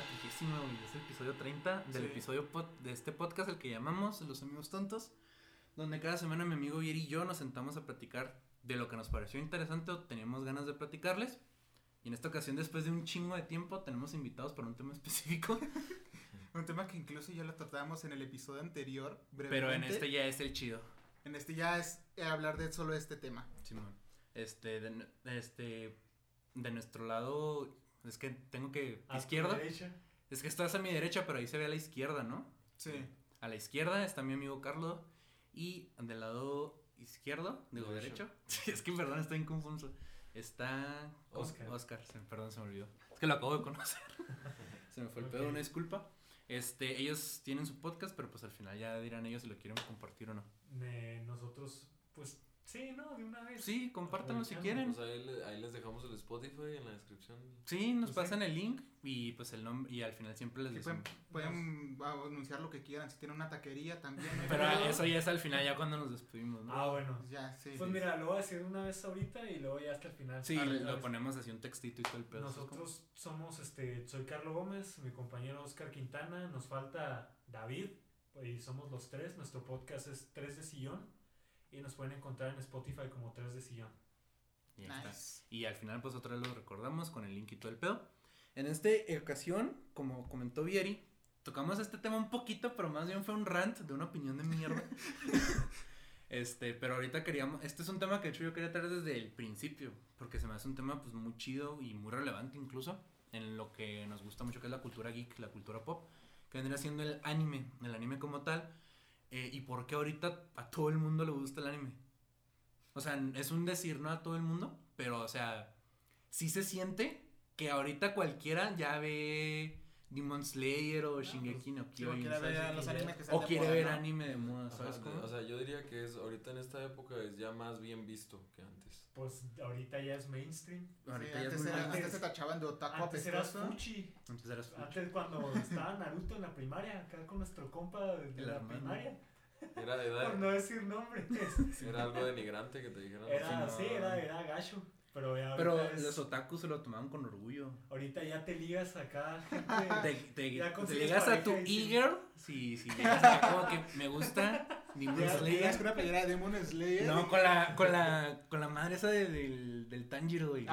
rapidísimo, güey. Es el episodio 30 del episodio de este podcast, el que llamamos Los Amigos Tontos, donde cada semana mi amigo Vieri y yo nos sentamos a platicar de lo que nos pareció interesante o teníamos ganas de platicarles. Y en esta ocasión, después de un chingo de tiempo, tenemos invitados para un tema específico. Un tema que incluso ya lo tratamos en el episodio anterior, brevemente. Pero en este ya es el chido. En este ya es hablar de solo este tema. Simón. De nuestro lado, es que tengo que... ¿A izquierda? tu derecha? Es que estás a mi derecha, pero ahí se ve a la izquierda, ¿no? Sí. A la izquierda está mi amigo Carlos. Y del lado izquierdo, digo derecho. Sí, es que en verdad estoy confuso. Está Oscar, perdón, se me olvidó. Es que lo acabo de conocer. Se me fue el pedo, una disculpa. Ellos tienen su podcast, pero pues al final ya dirán ellos si lo quieren compartir o no. Nosotros, pues, sí, ¿no? De una vez. Sí, compártanlo si quieren. Pues ahí les dejamos el Spotify en la descripción. Sí, nos pasan el link y pues el nombre, y al final siempre les decimos. Pueden anunciar lo que quieran, si tienen una taquería también. Pero eso ya es al final, ya cuando nos despedimos, ¿no? Ah, bueno. Ya, sí. Pues mira, lo voy a decir una vez ahorita y luego ya hasta el final. Sí, lo ponemos así un textito y todo el pedo. Nosotros somos, soy Carlos Gómez, mi compañero Oscar Quintana, nos falta David y somos los tres. Nuestro podcast es 3 de Sillón y nos pueden encontrar en Spotify como 3 de Sillón. Y ya está. Y al final pues otra vez lo recordamos con el link y todo el pedo. En esta ocasión, como comentó Vieri, tocamos este tema un poquito, pero más bien fue un rant de una opinión de mierda. Pero ahorita este es un tema que de hecho yo quería traer desde el principio, porque se me hace un tema pues muy chido y muy relevante incluso en lo que nos gusta mucho, que es la cultura geek, la cultura pop, que vendría siendo el anime como tal, y por qué ahorita a todo el mundo le gusta el anime. O sea, es un decir, no a todo el mundo, pero o sea, sí se siente que ahorita cualquiera ya ve Demon Slayer o Shingeki no Kyojin, o quiere ver anime de moda, ¿sabes cómo? O sea, yo diría que ahorita en esta época es ya más bien visto que antes. Pues ahorita ya es mainstream. Ahorita sí, ya antes se tachaban de otaku antes eras fuchi. Antes cuando estaba Naruto en la primaria, acá con nuestro compa de la primaria. Era por no decir nombres. Era algo denigrante que te dijeran. Era gacho. Pero los otakus se lo tomaban con orgullo. Ahorita ya te ligas acá. Te ligas a tu e-girl. Sí, llegas acá como que me gusta Demon Slayer. ¿Es una playera de Demon Slayer? No, con la madre esa del Tanjiro, güey.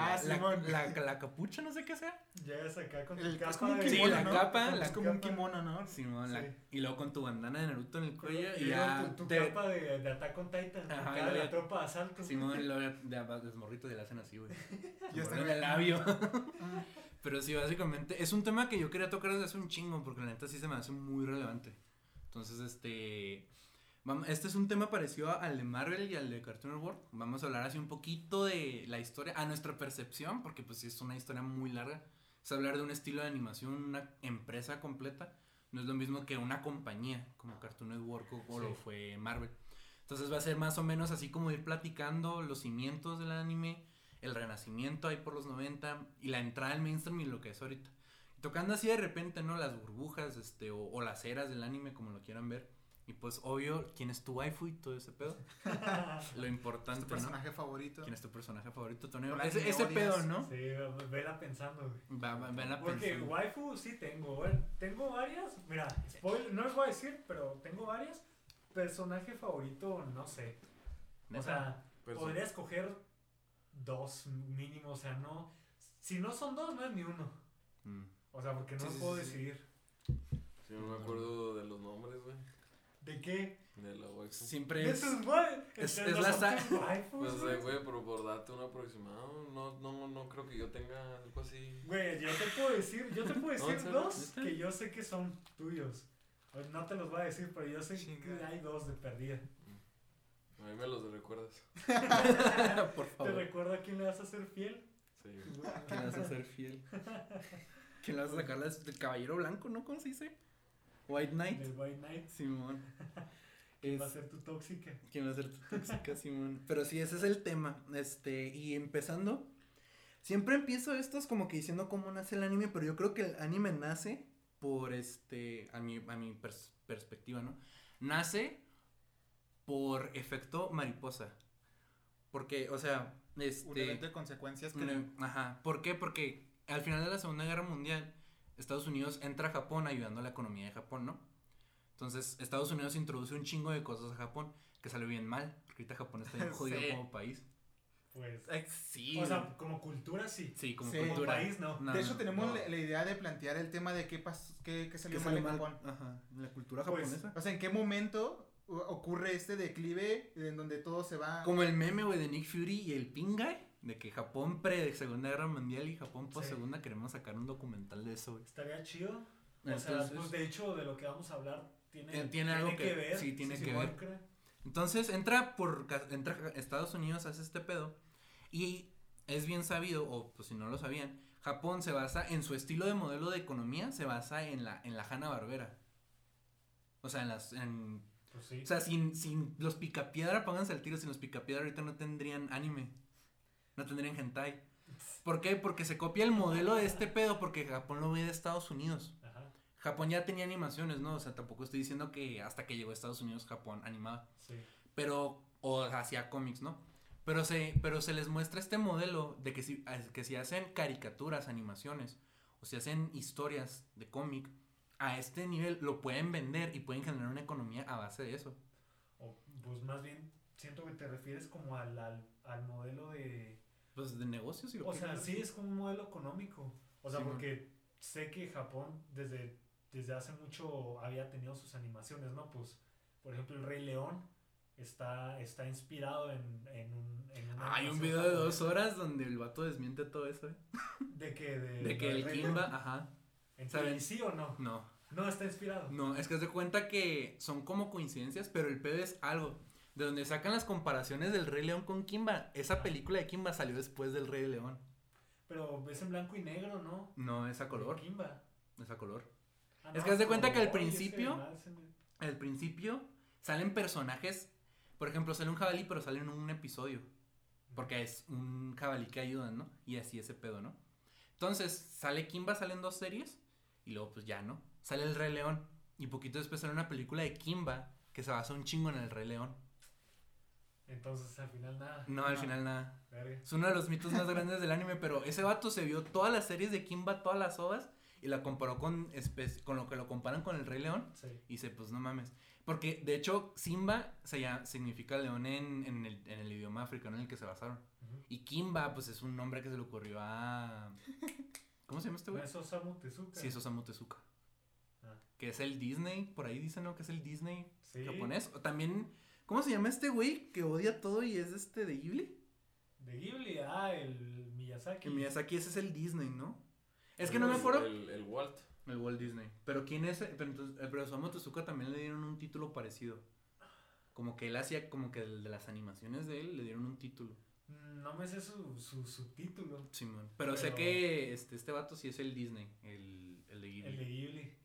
La capucha, no sé qué sea. Llegas acá con tu capa. Es como un kimono, la capa. Es como un kimono, ¿no? Simón, y luego con tu bandana de Naruto en el cuello. Y ya tu capa de Attack on Titan. Acá de la tropa de asalto. Simón, y luego de morritos y le hacen así, güey. Ya está en el labio. Pero sí, básicamente es un tema que yo quería tocar desde hace un chingo, porque la neta sí se me hace muy relevante. Entonces, este es un tema parecido al de Marvel y al de Cartoon Network. Vamos a hablar así un poquito de la historia, a nuestra percepción, porque pues sí es una historia muy larga. Es hablar de un estilo de animación, una empresa completa. No es lo mismo que una compañía como Cartoon Network o lo fue Marvel. Entonces va a ser más o menos así como ir platicando los cimientos del anime, el renacimiento ahí por los 90 y la entrada al mainstream y lo que es ahorita. Y tocando así de repente, ¿no? Las burbujas, o las eras del anime, como lo quieran ver. Y pues, obvio, ¿quién es tu waifu y todo ese pedo? Lo importante, ¿no? ¿Tu personaje favorito? ¿Quién es tu personaje favorito, Toneo? Ese pedo, ¿no? Sí, vela pensando. Vela pensando. Porque waifu sí tengo, tengo varias. Mira, spoiler, no les voy a decir, pero tengo varias. Personaje favorito, no sé. O sea, podría escoger 2 mínimo, o sea, no. Si no son 2, no es ni uno. O sea, porque no puedo decidir. Sí, no me acuerdo de los nombres, güey. ¿De qué? De la waifu. Siempre es. Es la saga. Pues güey, pero por darte un aproximado, no creo que yo tenga algo así. Güey, yo te puedo decir 2 que yo sé que son tuyos. No te los voy a decir, pero yo sé que hay 2 de perdida. A mí me los recuerdas. Por favor. ¿Te recuerda a quién le vas a ser fiel? Sí. ¿Quién le vas a ser fiel? ¿Quién le vas a sacar del caballero blanco, no? ¿Cómo se dice? White Knight. Del White Knight. Simón. ¿Quién va a ser tu tóxica? ¿Quién va a ser tu tóxica, Simón? Pero sí, ese es el tema. Y empezando, siempre empiezo estos como que diciendo cómo nace el anime, pero yo creo que el anime nace por a mi perspectiva, ¿no? Nace por efecto mariposa. Porque, o sea, un evento de consecuencias Ajá. ¿Por qué? Porque al final de la Segunda Guerra Mundial Estados Unidos entra a Japón ayudando a la economía de Japón, ¿no? Entonces, Estados Unidos introduce un chingo de cosas a Japón que salió bien mal, porque ahorita Japón está bien jodido como país. Pues, sí. O sea, como cultura sí. Sí, como Sí. Como cultura. país no. De hecho, tenemos la idea de plantear el tema de qué salió mal en Japón. Ajá, en la cultura Pues, japonesa. O sea, ¿en qué momento ocurre este declive en donde todo se va? Como el meme, güey, de Nick Fury y el Pinguy, de que Japón pre-Segunda Guerra Mundial y Japón post-segunda, queremos sacar un documental de eso, güey. Estaría chido. O Entonces, sea, pues de hecho de lo que vamos a hablar tiene algo que ver. Sí, tiene sí, que ver. Entonces entra Estados Unidos, hace este pedo. Y es bien sabido, o pues si no lo sabían, Japón se basa en su estilo de modelo de economía, se basa en la Hanna-Barbera. O sea, Pues sí. o sea, sin los Picapiedra, pónganse al tiro, sin los Picapiedra ahorita no tendrían anime. No tendrían hentai. ¿Por qué? Porque se copia el modelo de este pedo porque Japón lo ve de Estados Unidos. Ajá. Japón ya tenía animaciones, ¿no? O sea, tampoco estoy diciendo que hasta que llegó a Estados Unidos Japón animaba. Sí. Pero, o hacía cómics, ¿no? Pero se les muestra este modelo de que si hacen caricaturas, animaciones, o si hacen historias de cómic, a este nivel lo pueden vender y pueden generar una economía a base de eso. O pues más bien siento que te refieres como al modelo de... Pues de negocios, si lo O sea, quieren sí ver. es como un modelo económico. O sea, Sí, porque sé que Japón desde hace mucho había tenido sus animaciones, ¿no? Pues, por ejemplo, el Rey León está inspirado en una Hay un animación video de 2 japonesa. horas donde el vato desmiente todo eso, ¿eh? De que De que del el Rey Kimba, León. ajá. Entonces, ¿sí o no? No, No está inspirado. no, es que haz de cuenta que son como coincidencias, pero el pedo es algo. De donde sacan las comparaciones del Rey León con Kimba. Esa película de Kimba salió después del Rey León. Pero es en blanco y negro, ¿no? No, es a color. Kimba. Es a color. Ah, Es no, que haz de cuenta que al oye, principio- ese animal se me- Al principio salen personajes. Por ejemplo, sale un jabalí, pero sale en un episodio. Porque es un jabalí que ayudan, ¿no? Y así ese pedo, ¿no? Entonces, sale Kimba, salen 2 series. Y luego, pues ya, ¿no? Sale el Rey León. Y poquito después sale una película de Kimba que se basa un chingo en el Rey León. Entonces al final nada. No, al final nada. Verga. Es uno de los mitos más grandes del anime, pero ese vato se vio todas las series de Kimba, todas las ovas, y la comparó con lo que lo comparan con el Rey León, Sí. y dice, pues no mames. Porque, de hecho, Simba significa león en el idioma africano en el que se basaron. Ujú. Y Kimba, pues es un nombre que se le ocurrió a... ¿Cómo se llama este ¿No güey? es Osamu Tezuka? Sí, es Osamu Tezuka. Ah. Que es el Disney, por ahí dicen, ¿no? Que es el Disney Sí. japonés. O también, ¿cómo se llama este güey que odia todo y es de Ghibli? De Ghibli, el Miyazaki. Que Miyazaki, ese es el Disney, ¿no? Es que no me acuerdo. El Walt. El Walt Disney. Pero ¿quién es? Pero Osamu Tezuka también le dieron un título parecido. Como que él hacía, como que el de las animaciones de él le dieron un título. No me sé su subtítulo. Simón. Pero sé Pero- que este vato sí es el Disney, el de Ghibli. El de Ghibli.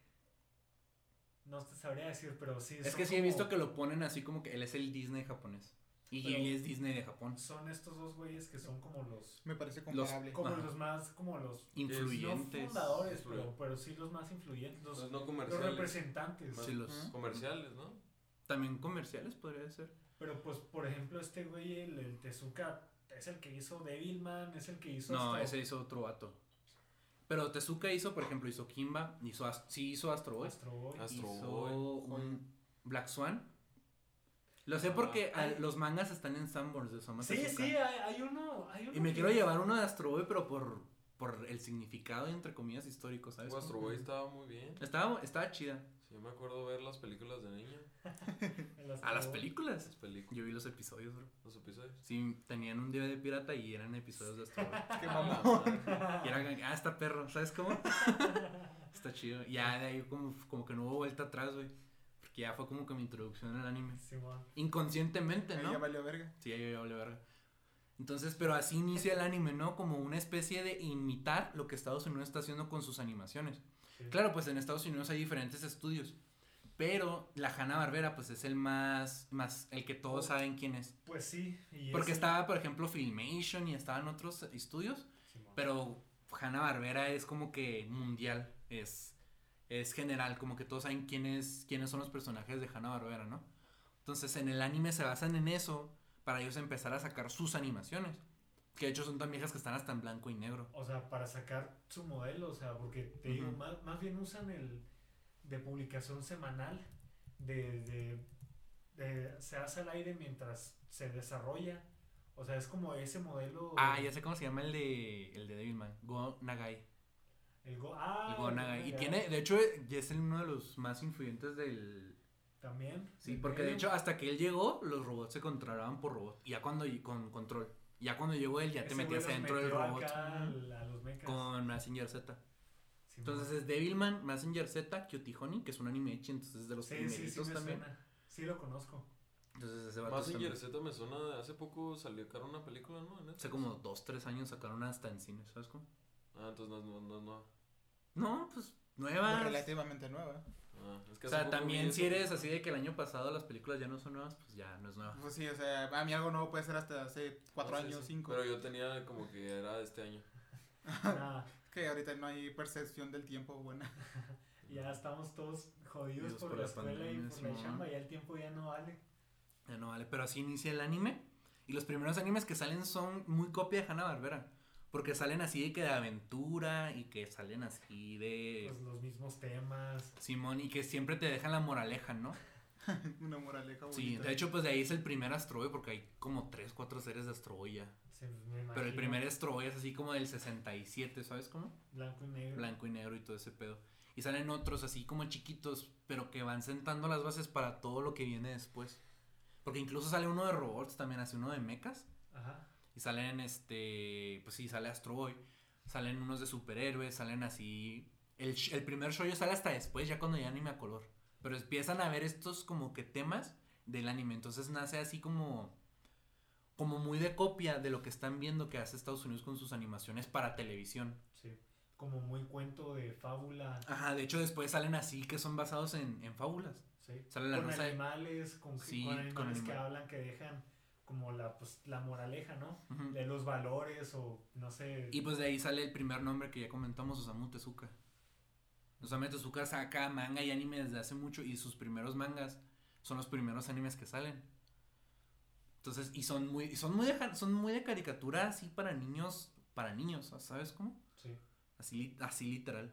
No te sabría decir, pero sí. Es son que sí he como- visto que lo ponen así como que él es el Disney japonés. Y Pero- Ghibli es Disney de Japón. Son estos dos güeyes que son como los. Me parece comparable. Como Ajá. los más. Como los. Influyentes. No fundadores, Influyentes. pero sí los más influyentes. Los, Los no los comerciales. representantes. Más Sí, los... comerciales, ¿no? También comerciales podría ser. Pero pues, por ejemplo, este güey, el Tezuka, es el que hizo Devilman, es el que hizo. No, hasta- ese hizo otro vato. Pero Tezuka hizo, por ejemplo, hizo Kimba, sí hizo Astro Boy. Astro Boy. Astro Hizo Boy. un Black Swan. Lo sé Ah. porque los mangas están en Sanborns de Osamu Sí, Tezuka. sí, hay uno. Y me que- quiero llevar uno de Astro Boy, pero por el significado, entre comillas, histórico, ¿sabes? Astro Boy estaba muy bien. Estaba chida. Sí, yo me acuerdo ver las películas de niño. el Astro A las Boy. películas. Las películas, Yo vi los episodios, bro. los episodios. Sí, tenían un DVD pirata y eran episodios de Astro Boy. Qué mamón. Y era, está perro, ¿sabes cómo? Está chido. Ya de ahí como que no hubo vuelta atrás, güey. Porque ya fue como que mi introducción al anime. Simón. Inconscientemente, Ahí ¿no? ya valió verga. Sí, ya vale verga. Entonces, pero así inicia el anime, ¿no? Como una especie de imitar lo que Estados Unidos está haciendo con sus animaciones. Sí. Claro, pues en Estados Unidos hay diferentes estudios. Pero la Hanna-Barbera, pues es el más el que todos saben quién es. Pues sí. Y Porque ese- estaba, por ejemplo, Filmation y estaban otros estudios. Simón. Pero Hanna-Barbera es como que mundial. Es general, como que todos saben quiénes son los personajes de Hanna-Barbera, ¿no? Entonces en el anime se basan en eso para ellos empezar a sacar sus animaciones. Que de hecho son tan viejas que están hasta en blanco y negro. O sea, para sacar su modelo, o sea, porque te digo, más bien usan el de publicación semanal, se hace al aire mientras se desarrolla. O sea, es como ese modelo. Ya sé cómo se llama el de Devilman. Go Nagai. El Go Nagai. Y tiene, de hecho, ya es uno de los más influyentes del... También. Sí, porque de hecho hasta que él llegó, los robots se controlaban por robot. Y ya cuando, con control. Ya cuando llegó él, ya te metías adentro del robot. A los mechas. Con Mazinger Z. Sí, entonces es Devilman, Mazinger Z, Cutie Honey, que es un anime hechi, entonces es de los primeritos también. Suena. Sí lo conozco. Entonces ese vato Mazinger Z me suena de hace poco salió una película, ¿no? Hace como 2-3 años sacaron hasta en cine, ¿sabes cómo? Entonces no. No, pues nueva. Relativamente nueva. Es que o sea, también si eres así de que el año pasado las películas ya no son nuevas, pues ya no es nueva. Pues sí, o sea, a mí algo nuevo puede ser hasta hace 4 años, 5. Pero yo tenía como que era de este año. Que ahorita no hay percepción del tiempo buena. Ya estamos todos jodidos por la escuela pandemia, y por la chamba, ya el tiempo ya no vale. Ya no vale, pero así inicia el anime. Y los primeros animes que salen son muy copia de Hanna-Barbera. Porque salen así de que de aventura y que salen así de... Pues los mismos temas. Simón, y que siempre te dejan la moraleja, ¿no? Una moraleja bonita. Sí, de hecho pues de ahí es el primer Astro Boy porque hay como 3-4 series de Astro Boy ya. Sí, pero el primer Astro Boy es así como del 67, ¿sabes cómo? Blanco y negro. Blanco y negro y todo ese pedo. Y salen otros así como chiquitos, pero que van sentando las bases para todo lo que viene después. Porque incluso sale uno de robots también, así uno de mechas. Ajá. Y salen pues sí, sale Astro Boy. Salen unos de superhéroes, salen así. El primer show sale hasta después, ya cuando ya anime a color. Pero empiezan a ver estos como que temas del anime. Entonces nace así como muy de copia de lo que están viendo que hace Estados Unidos con sus animaciones para televisión. Sí, como muy cuento de fábula. Ajá, de hecho después salen así que son basados en fábulas. Sí, salen con animales, con animales que hablan, que dejan como la moraleja, ¿no? Uh-huh. De los valores o no sé. Y pues de ahí sale el primer nombre que ya comentamos, Osamu Tezuka. Osamu Tezuka saca manga y anime desde hace mucho y sus primeros mangas son los primeros animes que salen. Entonces, y son muy de caricatura así para niños, ¿sabes cómo? Sí. Así literal.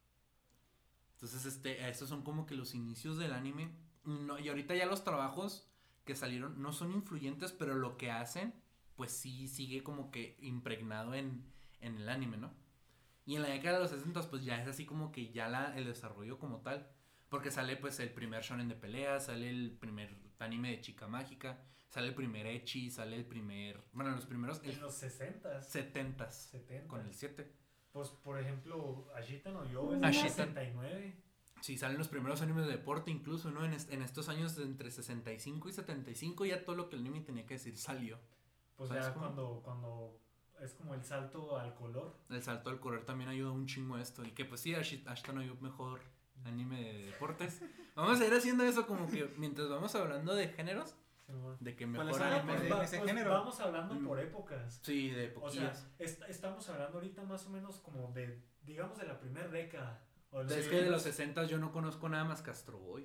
Entonces, estos son como que los inicios del anime. No, y ahorita ya los trabajos que salieron no son influyentes, pero lo que hacen, pues sí sigue como que impregnado en el anime, ¿no? Y en la década de los 60 pues ya es así como que ya el desarrollo como tal. Porque sale pues el primer shonen de peleas, sale el primer anime de chica mágica, sale el primer ecchi, sale el primer... Bueno, los primeros... En los 60s. 70s. Con el 7. Pues, por ejemplo, Ashita no Yo es de 69. Sí, salen los primeros animes de deporte incluso, ¿no? En estos años de entre 65 y 75 ya todo lo que el anime tenía que decir salió. Pues ya cuando es como el salto al color. El salto al color también ayuda un chingo a esto. Y que pues sí, Ashita no Yo mejor anime de deportes. Vamos a ir haciendo eso como que mientras vamos hablando de géneros. Sí, bueno. De que mejor anime de ese género. Vamos hablando por épocas. Sí, de épocas. O sea, estamos hablando ahorita más o menos como de, digamos, de la primera década. Es que de los 60 yo no conozco nada más que Astro Boy.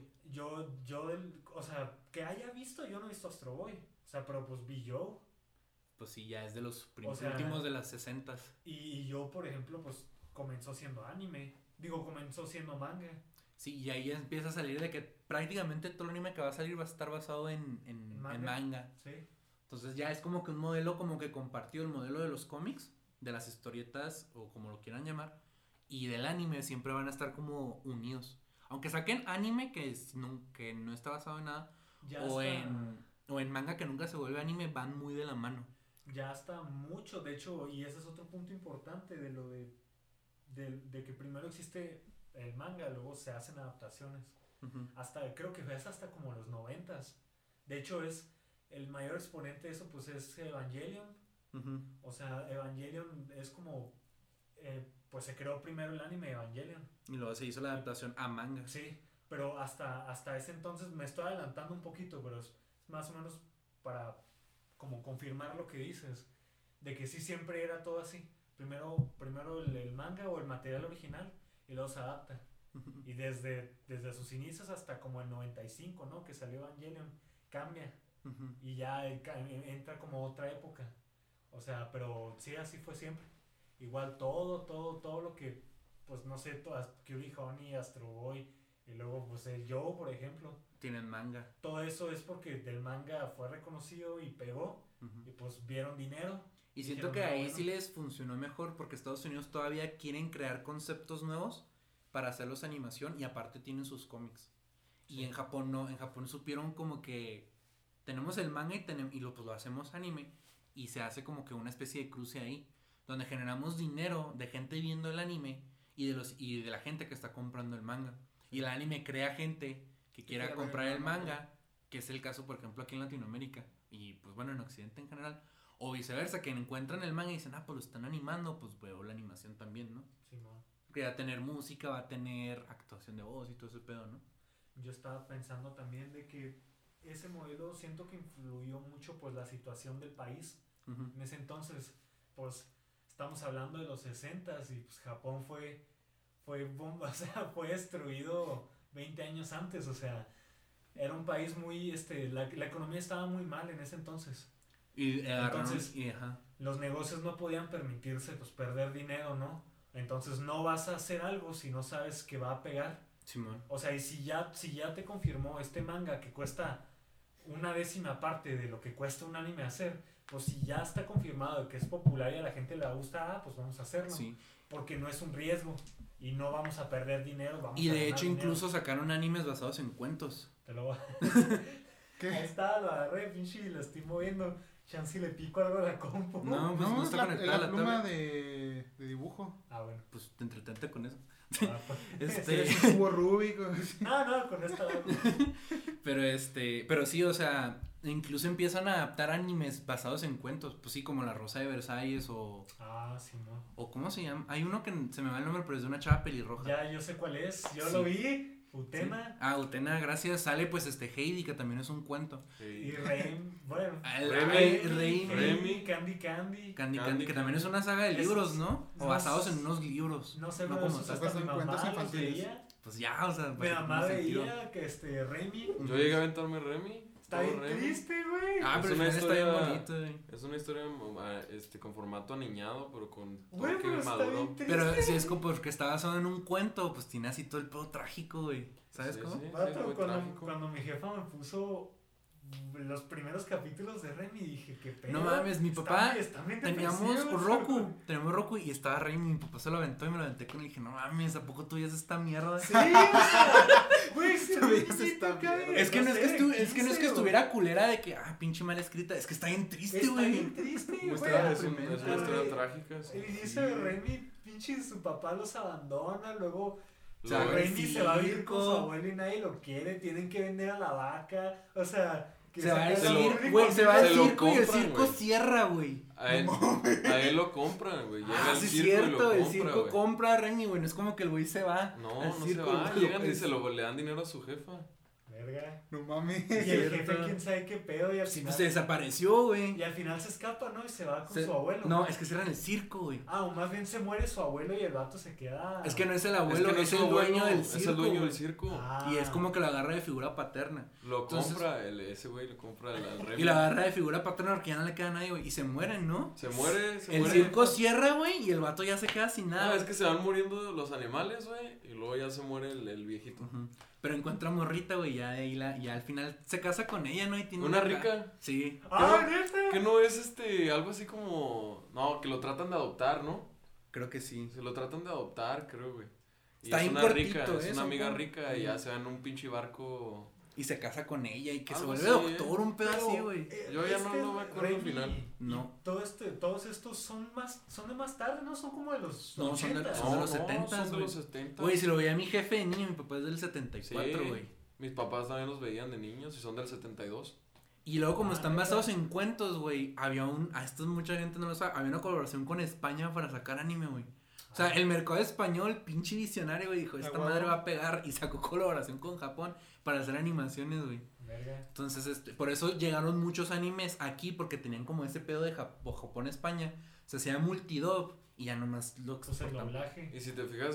O sea, que haya visto, yo no he visto Astro Boy. O sea, pero pues vi yo. Pues sí, ya es de los últimos de las 60s. Y yo, por ejemplo, pues comenzó siendo anime. Comenzó siendo manga. Sí, y ahí empieza a salir de que prácticamente todo el anime que va a salir va a estar basado en manga. Sí. Entonces ya es como que un modelo como que compartido, el modelo de los cómics, de las historietas o como lo quieran llamar, y del anime siempre van a estar como unidos. Aunque saquen anime que no está basado en nada, o en manga que nunca se vuelve anime, van muy de la mano. Ya está mucho, de hecho, y ese es otro punto importante de lo de que primero existe el manga, luego se hacen adaptaciones. Uh-huh. Creo que es hasta como los 90s. De hecho, es el mayor exponente de eso, pues es Evangelion. Uh-huh. O sea, Evangelion es como pues se creó primero el anime Evangelion. Y luego se hizo la adaptación a manga. Sí, pero hasta ese entonces me estoy adelantando un poquito, pero es más o menos para como confirmar lo que dices, de que sí siempre era todo así. Primero el manga o el material original y luego se adapta. Uh-huh. Y desde sus inicios hasta como el 95, ¿no? Que salió Evangelion, cambia. Uh-huh. Y ya entra como otra época. O sea, pero sí, así fue siempre. Igual todo lo que, pues no sé, Curie Honey, Astro Boy, y luego pues el Joe, por ejemplo. Tienen manga. Todo eso es porque del manga fue reconocido y pegó, y pues vieron dinero. Y siento que ahí sí les funcionó mejor porque Estados Unidos todavía quieren crear conceptos nuevos para hacerlos animación y aparte tienen sus cómics. Sí. Y en Japón no, en Japón supieron como que tenemos el manga y lo hacemos anime y se hace como que una especie de cruce ahí, donde generamos dinero de gente viendo el anime y de la gente que está comprando el manga. Y el anime crea gente que quiera comprar el manga, que es el caso por ejemplo aquí en Latinoamérica y pues bueno en Occidente en general. O viceversa, que encuentran el manga y dicen, pues lo están animando, pues veo la animación también, ¿no? Sí, no. Que va a tener música, va a tener actuación de voz y todo ese pedo, ¿no? Yo estaba pensando también de que ese modelo siento que influyó mucho pues la situación del país. Uh-huh. En ese entonces, pues estamos hablando de los 60s y pues Japón fue bomba, o sea, fue destruido 20 años antes, o sea, era un país muy, la economía estaba muy mal en ese entonces. Y entonces los negocios no podían permitirse pues perder dinero, ¿no? Entonces no vas a hacer algo si no sabes que va a pegar. Simón. O sea, y si ya te confirmó este manga que cuesta 1/10 parte de lo que cuesta un anime hacer, pues si ya está confirmado que es popular y a la gente le gusta, pues vamos a hacerlo. Sí. Porque no es un riesgo y no vamos a perder dinero. Y de hecho incluso sacaron animes basados en cuentos. Te lo voy a... ¿Qué? Ahí está, lo agarré, pinche, y lo estoy moviendo. Chance le pico algo a la compu. No, pues no está conectada la pluma de dibujo. Ah, bueno. Pues te entretente con eso. Es un cubo Rubik. No, con esta. Pero sí, o sea, incluso empiezan a adaptar animes basados en cuentos, pues sí, como La Rosa de Versalles o... Ah, sí, no. O ¿cómo se llama? Hay uno que se me va el nombre, pero es de una chava pelirroja. Ya, yo sé cuál es, yo lo vi. Utena. Sí. Ah, Utena, gracias. Sale pues Heidi, que también es un cuento. Y Rem, bueno. Remy. Candy, que también es una saga de libros, ¿no? O basados en unos libros. No sé, no como hasta mi mamá los veía. Pues ya, o sea. Mi mamá veía que Remy. Yo llegué a aventarme Remy. Está bien triste, güey. Ah, pero está bien bonito, güey. Es una historia con formato aniñado, pero con güey, pero maduro. Pero si es como porque está basado en un cuento, pues tiene así todo el pedo trágico, güey. ¿Sabes cómo? Sí, cuando mi jefa me puso los primeros capítulos de Remy, dije, qué pedo. No mames, mi papá teníamos Roku y estaba Remy, mi papá se lo aventó y me lo aventé con él y dije, no mames, ¿a poco tú veías esta mierda? Sí, o sea, güey, sí, es que no es que estuviera culera de que, pinche mal escrita, es que está bien triste, güey. Está bien triste, güey. Es una historia trágica. El inicio de Remy, pinche su papá los abandona, luego... O sea, Remy se va a vivir con su abuelo y nadie lo quiere, tienen que vender a la vaca, o sea... Se va al circo y el circo cierra, güey. A él lo compran, güey. Llega al circo cierto, y lo compra, el circo compra a Remy, güey, no es como que el güey se va. No se va, llegan y le dan dinero a su jefa. Verga. No mames. Y el jefe, quién sabe qué pedo. Y al final, pues se desapareció, güey. Y al final se escapa, ¿no? Y se va con su abuelo. No, es que cierran el circo, güey. O más bien se muere su abuelo y el vato se queda. Es que no es el abuelo, es el dueño del circo. Es el dueño del circo. Y es como que lo agarra de figura paterna. Ese güey lo compra al Remy. Y lo agarra de figura paterna porque ya no le queda a nadie, güey. Y se mueren, ¿no? Se muere. El circo cierra, güey, y el vato ya se queda sin nada. No, es que se van muriendo los animales, güey. Y luego ya se muere el viejito. Uh-huh. Pero encuentra morrita, güey, ya al final se casa con ella, ¿no? Y tiene ¿Una rica? Sí. ¿Neta? Que no es algo así como... No, que lo tratan de adoptar, ¿no? Creo que sí. Se lo tratan de adoptar, creo, güey. Y está es una rica, es una amiga ¿no? rica y ya se va en un pinche barco... Y se casa con ella y que se algo vuelve así, doctor, un pedo así, güey. Yo ya no me acuerdo al final. No. Todos estos son de más tarde, ¿no? Son como de los 80. Son de los 70, son de los 70. Güey, si lo veía mi jefe de niño, mi papá es del 74, güey. Mis papás también los veían de niños y son del 72. Y luego como están basados en cuentos, güey, esto mucha gente no lo sabe, había una colaboración con España para sacar anime, güey. O sea, el mercado español, pinche visionario, güey, dijo, esta madre va a pegar y sacó colaboración con Japón para hacer animaciones, güey. Entonces, por eso llegaron muchos animes aquí porque tenían como ese pedo de Japón-España. Se hacía multidub y ya nomás lo exportaban. Y si te fijas,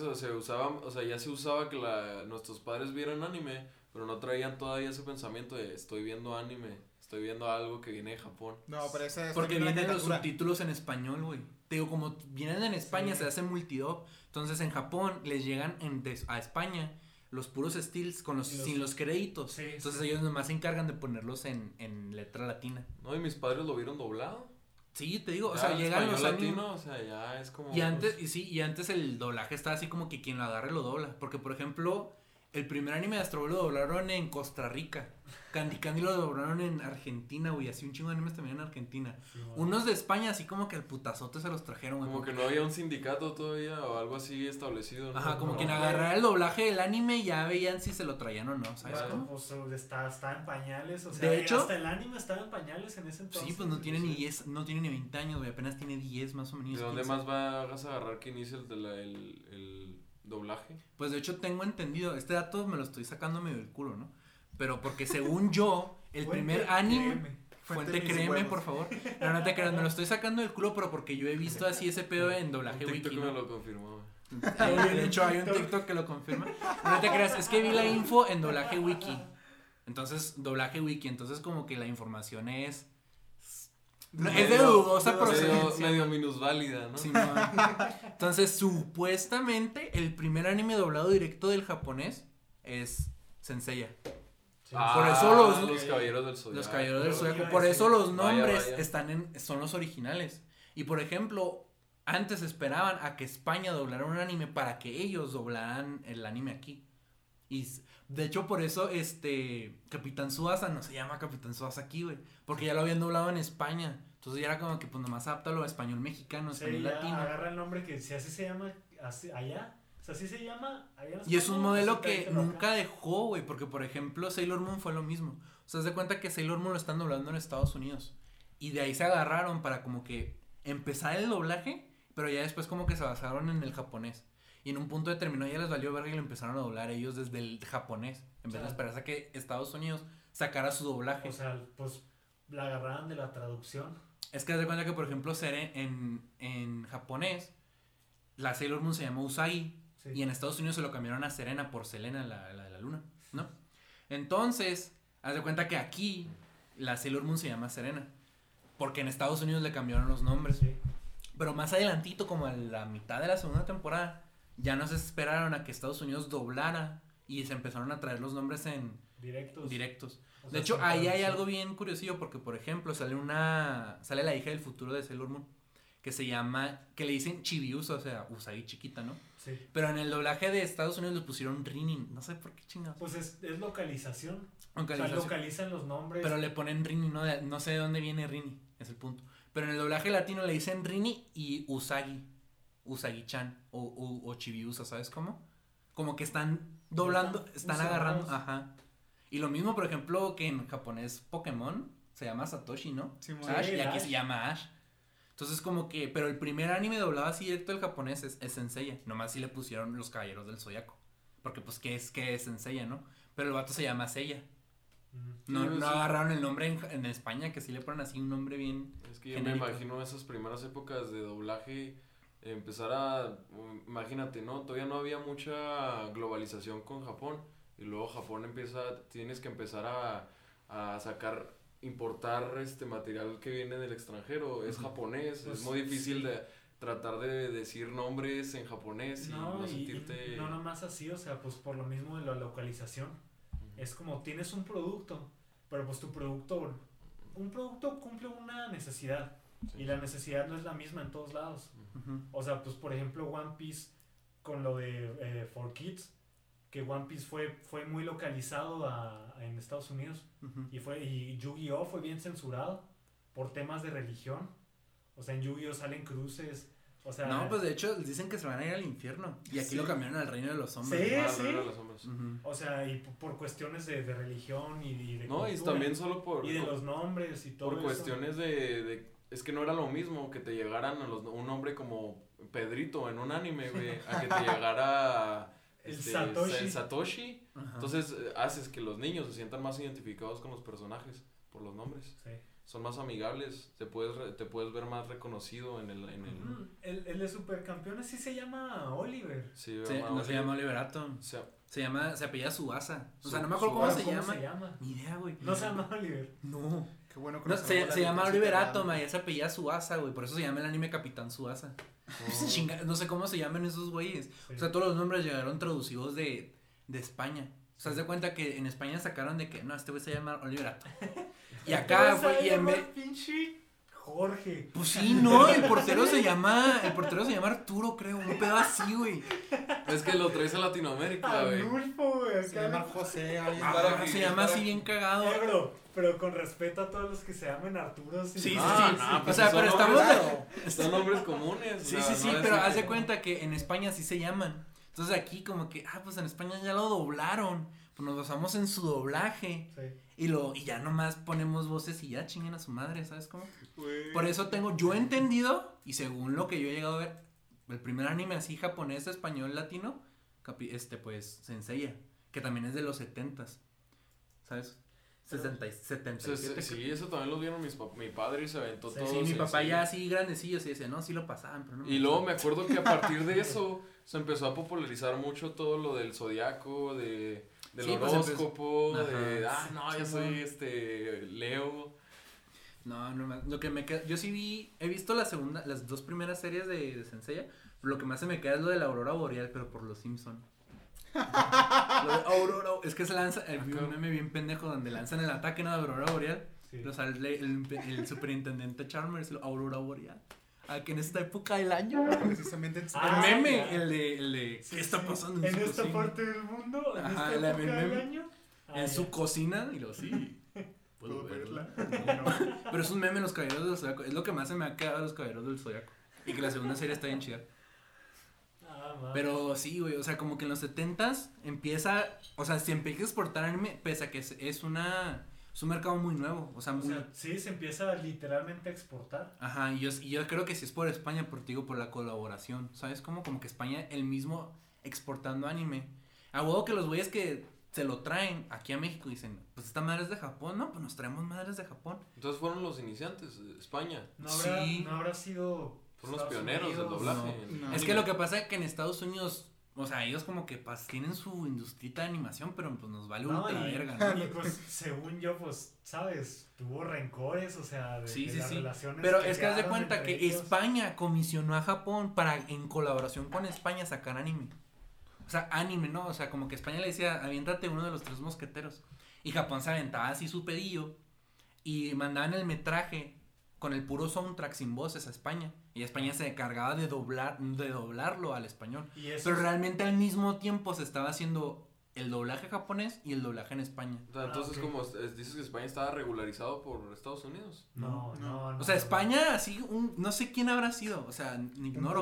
ya se usaba que nuestros padres vieran anime, pero no traían todavía ese pensamiento de estoy viendo anime, estoy viendo algo que viene de Japón. No, pero esa es porque una vienen los caricatura. subtítulos en español, güey. Te digo, como vienen en España, se hace multidub. Entonces en Japón les llegan a España los puros stills sin los créditos. Sí, entonces ellos nomás se encargan de ponerlos en letra latina. No, y mis padres lo vieron doblado. Sí, te digo, Ya, o sea, llegan los latino, o sea, ya es como... Y antes el doblaje estaba así como que quien lo agarre lo dobla. Porque, por ejemplo, el primer anime de Astro Boy lo doblaron en Costa Rica. Candy Candy lo doblaron en Argentina, güey. Así un chingo de animes también en Argentina. Sí, bueno. Unos de España, así como que al putazote se los trajeron, güey. Como que no había un sindicato todavía o algo así establecido, ¿no? Ajá, como No, quien güey. agarrara el doblaje del anime y ya veían si se lo traían o no, ¿sabes Claro. cómo? Pues está en pañales, o sea, De hecho- hasta el anime estaba en pañales en ese entonces. Sí, pues no tiene ni 10, no tiene ni 20 años, güey. Apenas tiene 10 más o menos. ¿De dónde 15. más vas a agarrar que inicie el doblaje? Pues de hecho tengo entendido, este dato me lo estoy sacando medio del culo, ¿no? Pero porque según yo, el primer anime... Fuente mis créeme, huevos. por favor. No te creas, me lo estoy sacando del culo, pero porque yo he visto así ese pedo en Un doblaje TikTok wiki, me ¿no? lo confirmó. De hecho, hay un TikTok que lo confirma. No te creas, es que vi la info en doblaje wiki. Entonces, doblaje wiki, entonces como que la información es... No, es de dudosa procedencia. Medio minusválida, ¿no? Sí, no. Entonces, supuestamente, el primer anime doblado directo del japonés es Senseiya. Por eso los Caballeros del Zodiaco. Los Caballeros del Yo Zodiaco. iba a Por decir, eso los vaya, nombres vaya. son los originales. Y por ejemplo, antes esperaban a que España doblara un anime para que ellos doblaran el anime aquí. Y de hecho por eso Capitán Tsubasa no se llama Capitán Tsubasa aquí, güey, porque ya lo habían doblado en España. Entonces ya era como que pues nomás adáptalo a español mexicano, Sí, español ya latino. agarra el nombre que si así se llama allá. O sea, así se llama allá en Y es España, un modelo así que tráetelo acá. nunca dejó, güey, porque por ejemplo Sailor Moon fue lo mismo. O sea, haz de cuenta que Sailor Moon lo están doblando en Estados Unidos. Y de ahí se agarraron para como que empezar el doblaje, pero ya después como que se basaron en el japonés. Y en un punto determinado ya les valió verga y lo empezaron a doblar ellos desde el japonés, en vez de esperarse a que Estados Unidos sacara su doblaje. O sea, pues la agarraban de la traducción. Es que haz de cuenta que por ejemplo en japonés la Sailor Moon se llama Usagi. Sí. Y en Estados Unidos se lo cambiaron a Serena por Selena, la de la luna, ¿no? Entonces, haz de cuenta que aquí la Sailor Moon se llama Serena. Porque en Estados Unidos le cambiaron los nombres. Sí. Pero más adelantito, como a la mitad de la segunda temporada, ya no se esperaron a que Estados Unidos doblara y se empezaron a traer los nombres en directos. O sea, De hecho, sin ahí hay traducción. algo bien curiosillo porque, por ejemplo, sale la hija del futuro de Sailor Moon que le dicen Chibiusa, o sea, Usagi chiquita, ¿no? Sí. Pero en el doblaje de Estados Unidos le pusieron Rini, no sé por qué chingados. Pues es localización. Localización. O sea, localizan los nombres. Pero le ponen Rini, no sé de dónde viene Rini, es el punto. Pero en el doblaje latino le dicen Rini y Usagi-chan o Chibiusa, ¿sabes cómo? Como que están doblando, están agarrando, ajá. Y lo mismo, por ejemplo, que en japonés Pokémon se llama Satoshi, ¿no? Sí, Ash, y aquí Ash. se llama Ash. Entonces como que, pero el primer anime doblado así directo del japonés es Senseiya. Nomás sí le pusieron los Caballeros del Zodiaco. Porque pues ¿qué es Senseiya, no? Pero el vato se llama Seiya. No, Sí, no sí. agarraron el nombre en España, que sí le ponen así un nombre bien. Es que yo genérico. me imagino esas primeras épocas de doblaje imagínate, ¿no? Todavía no había mucha globalización con Japón y luego Japón tienes que empezar a importar material que viene del extranjero, es japonés, Pues, es muy difícil sí. de tratar de decir nombres en japonés y no y sentirte... no nomás así, o sea, pues por lo mismo de la localización. Es como tienes un producto, pero pues un producto cumple una necesidad. Sí. Y la necesidad no es la misma en todos lados. Ujú. O sea, pues por ejemplo One Piece con lo de 4Kids, que One Piece fue muy localizado en Estados Unidos. Ujú. Y Yu-Gi-Oh fue bien censurado por temas de religión. O sea, en Yu-Gi-Oh salen cruces. O sea, No, pues de hecho dicen que se van a ir al infierno. Y aquí Sí. lo cambiaron al reino de los hombres. Sí. Reino de los hombres. Ujú. o sea, y por cuestiones de religión y de No, y cultura, también solo por... y de los nombres y todo Por eso. cuestiones es que no era lo mismo que te llegaran un nombre como Pedrito en un anime, güey, a que te llegara El Satoshi. el Satoshi. Ajá. Entonces haces que los niños se sientan más identificados con los personajes por los nombres. Sí. son más amigables, te puedes ver más reconocido en el... El de Supercampeones sí se llama Oliver. Sí, no se llama Oliver Atom. Se apellida Tsubasa. O sea, no me acuerdo cómo se llama. Ni idea, güey. No se llama Oliver. No. Qué bueno que no, se llama Oliver Atom, y se apellida Tsubasa, güey. Por eso se llama el anime Capitán Tsubasa. No sé cómo se llaman esos güeyes. Sí. O sea, todos los nombres llegaron traducidos de España. O sea, haz de cuenta que en España sacaron de que, no, este güey se llama Oliver Atom. Y acá fue, y en vez... pinche Jorge. Pues sí, no, el portero se llama Arturo, creo, un pedo así, güey. Es que lo traes a Latinoamérica, güey. Adulfo, güey. Se llama José, se llama así bien cagado. Pero con respeto a todos los que se llaman Arturo. Sí. No, o sea, pero estamos... Son nombres comunes. Sí, pero haz de cuenta que en España sí se llaman. Entonces aquí como que, pues en España ya lo doblaron. Pues nos basamos en su doblaje. Sí. Y ya nomás ponemos voces y ya chinguen a su madre, ¿sabes cómo? Por eso yo he entendido, y según lo que yo he llegado a ver, el primer anime así japonés, español, latino, pues Senseiya, que también es de los 70s, ¿sabes? 77. Sí, eso también lo vieron mi padre y se aventó todo. Sí, mi papá ya así grandecillo, sí decía, no, sí lo pasaban, pero no. Y luego me acuerdo que a partir de eso se empezó a popularizar mucho todo lo del zodiaco, del horóscopo, yo soy Leo. No, lo que me queda, yo sí he visto las dos primeras series de Senseiya, lo que más se me queda es lo de la aurora boreal, pero por los Simpson. Es que se lanza un meme bien pendejo donde lanzan el ataque, ¿no? De aurora boreal. Sí. Pero sale el superintendente Chalmers, aurora boreal. Que en esta época del año, precisamente el meme, el de ¿qué está pasando en esta parte del mundo? En esta época del año. En su cocina, y lo sí. Puedo verla. Pero es un meme en los Caballeros del Zodiaco. Es lo que más se me ha quedado de los Caballeros del Zodiaco. Y que la segunda serie está bien chida. Pero sí, güey, o sea, como que en los 70s se empieza a exportar anime, pese a que es un mercado muy nuevo, sí, se empieza literalmente a exportar. Ajá, y yo creo que sí es por España, por la colaboración, ¿sabes cómo? Como que España, el mismo exportando anime. A huevo que los güeyes que se lo traen aquí a México dicen, pues esta madre es de Japón, ¿no? Pues nos traemos madres de Japón. Entonces fueron los iniciantes de España. No habrá sido... Fueron los pioneros del doblaje. No. Es que lo que pasa es que en Estados Unidos, o sea, ellos como que tienen su industrita de animación, pero pues nos vale ultra verga, ¿no? Y pues, según yo, pues, ¿sabes? Tuvo rencores, o sea, de las relaciones. Pero es que haz de cuenta que España comisionó a Japón para, en colaboración con España, sacar anime. O sea, anime, ¿no? O sea, como que España le decía, aviéntate uno de los 3 mosqueteros. Y Japón se aventaba así su pedillo y mandaban el metraje con el puro soundtrack sin voces a España. Y España se encargaba de doblarlo al español. Pero realmente al mismo tiempo se estaba haciendo el doblaje japonés y el doblaje en España. O sea, entonces, como dices que España estaba regularizado por Estados Unidos. No. O sea, España así, no sé quién habrá sido. O sea, ignoro.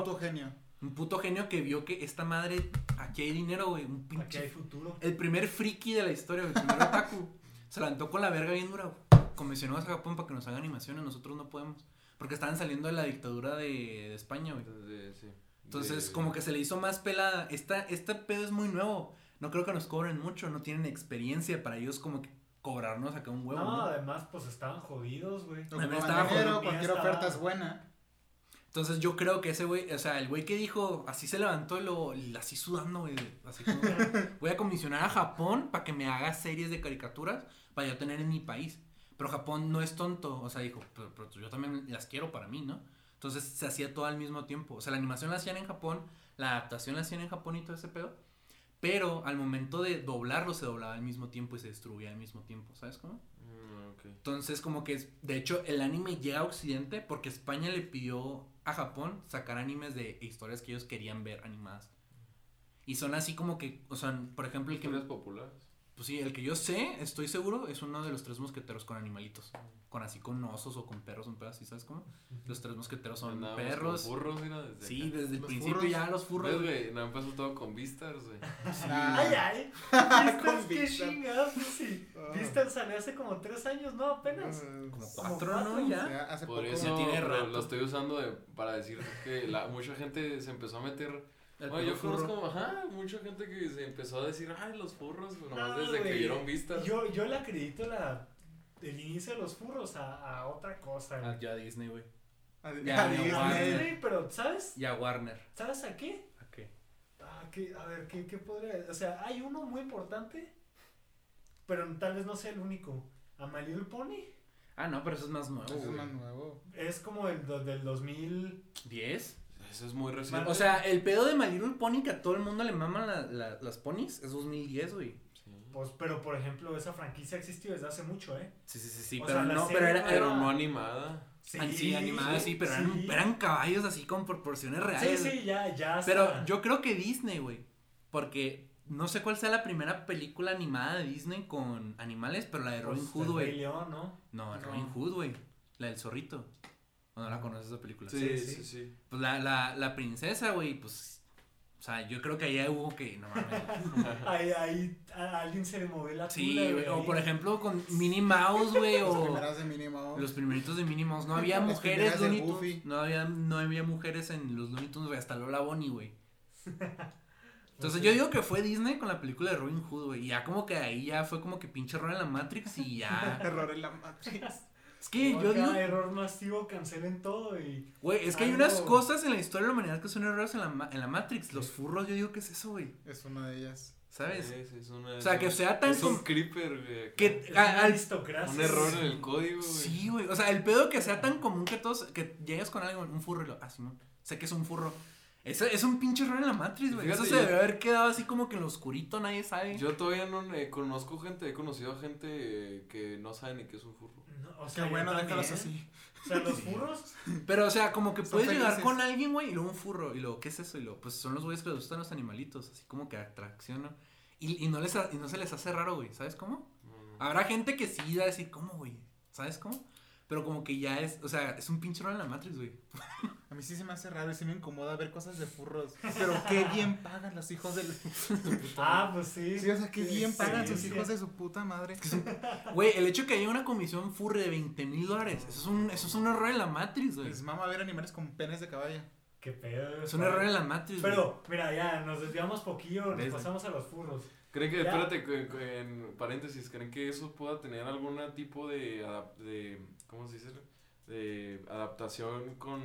Un puto genio que vio que esta madre, aquí hay dinero, güey. Un pinche. Aquí hay futuro. El primer friki de la historia, el primer otaku. Se levantó con la verga bien dura, güey. Comisionó a Japón para que nos haga animaciones, nosotros no podemos. Porque estaban saliendo de la dictadura de España, güey. Entonces, como que se le hizo más pelada. Este pedo es muy nuevo. No creo que nos cobren mucho, no tienen experiencia para ellos como que cobrarnos acá un huevo. No, además, pues estaban jodidos, güey. Cualquier oferta es buena. Entonces yo creo que ese güey, o sea, el güey que dijo, así se levantó así sudando, güey, así como, voy a comisionar a Japón para que me haga series de caricaturas para yo tener en mi país. Pero Japón no es tonto, o sea, dijo, pero yo también las quiero para mí, ¿no? Entonces se hacía todo al mismo tiempo. O sea, la animación la hacían en Japón, la adaptación la hacían en Japón y todo ese pedo. Pero al momento de doblarlo se doblaba al mismo tiempo y se distribuía al mismo tiempo, ¿sabes cómo? Okay. Entonces como que, de hecho, el anime llega a Occidente porque España le pidió a Japón sacar animes de historias que ellos querían ver animadas. Y son así como que, o sea, por ejemplo, historias populares. Pues sí, el que yo sé, estoy seguro, es uno de los 3 mosqueteros con animalitos. Con osos o con perros, un pedo así, ¿sabes cómo? Los 3 mosqueteros son perros. Con furros, mira, sí, desde el principio ya los furros. Güey, no empezó todo con Beastars, güey. Sí. Ay. Beastars, qué chingados, sí. Beastars salió hace como 3 años, ¿no? Apenas. Como 4, ¿no? Ya. Hace por poco. eso ya tiene rato. Lo estoy usando para decir que mucha gente se empezó a meter. Bueno, yo conozco, mucha gente que se empezó a decir, los furros, nomás desde que vieron Vistas. Yo le acredito el inicio de los furros a otra cosa, güey. Ya Disney, güey. Ya, A Disney, pero ¿sabes? Ya Warner. ¿Sabes a qué? ¿A qué? A ver, ¿qué podría...? O sea, hay uno muy importante, pero tal vez no sea el único. ¿A My Little Pony? Ah, no, pero eso es más nuevo, Eso es güey. más nuevo. Es como el del 2000... ¿10? Eso es muy reciente. O sea, el pedo de My Little Pony que a todo el mundo le maman las ponis es 2010, güey. Sí. Pues, pero por ejemplo, esa franquicia existió desde hace mucho, ¿eh? Sí, O pero sea, la no, serie pero era... Pero no animada. Sí, animada, sí, pero eran caballos así con proporciones reales. Sí, ya. Pero yo creo que Disney, güey, porque no sé cuál sea la primera película animada de Disney con animales, pero la de Robin Hood, El Rey güey. León, ¿no? No, No. Robin Hood, güey. La del zorrito. ¿O no la conoces esa película? Sí. Pues la princesa, güey, pues... O sea, yo creo que ahí hubo que... No mames. Ahí a alguien se le movió la Sí, tula, güey. O ahí. por ejemplo con Minnie Mouse, güey. Las O primeras de Minnie Mouse. los primeritos de Minnie Mouse. No había Las mujeres primeras de Looney Goofy. Tunes. No había mujeres en los Looney Tunes, güey. Hasta Lola Bonnie, güey. Entonces sí. yo digo que fue Disney con la película de Robin Hood, güey. Y ya como que ahí ya fue como que pinche error en la Matrix y ya... Error en la Matrix. Es que Como yo cada digo... error masivo, cancelen todo y... Güey, es que hay algo- unas cosas en la historia de la humanidad que son errores en la Matrix. Los furros, yo digo que es eso, güey. Es una de ellas. ¿Sabes? Sí, es una, O sea, que sea tan... Es un creeper, güey. Que Es una al- aristocracia. Un error en el código, güey. Sí, güey. O sea, el pedo que sea tan común que todos... Que llegas con algo, un furro y lo... Ah, Simón. Sé que es un furro. Es un pinche error en la Matrix, güey. Eso Fíjate, se yo- debe haber quedado así como que en lo oscurito, nadie sabe. Yo todavía no conozco gente, he conocido gente que no sabe ni qué es un furro. No, o Qué sea, yo bueno, también. déjalos así. O sea, los furros... Pero, o sea, como que Son puedes llegar felices. con alguien, güey, y luego un furro. Y luego, ¿qué es eso? Y luego, pues son los güeyes que les gustan los animalitos. Así como que atracción, ¿no? Y no se les hace raro, güey. ¿Sabes cómo? Habrá gente que sí va a decir, ¿cómo, güey? ¿Sabes cómo? Pero como que ya es, o sea, es un pinche error en la Matrix, güey. A mí sí se me hace raro y sí me incomoda ver cosas de furros. Pero qué bien pagan los hijos del... Pues sí. Sí, o sea, qué bien pagan sus sí. hijos de su puta madre. Güey, el hecho que haya una comisión furry de $20,000, eso es un error en la Matrix, güey. Les mama ver animales con penes de caballo. Qué pedo. Es un error en la Matrix, güey. Pero, mira, ya, nos desviamos poquillo, nos ¿Ves? pasamos a los furros. ¿Creen que, Ya. espérate, en paréntesis, ¿creen que eso pueda tener algún tipo de ¿cómo se dice? De adaptación con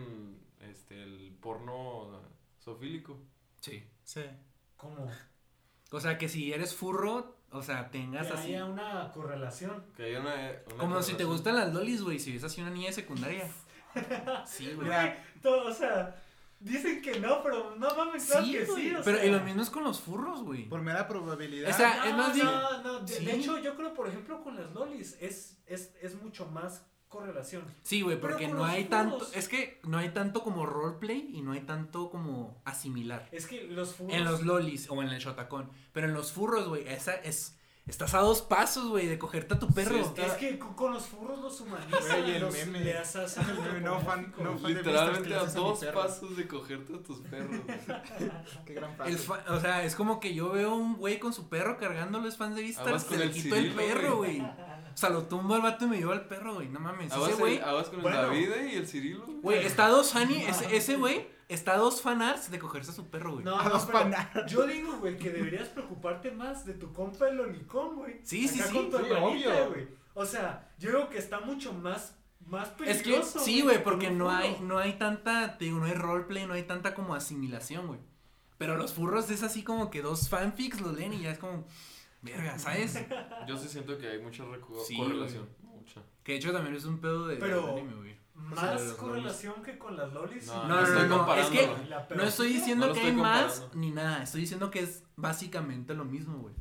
el porno zoofílico? Sí. Sí. ¿Cómo? O sea, que si eres furro, o sea, tengas Que así... haya una correlación. Que haya una Como si te correlación. gustan las lolis, güey, si ves así una niña de secundaria. Sí, güey. Mira, Todo, o sea, dicen que no, pero no mames, claro Sí, que güey. sí. O Pero sea. y lo mismo es con los furros, güey. por mera probabilidad. O sea, es más bien- No, de Sí. hecho, yo creo, por ejemplo, con las lolis es mucho más correlación. Sí, güey, Pero porque con no los hay furros- tanto... Es que no hay tanto como roleplay y no hay tanto como asimilar. Es que los furros. En los lolis o en el shotacón. Pero en los furros, güey, estás a 2 pasos, güey, de cogerte a tu perro. Sí, está- Es que con los furros los humanizan. Güey, el los meme. le haces El meme, no fan de Literalmente vistas a que le haces a mi 2 perro. pasos de cogerte a tus perros. güey. Qué gran frase. O sea, es como que yo veo un güey con su perro cargándolo, es fan de Aguas vistas, con se le el quito el Cirilo, perro, güey. O sea, lo tumbo al vato y me llevo al perro, güey. No mames. Ese güey, Aguas con el Bueno. David y el Cirilo. güey, está a 2 ese güey está a 2 fanarts de cogerse a su perro, güey. No, A no, los pero panas. yo digo, güey, que deberías preocuparte más de tu compa el Onicón, güey. Sí, sí, Acá sí, con tu sí, hermanita, obvio. güey. O sea, yo digo que está mucho más Es que peligroso. sí, güey, con porque un no furro. hay tanta, te digo, no hay roleplay, no hay tanta como asimilación, güey. Pero los furros es así como que 2 fanfics los leen y ya es como, verga, ¿sabes? Yo sí siento que hay mucha Sí, correlación. Mucha. Que de hecho también es un pedo de Pero- del anime, güey. Más O sea, de los correlación que con las lolis. No, y- no, estoy no, comparando. es que La no estoy pedofilia. diciendo No lo que estoy hay más comparando. ni nada, estoy diciendo que es básicamente lo mismo, güey.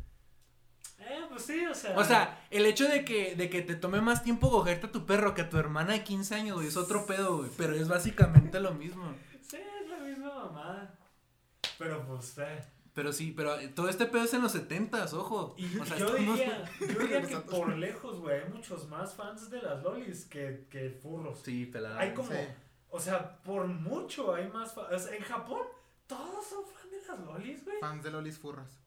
Pues sí, o sea. O sea, el hecho de que te tome más tiempo cogerte a tu perro que a tu hermana de 15 años, güey, es otro pedo, güey, pero es básicamente lo mismo. Sí, es la misma mamada. Pero pues, Pero sí, pero todo este pedo es en los 70s, ojo. Y O sea, yo estamos- diría que por lejos, güey, hay muchos más fans de las lolis que furros. Sí, pelada. Hay como, Sí. o sea, por mucho hay más fans. O sea, en Japón, todos son fans de las lolis, güey. Fans de lolis furras.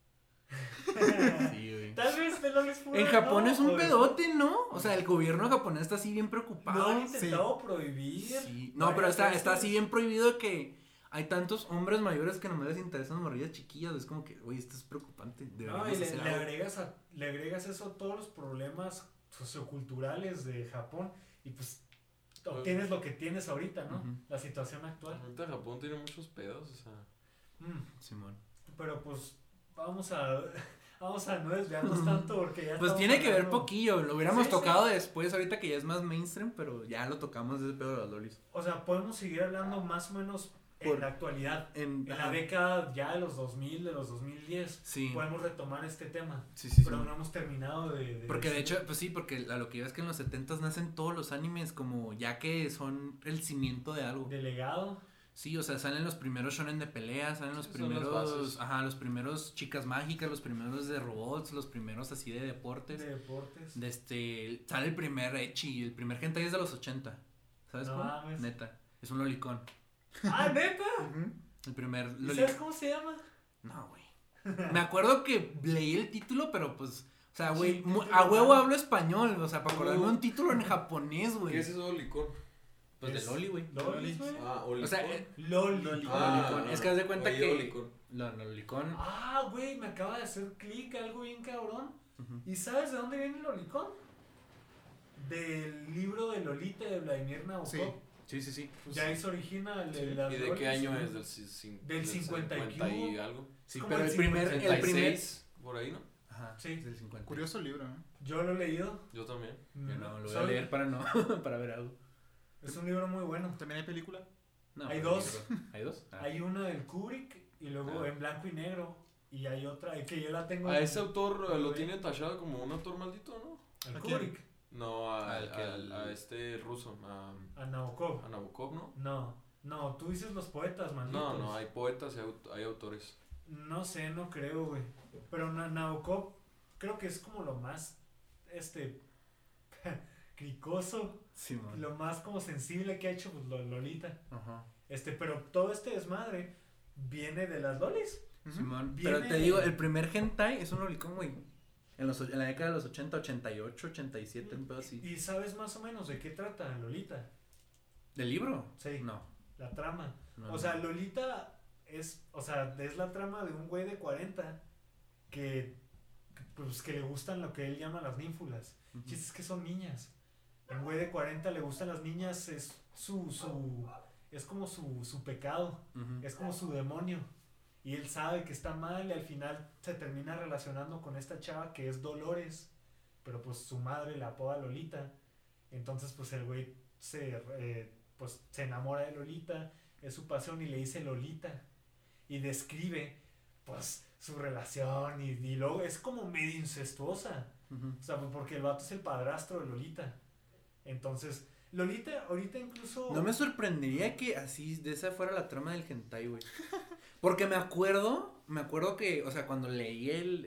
Sí, güey. Tal vez de lolis furras. En Japón no, es un o de- pedote, ¿no? O sea, el gobierno japonés está así bien Lo preocupado. han intentado prohibir. Sí. No, pero está así bien prohibido que hay tantos hombres mayores que nomás les interesan morrillas chiquillas. Es como que, güey, esto es preocupante. No, Deberíamos y hacer le algo. agregas eso a todos los problemas socioculturales de Japón y pues obtienes lo que tienes ahorita, ¿no? La situación actual. Ahorita Japón tiene muchos pedos, o sea. Simón. Pero pues vamos a no desviarnos tanto porque ya pues estamos tiene que ver hablando- poquillo, lo hubiéramos Sí, tocado después, ahorita que ya es más mainstream, pero ya lo tocamos desde pedo de las lolis. O sea, podemos seguir hablando más o menos en Por- la actualidad. En la ajá. década ya de los 2000, de los 2010. Sí. Podemos retomar este tema. Sí, Pero sí. no hemos terminado de Porque de decir- hecho, pues sí, porque a lo que iba es que en los 70s nacen todos los animes como ya que son el cimiento de algo. Delegado. Sí, o sea, salen los primeros shonen de pelea, salen los Sí, son las primeros, bases. ajá, los primeros chicas mágicas, los primeros de robots, los primeros así de deportes. De deportes. Sale el primer ecchi, el primer hentai es de los 80. ¿Sabes No cómo? mames. Neta, es un lolicón. ¡Ah, neta! El primer ¿Y lolicón. sabes cómo se llama? No, güey. Me acuerdo que leí el título, pero pues, o sea, güey, Sí, título a huevo raro. hablo español, o sea, para acordarme un título en japonés, güey. ¿Qué es eso, licón? Pues de Es- Loli, güey. Lolis, güey. Ah, O sea, Loli. Lolicón. Es que haz de cuenta que- Lolicón. Lolicón. Ah, güey, me acaba de hacer clic algo bien cabrón. Ujú. ¿Y sabes de dónde viene el Lolicón? Del libro de Lolita de Vladimir Nabokov. Sí. Sí, sí, sí. Ya ahí se origina el Sí. de las ¿Y de Lolis. qué año es? Del 50 y 50 y cubo. algo. Sí, como pero el el primer, 36, por ahí, ¿no? Ajá, Sí. es del 50. Curioso libro, ¿no? Yo lo he leído. Yo también. Yo no, lo voy a Soy- leer para no, para ver algo. Es un libro muy bueno. ¿También hay película? No, Hay pero dos. libro. ¿Hay dos? Ah. Hay una del Kubrick y luego Ah. en blanco y negro. Y hay otra que yo la tengo. A ese autor lo Sí. tiene tachado como un autor maldito, ¿no? Al ¿A quién? Kubrick. No, Al que a este ruso, A Nabokov. a Nabokov, ¿no? No, tú dices los poetas, manditos. No, hay poetas y hay autores. No sé, no creo, güey. Pero Nabokov creo que es como lo más, cricoso, Simón. lo más como sensible que ha hecho pues, Lolita. Ajá. Pero todo este desmadre viene de las lolis. Simón. Viene Pero te de- digo, el primer hentai es un lolicón, güey. En la década de los 80, 88, 87, un pedo así. ¿Y sabes más o menos de qué trata Lolita? ¿Del libro? Sí. No. La trama. No, O sea, no. Lolita es la trama de un güey de 40 que le gustan lo que él llama las ninfulas. Ujú. Chistes que son niñas. Un güey de 40 le gustan las niñas, es es como su pecado, Ujú. es como su demonio. Y él sabe que está mal y al final se termina relacionando con esta chava que es Dolores, pero pues su madre la apoda Lolita. Entonces pues el güey se enamora de Lolita, es su pasión y le dice Lolita. Y describe pues su relación y luego es como medio incestuosa. Ujú. O sea, pues, porque el vato es el padrastro de Lolita. Entonces, Lolita ahorita incluso... No me sorprendería que así de esa fuera la trama del hentai, güey. Porque me acuerdo que, o sea, cuando leí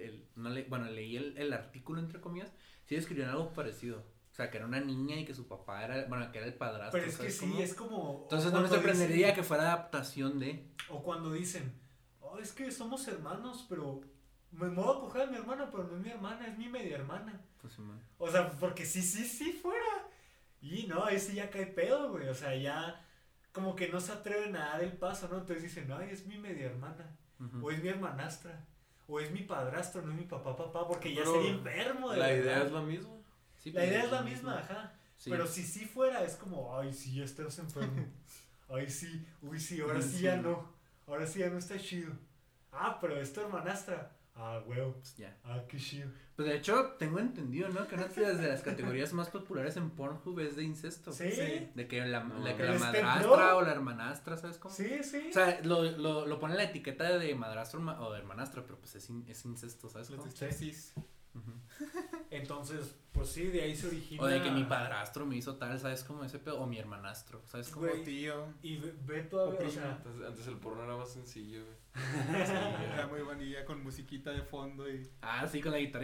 leí el artículo, entre comillas, sí describían algo parecido. O sea, que era una niña y que su papá que era el padrastro. Pero es que ¿sabes sí, cómo? es como... Entonces o no me cuando sorprendería dicen- que fuera adaptación de... O cuando dicen, oh, es que somos hermanos, pero... Me voy a coger a mi hermana, pero no es mi hermana, es mi media hermana. Pues, sí, man. O sea, porque sí fuera. Y no, ahí sí ya cae pedo, güey. O sea, ya como que no se atreven a dar el paso, ¿no? Entonces dicen, ay, es mi media hermana. Ujú. O es mi hermanastra. O es mi padrastro, no es mi papá, porque ya Pero sería enfermo de La verdad. idea es la misma. Sí, La pues, idea es la misma, ajá. Sí. Pero si sí fuera, es como, ay, sí, ya estás enfermo. Ay, sí, uy, sí, ahora sí Sí. ya no. Ahora sí ya no está chido. Ah, pero es tu hermanastra. Ah, huevo. Pues, ya. Ah, qué chido. Pues de hecho, tengo entendido, ¿no? Que una de las categorías más populares en Pornhub es de incesto. Sí. De que la No, de que ¿el la step madrastra bro? o la hermanastra, ¿sabes cómo? Sí, sí. O sea, lo pone en la etiqueta de madrastro o de hermanastra, pero pues es incesto, ¿sabes Los cómo? de Chassis. Ujú. Entonces, pues sí, de ahí se origina. O de que mi padrastro me hizo tal, ¿sabes cómo? Ese pedo, o mi hermanastro, ¿sabes cómo? Güey. Tío. Y ve todavía, o primo. sea, Antes el porno era más sencillo, güey. Era muy bonita con musiquita de fondo y... Ah, sí, con la guitarra.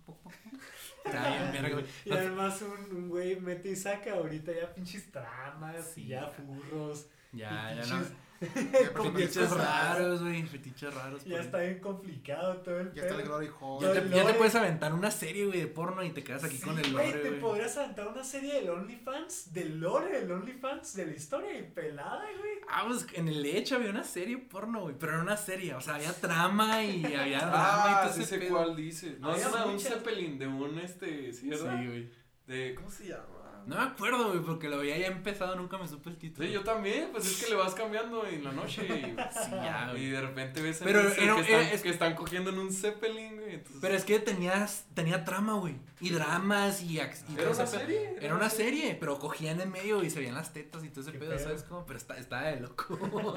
Está bien, verga, güey. y además un güey mete y saca ahorita ya pinches tramas Sí. y ya furros. Ya, y ya no. pinches Fetiches raros, güey, fetiches raros. Ya está bien complicado todo el Ya está el pedo. Glory Hole. Ya te puedes aventar una serie, güey, de porno y te quedas aquí con el lore, Te güey. podrías aventar una serie del OnlyFans, del lore del OnlyFans, de la historia y pelada, güey. Ah, pues en el hecho había una serie porno, güey, pero era una serie, o sea, había trama y había drama y todo sí ese sé pedo. cuál dice. No, es Había un muchas. Zeppelin de un, ¿sí, verdad? Sí, güey. De, ¿cómo se llama? No me acuerdo, güey, porque lo había ya empezado, nunca me supe el título. Sí, yo también, pues es que le vas cambiando en la noche y, Sí, ya, güey. y de repente ves en Pero ese era- que están cogiendo en un Zeppelin, güey. Entonces, Pero es que tenía trama, güey, y dramas y ¿era todo una ese pedo. serie? Era una serie, pero cogían en medio y se veían las tetas y todo ese Qué pedo, pedo. ¿sabes cómo? Pero estaba de loco.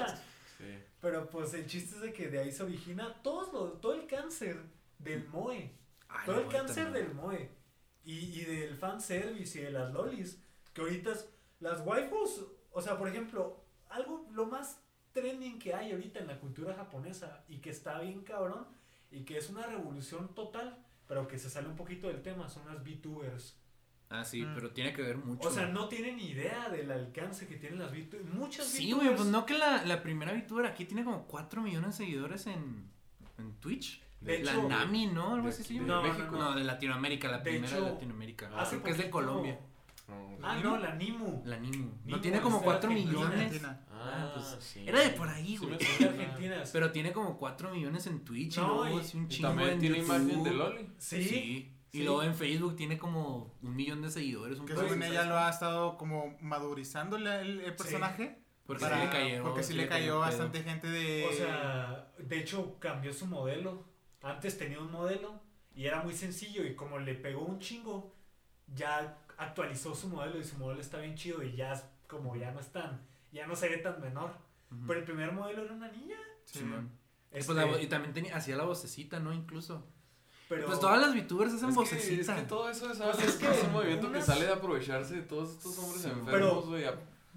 Sí. Pero pues el chiste es de que de ahí se origina todo el cáncer del MOE. Ay, Todo no, el cáncer también. del MOE. Y del fanservice y de las lolis. Que ahorita las waifus, o sea, por ejemplo, lo más trending que hay ahorita en la cultura japonesa y que está bien cabrón y que es una revolución total, pero que se sale un poquito del tema, son las VTubers. Ah, sí, pero tiene que ver mucho. O sea, no tienen idea del alcance que tienen las VTubers. Muchas Sí, VTubers. güey, pues no que la primera VTuber aquí tiene como 4 millones de seguidores en Twitch. De La hecho, Nami, ¿no? Algo de así aquí, se de llama. México. No, de Latinoamérica, la De primera hecho, de Latinoamérica. hace Creo que es de poquito- Colombia. Ah, no, la Nimu. La Nimu. Nimu, No tiene como es 4 argentina. millones. Argentina. Ah, pues, sí. era de por ahí, Sí güey. me Es suena. de Argentina. Pero tiene como 4 millones en Twitch No, y luego y- así un Y chingo también en tiene YouTube. imagen de Loli. Sí. Y Sí. luego en Facebook tiene como 1 millón de seguidores. Un Que pedo según así, ella ¿sabes? lo ha estado como madurizando el personaje. Porque para- sí le cayó. Porque sí le cayó bastante gente de... O sea, de hecho cambió su modelo. Antes tenía un modelo y era muy sencillo y como le pegó un chingo, ya actualizó su modelo y su modelo está bien chido y ya es como ya no se ve tan menor. Ujú. Pero el primer modelo era una niña. Sí. Simón. Este, Y también hacía la vocecita, ¿no? Incluso. pero Pues todas las VTubers hacen Es vocecita. que todo eso es, Pues es que es un movimiento unas- que sale de aprovecharse de todos estos hombres Sí, enfermos, güey.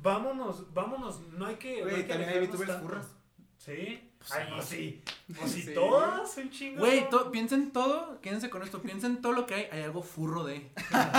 vámonos, no hay que... no Güey, que también hay alejarnos VTubers tanto. furras. Sí. Pues Ay, sí. pues sí. Pues sí, Sí. todas un chingo. Güey, piensen todo, quédense con esto, piensen todo lo que hay algo furro de.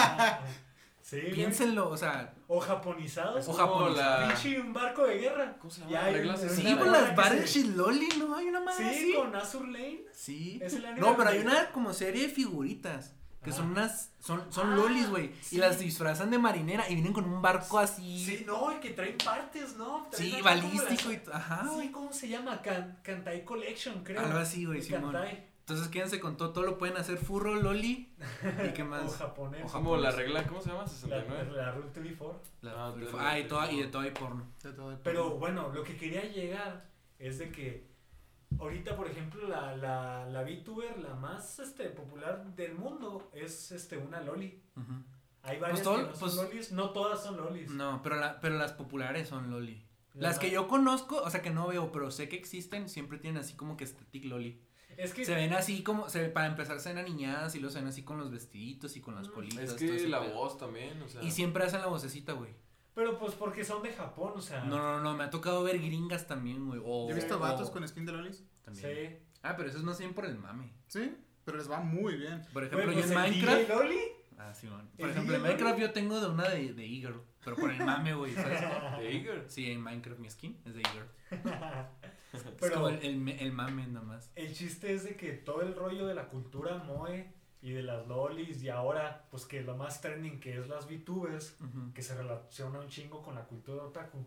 Sí, güey. Piénsenlo, o sea, O japonizados. O Como japonizado. Pinche un barco de guerra. ¿Cómo se llama? Ya hay Reglas una- sí, una pues morra las que Barış se- y Loli, ¿no? Hay una Sí, madre así. con Azur Lane. Sí. Es el anime No, pero hay donde- una como serie de figuritas. Que son Ajá. son Ah, lolis, güey. sí. Y las disfrazan de marinera y vienen con un barco así. Sí, no, y que traen partes, ¿no? Traen Sí, acá balístico como y ajá, las- güey. Sí, ¿cómo se llama? Kantai Collection, creo. Algo así, güey, El Simón. Kantai. Entonces quédense con todo lo pueden hacer furro, Loli. ¿Y qué O más? japonés. O Como la regla, ¿cómo se llama? La, 69. la Rule 34. La- Ah, y de todo hay porno. De todo, de todo. Pero bueno, lo que quería llegar es de que ahorita, por ejemplo, la VTuber, la más popular del mundo, es una Loli. Ujú. Hay varias todo- que no pues- son lolis, no todas son lolis. No, pero las populares son Loli. La Las que ma- yo conozco, o sea que no veo, pero sé que existen, siempre tienen así como que static Loli. Es que Se ven así como, para empezar se ven aniñadas y luego se ven así con los vestiditos y con las colitas. Es todo que ese la pedo. voz también, o sea. Y siempre hacen la vocecita, güey. pero pues porque son de Japón, o sea. No, me ha tocado ver gringas también, güey. Yo he visto o- vatos con skin de lolis. También. Sí. Ah, pero eso es más bien por el mame. Sí, pero les va muy bien. Por ejemplo, Güey, yo pues en el Minecraft. DJ Loli. Ah, sí, man. ¿El Por ejemplo, en DJ Minecraft Loli? yo tengo de una de E-Girl. Pero por el mame, güey, ¿sabes? De Eager. Sí, en Minecraft mi skin es de E-Girl. Es Pero como el mame nada más. el chiste es de que todo el rollo de la cultura moe y de las lolis y ahora, pues que lo más trending que es las VTubers, Ujú. que se relaciona un chingo con la cultura otaku,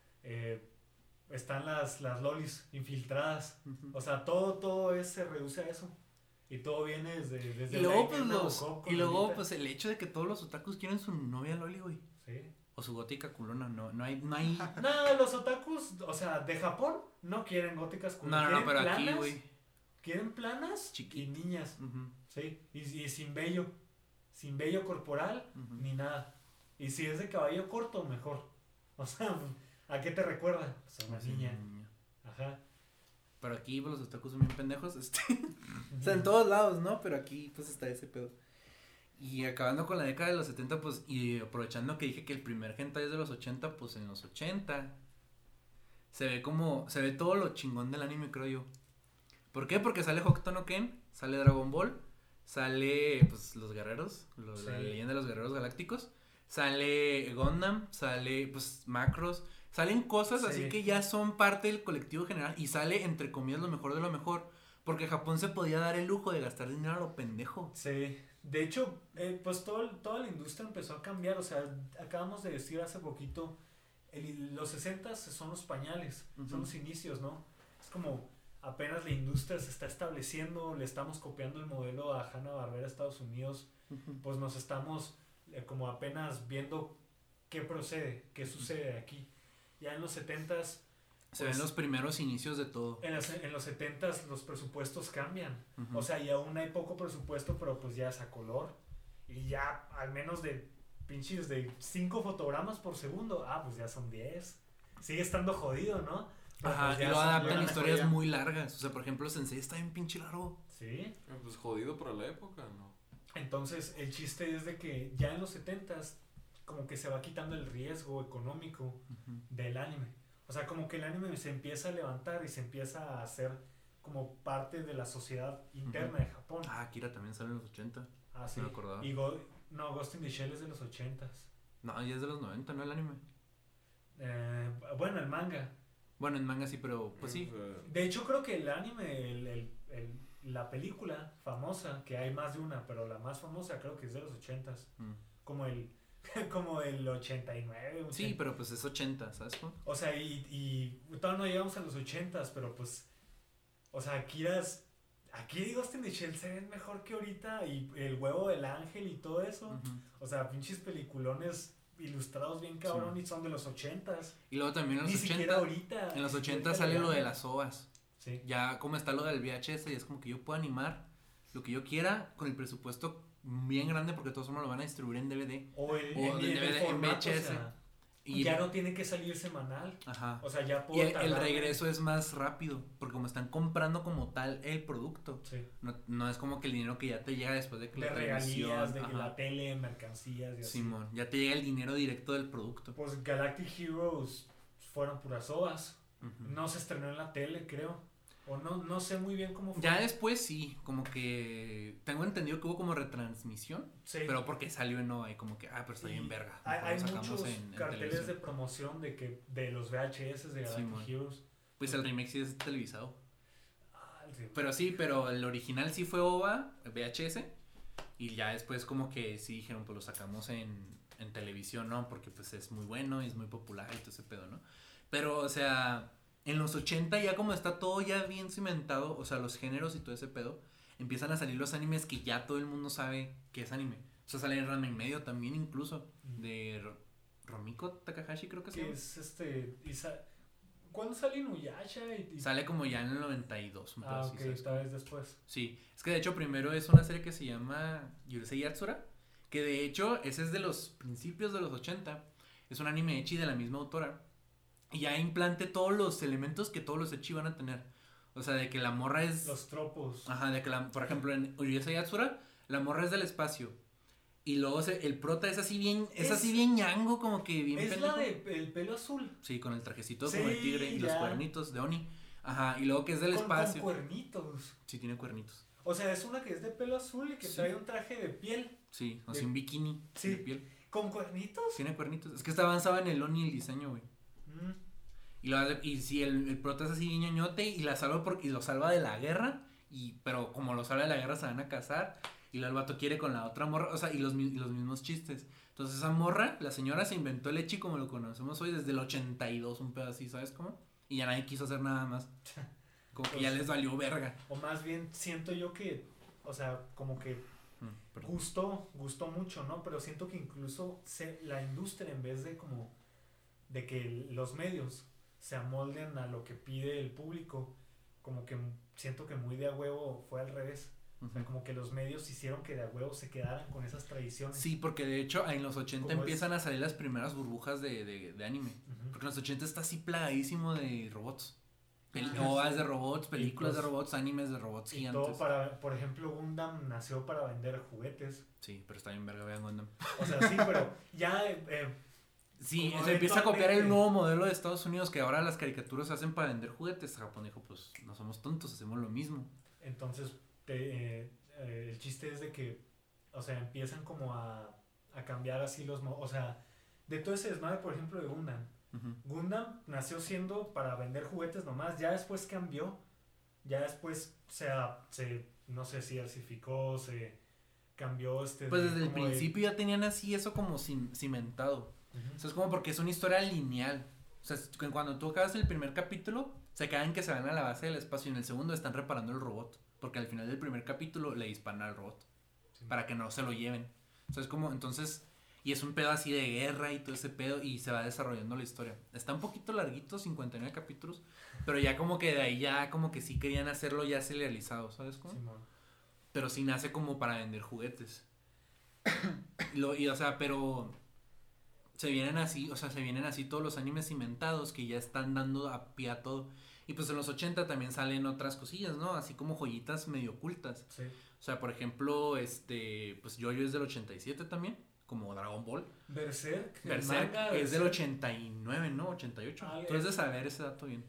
están las lolis infiltradas. Ujú. O sea, todo se reduce a eso. Y todo viene desde Y luego, el pues, anime los, Robocop con y luego, Lolita. pues, el hecho de que todos los otakus quieren su novia Loli, güey. Sí. O su gótica culona, no hay... Nada, los otakus, o sea, de Japón, no quieren góticas No, culonas. no, quieren pero aquí, planas, güey. Quieren planas Chiquitas. y niñas, Ujú, sí. Y sin vello corporal, ujú. ni nada. Y si es de cabello corto, mejor. O sea, ¿a qué te recuerda? Pues a una Sí, niña. Ajá. Pero aquí, pues, los otakus son bien pendejos, O sea, en todos lados, ¿no? Pero aquí, pues, está ese pedo. Y acabando con la década de los 70, pues, y aprovechando que dije que el primer hentai es de los 80, pues, en los 80 se ve todo lo chingón del anime, creo yo. ¿Por qué? Porque sale Hokuto no Ken, sale Dragon Ball, sale, pues, los guerreros, la Sí. leyenda de los guerreros galácticos, sale Gundam, sale, pues, Macross, Salen cosas así Sí. que ya son parte del colectivo general y sale, entre comillas, lo mejor de lo mejor. Porque Japón se podía dar el lujo de gastar dinero a lo pendejo. Sí, de hecho, pues toda la industria empezó a cambiar, o sea, acabamos de decir hace poquito, los 60 son los pañales, son los inicios, ¿no? Es como apenas la industria se está estableciendo, le estamos copiando el modelo a Hanna-Barbera, Estados Unidos, pues nos estamos como apenas viendo qué procede, qué sucede aquí. Ya en los 70s... Se ven los primeros inicios de todo. En los 70s los presupuestos cambian. Uh-huh. O sea, y aún hay poco presupuesto, pero pues ya es a color. Y ya al menos de pinches de 5 fotogramas por segundo, pues ya son 10. Sigue estando jodido, ¿no? Pero Ajá, pues y ya lo son adaptan a buenas. historias muy largas. O sea, por ejemplo, Sensei está bien pinche largo. Sí. Pues jodido para la época, ¿no? Entonces, el chiste es de que ya en los 70s como que se va quitando el riesgo económico del anime. O sea, como que el anime se empieza a levantar y se empieza a hacer como parte de la sociedad interna de Japón. Akira también sale en los 80. Sí. No me acordaba. Y Ghost in the Shell es de los 80s. No, ya es de los 90, ¿no? El anime. Bueno, el manga. Bueno, en manga sí, pero pues sí. De hecho, creo que el anime, la película famosa, que hay más de una, pero la más famosa creo que es de los 80s. Como el 89. 80. Sí, pero pues es 80, ¿sabes cómo? O sea, y todavía no llegamos a los 80s, pero pues, o sea, Akira y Ghost in the Shell se ven mejor que ahorita, y el huevo del ángel y todo eso. O sea, pinches peliculones ilustrados bien cabrón, y son de los 80s. Y luego también en los Ni 80. siquiera ahorita. En los 80 sale lo de las OVAs. Sí. Ya como está lo del VHS, y es como que yo puedo animar lo que yo quiera con el presupuesto bien grande, porque todos somos lo van a distribuir en DVD. O en el DVD, en formato, VHS. o sea, Y ya no tiene que salir semanal. Ajá. O sea, ya Y puedo el tardar- regreso es más rápido, porque como están comprando como tal el producto, Sí. no es como que el dinero que ya te llega después de que De la transmisión, regalías, de ajá. la tele, mercancías y así. Simón, ya te llega el dinero directo del producto. Pues Galactic Heroes fueron puras ovas. Ujú. No se estrenó en la tele, creo. O no sé muy bien cómo fue. Ya después sí, como que tengo entendido que hubo como retransmisión, Sí. pero porque salió en Nova y como que, pero está bien verga. mejor Hay lo sacamos muchos en carteles televisión. de promoción de los VHS de Galactic Simón. Heroes. Pues el remake sí es televisado. Sí. Pero sí, pero el original sí fue OVA, VHS, y ya después como que sí dijeron, pues lo sacamos en televisión, ¿no? Porque pues es muy bueno y es muy popular y todo ese pedo, ¿no? Pero, o sea, en los 80 ya como está todo ya bien cimentado, o sea, los géneros y todo ese pedo, empiezan a salir los animes que ya todo el mundo sabe que es anime. O sea, sale en Ranma y medio también incluso, de Romiko Takahashi creo que se Que llama. es ¿Cuándo sale Inuyasha? Sale como ya en el 92, un pedo así, ok, ¿sabes? esta vez después. Sí, es que de hecho primero es una serie que se llama Yurusei Yatsura, que de hecho ese es de los principios de los 80, es un anime ecchi de la misma autora, y ya implante todos los elementos que todos los ecchi van a tener. O sea, de que la morra es... Los tropos. Ajá, de que por ejemplo en Yurusei Yatsura, la morra es del espacio. Y luego el prota es así bien ñango, como que bien Es pendejo. la de el pelo azul. Sí, con el trajecito Sí, como de tigre y los ya. cuernitos de Oni. Ajá, y luego que es del espacio. Con cuernitos. Sí, tiene cuernitos. O sea, es una que es de pelo azul y que Sí. trae un traje de piel. Sí, o De- sea, un bikini Sí. de piel. ¿Con cuernitos? Tiene cuernitos. Es que está avanzado en el Oni el diseño, güey. Mm. Y si el prota es así ñoñote y la salva y lo salva de la guerra. Pero como lo salva de la guerra se van a casar. Y luego el vato quiere con la otra morra. O sea, y los mismos chistes. Entonces esa morra, la señora se inventó el ecchi como lo conocemos hoy desde el 82, un pedo así, ¿sabes cómo? Y ya nadie quiso hacer nada más. Como que ya les valió verga. O más bien siento yo que, o sea, como que Perdón. gustó mucho, ¿no? Pero siento que incluso la industria, en vez de como de que los medios se amolden a lo que pide el público, como que siento que muy de a huevo fue al revés. O sea, como que los medios hicieron que de a huevo se quedaran con esas tradiciones. Sí, porque de hecho en los 80 ¿Cómo empiezan a salir las primeras burbujas de anime. Ujú. Porque en los 80 está así plagadísimo de robots. Ah, OVAs sí. de robots, películas de pues, robots, animes de robots Y gigantes. todo por ejemplo, Gundam nació para vender juguetes. Sí, pero está bien verga, vean Gundam. O sea, sí, pero ya Sí, como se empieza a copiar el eventualmente- nuevo modelo de Estados Unidos que ahora las caricaturas se hacen para vender juguetes. Japón dijo, pues no somos tontos, hacemos lo mismo. entonces el chiste es de que, o sea, empiezan como a cambiar así o sea, de todo ese desmadre, por ejemplo, de Gundam, Gundam nació siendo para vender juguetes nomás, ya después cambió, ya después no sé si diversificó, se cambió Pues desde el principio ya tenían así eso como cimentado. O sea, es como porque es una historia lineal. O sea, cuando tú acabas el primer capítulo, se quedan que se van a la base del espacio y en el segundo están reparando el robot. Porque al final del primer capítulo le disparan al robot. Para que no se lo lleven. O sea, es como, entonces, y es un pedo así de guerra y todo ese pedo y se va desarrollando la historia. Está un poquito larguito, 59 capítulos, pero ya como que de ahí ya como que sí querían hacerlo ya serializado, ¿sabes cómo? Pero sí nace como para vender juguetes. O sea, pero se vienen así todos los animes inventados que ya están dando a pie a todo. Y pues en los 80 también salen otras cosillas, ¿no? Así como joyitas medio ocultas. Sí. O sea, por ejemplo, pues Yo-Yo es del 87 también, como Dragon Ball. Berserk es del 89, ¿no? 88. Tú has de saber ese dato bien.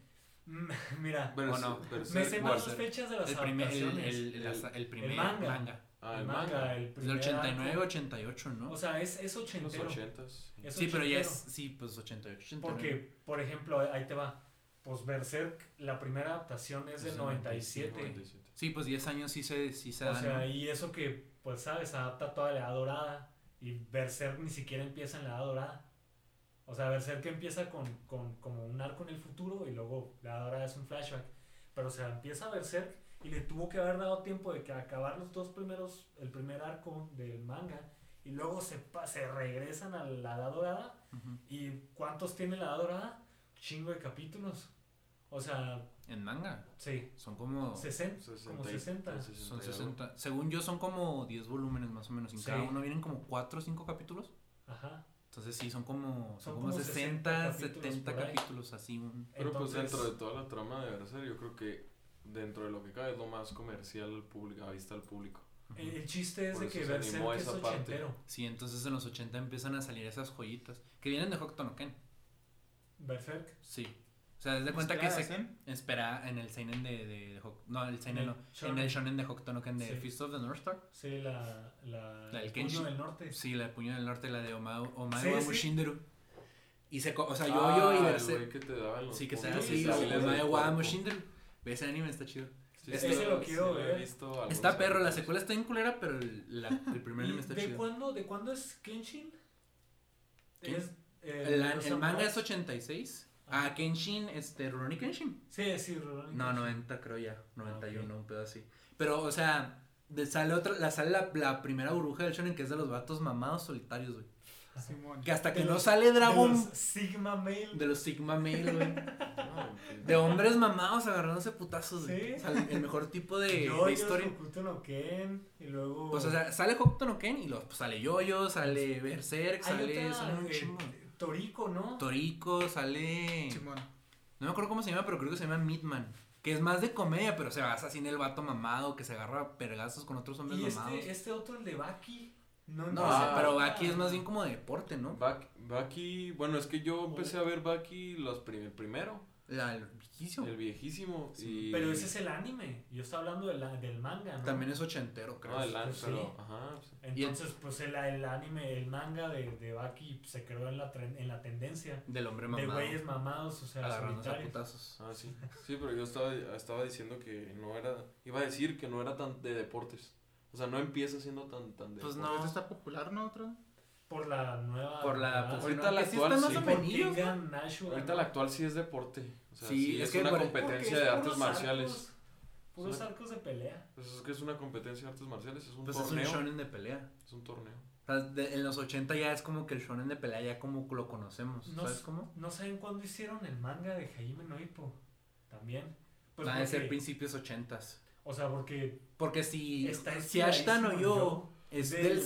Mira, me sé más las fechas de las adaptaciones. El primer manga. El manga. El del 89, 88, ¿no? O sea, es ochentero. Los 80s. Sí, pero ya es, sí, pues 88, 89. Porque, por ejemplo, ahí te va. Pues Berserk, la primera adaptación es del 97. Sí, pues 10 años sí se da. O sea, y eso que, pues sabes, adapta toda la edad dorada. Y Berserk ni siquiera empieza en la edad dorada. O sea, Berserk empieza con como un arco en el futuro y luego la edad dorada es un flashback. Pero o sea, empieza Berserk y le tuvo que haber dado tiempo de que acabar los dos primeros, el primer arco del manga. Y luego se regresan a la edad dorada. ¿Y cuántos tiene la edad dorada? Chingo de capítulos. O sea, ¿en manga? Sí. Son como 60. Como 60. Son 60. Según yo son como 10 volúmenes más o menos. En cada uno vienen como 4 o 5 capítulos. Ajá. Entonces sí, son como 60, 70 capítulos así. Pero pues dentro de toda la trama de Berserk, yo creo que dentro de lo que cabe es lo más comercial al público, a vista del público. El chiste es de que Berserk es ochentero. Sí, entonces en los 80 empiezan a salir esas joyitas que vienen de Hokuto no Ken. ¿Berserk? Sí. O sea, desde cuenta que se espera en el seinen de no, el seinen no, en el shonen de Hokuto no Ken de Fist of the North Star. Sí, la del Puño del Norte. Sí, la del Puño del Norte, la de Omae wa Mushinderu. Y o sea, Yo-Yo y Berserk. Que te daban los sí, que sea así, Omae wa Mushinderu. Ese anime está chido. Sí, ese lo quiero ver. Está perro, la secuela está en culera, pero el primer anime está chido. ¿De cuándo es Kenshin? El manga es 86. Kenshin, Rurouni Kenshin. Sí, Rurouni Kenshin. No, 90 creo ya, 91, un pedo así. Pero, o sea, sale la primera burbuja del shonen que es de los vatos mamados solitarios, güey. Simón. Que hasta que no sale Dragon... De los Sigma Male. De los Sigma Male, güey. De hombres mamados agarrándose putazos, güey. ¿Sí? O sea, el mejor tipo de historia. Hokuto no Ken, y luego... Pues, o sea, sale Hokuto no Ken y luego pues, sale Yo-Yo, sale Berserk, sale un chingo. Toriko, ¿no? Toriko, sale... Simón. No me acuerdo cómo se llama, pero creo que se llama Midman. Que es más de comedia, pero se basa así en el vato mamado que se agarra a pergazos con otros hombres mamados. Y este otro, el de Baki. No, pero Baki es más bien como de deporte, ¿no? Baki, bueno, es que yo empecé a ver Baki el primero. El viejísimo. El viejísimo. Sí, pero ese es el anime. Yo estoy hablando del manga, ¿no? También es ochentero, creo. El anime, pero... Sí. Ajá. Entonces, pues el anime, el manga de Baki se creó en la tendencia. Del hombre mamado. De güeyes mamados, o sea, agarrándose a putazos. Sí. Sí, pero yo estaba diciendo que no era... Iba a decir que no era tan de deportes. O sea, no empieza siendo tan de pues deportes. No, está popular, ¿no? Otro. Por la nueva... ahorita la actual sí. Ahorita la actual sí es deporte. O sea, sí es una competencia de artes marciales. Puros arcos de pelea. Pues es que es una competencia de artes marciales, es un pues torneo. Es un shonen de pelea. Es un torneo. O sea, en los 80 ya es como que el shonen de pelea ya como lo conocemos. ¿Sabes cómo? No saben cuándo hicieron el manga de Hajime no Ippo. También. Pues va a ser principios 80s. O sea, porque si Ashita no Yo es del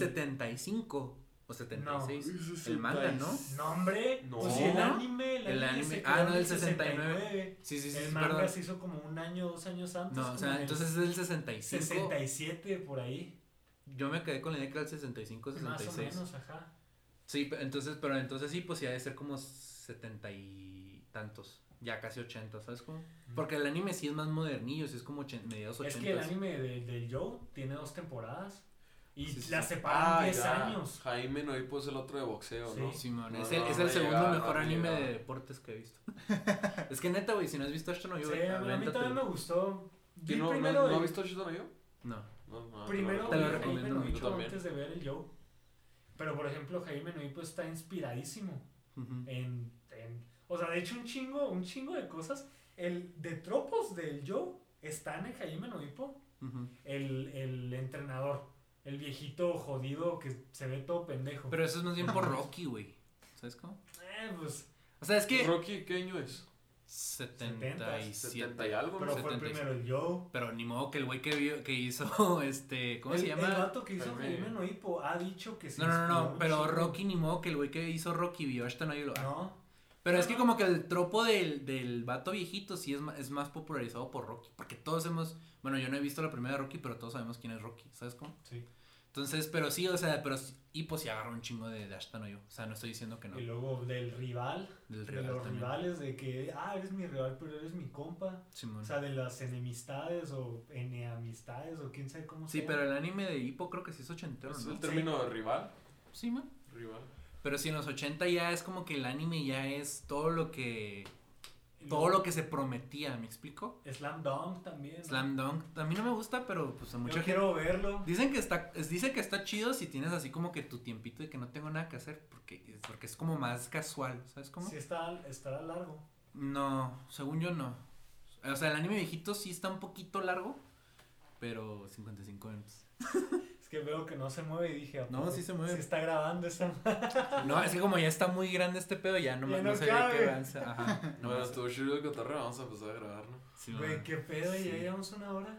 75 o 76, no, el manga, ¿no? No, hombre, no. Pues si el anime no, del 69. Sí, el manga se hizo como 1 año, 2 años antes. No, o sea, entonces es del 65. 67 por ahí. Yo me quedé con la idea que era el 65, 66. Más o menos, ajá. Sí, entonces sí, pues sí ha de ser como 70 y tantos. Ya casi 80, ¿sabes cómo? Porque el anime sí es más modernillo, sí es como mediados 80. Es que el anime del Joe tiene 2 temporadas. Y Sí, sí, la sí. separan 10 ya. años. Jaime Noipo es el otro de boxeo, Sí. ¿no? Simón, No, es no, el, no es me el segundo llegaba, mejor no me anime llegaba. de deportes que he visto. Es que neta, güey, si no has visto Ashton Sí, a mí también me gustó. Vi ¿No primero has el- visto Shito no yo? No. No, Primero Te lo vi a recomiendo Jaime mucho Noipo también. antes de ver el Joe. Pero por ejemplo, Jaime Noipo está inspiradísimo Ujú. o sea, de hecho un chingo de cosas. El de tropos del Joe están en Jaime Noipo. Ujú. El entrenador, el viejito jodido que se ve todo pendejo. Pero eso es más bien por Rocky, güey. ¿Sabes cómo? Pues, O sea, es que... ¿Rocky qué año es? 77. 70 y algo, pero ¿no? fue 76. primero el Joe. Pero ni modo que el güey que hizo, ¿cómo se El llama? vato que hizo Jaime. Jaime Noipo ha dicho que se No, inspiró un pero chingo. Rocky ni modo que el güey que hizo Rocky vio Ashton no lo... No, Pero es que como que el tropo del vato viejito sí es más popularizado por Rocky. Porque todos hemos... Bueno, yo no he visto la primera de Rocky, pero todos sabemos quién es Rocky. ¿Sabes cómo? sí. Entonces, pero sí, o sea, y pues sí agarró un chingo de Ashton O sea, no estoy diciendo que no. Y luego del rival, Del de rival los también. rivales, de que, eres mi rival, pero eres mi compa. Simón. O sea, de las enemistades o eneamistades o quién sabe cómo Sí, sea. pero el anime de Hippo creo que sí es ochentero, ¿Es ¿no? el término de rival? Sí, man. Rival. Pero sí, en los 80 ya es como que el anime ya es todo lo que Y todo luego lo que se prometía, ¿me explico? Slam Dunk también. ¿no? Slam Dunk, a mí no me gusta, pero pues a mucha Yo gente quiero verlo. dicen que está chido si tienes así como que tu tiempito de que no tengo nada que hacer, porque es como más casual, ¿sabes cómo? Sí estará largo. No, según yo no. O sea, el anime viejito sí está un poquito largo, pero 55 minutos. Es que veo que no se mueve y dije, ¿a No, poco sí se mueve. Se está grabando esa. No, es que como ya está muy grande este pedo, ya no, Ya no no se ve cabe. que avanza. Ajá. No, Bueno, más- estuvo chido el cotorreo, vamos a empezar a grabar, ¿no? sí, Güey, man. qué pedo, Sí. ya llevamos una hora.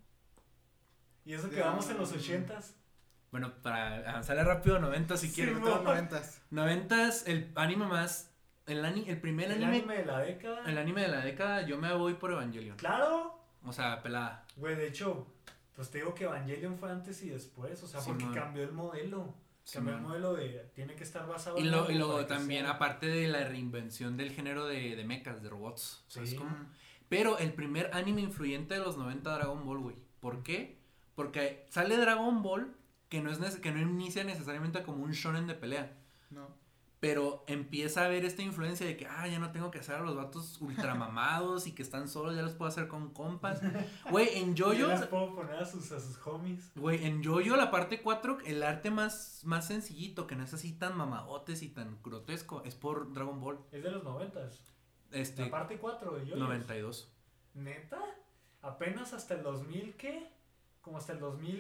Y eso que Ya. vamos en los 80s. Bueno, para avanzarle rápido, 90 si Sí, quieres. mo. Todo 90s. 90 el anime más. El primer El anime. anime de la década. El anime de la década, yo me voy por Evangelion. Claro. O sea, pelada. Güey, de hecho, pues te digo que Evangelion fue antes y después. O sea, Sí, porque man. cambió el modelo. Sí, Cambió el man. modelo de. Tiene que estar basado Y, en lo, algo y luego para que también, sea- aparte de la reinvención del género de mechas, de robots. ¿Sabes Sí. cómo? Pero el primer anime influyente de los 90, Dragon Ball, güey. ¿Por qué? Porque sale Dragon Ball que que no inicia necesariamente como un shonen de pelea. No. Pero empieza a ver esta influencia de que, ya no tengo que hacer a los vatos ultramamados y que están solos, ya los puedo hacer con compas. Güey, en Yo JoJo, les puedo poner a sus homies. güey, en JoJo la parte 4, el arte más sencillito, que no es así tan mamadotes y tan grotesco, es por Dragon Ball. Es de los 90s. La parte 4 de yo. 92. ¿Neta? Apenas hasta el 2000, ¿qué? Como hasta el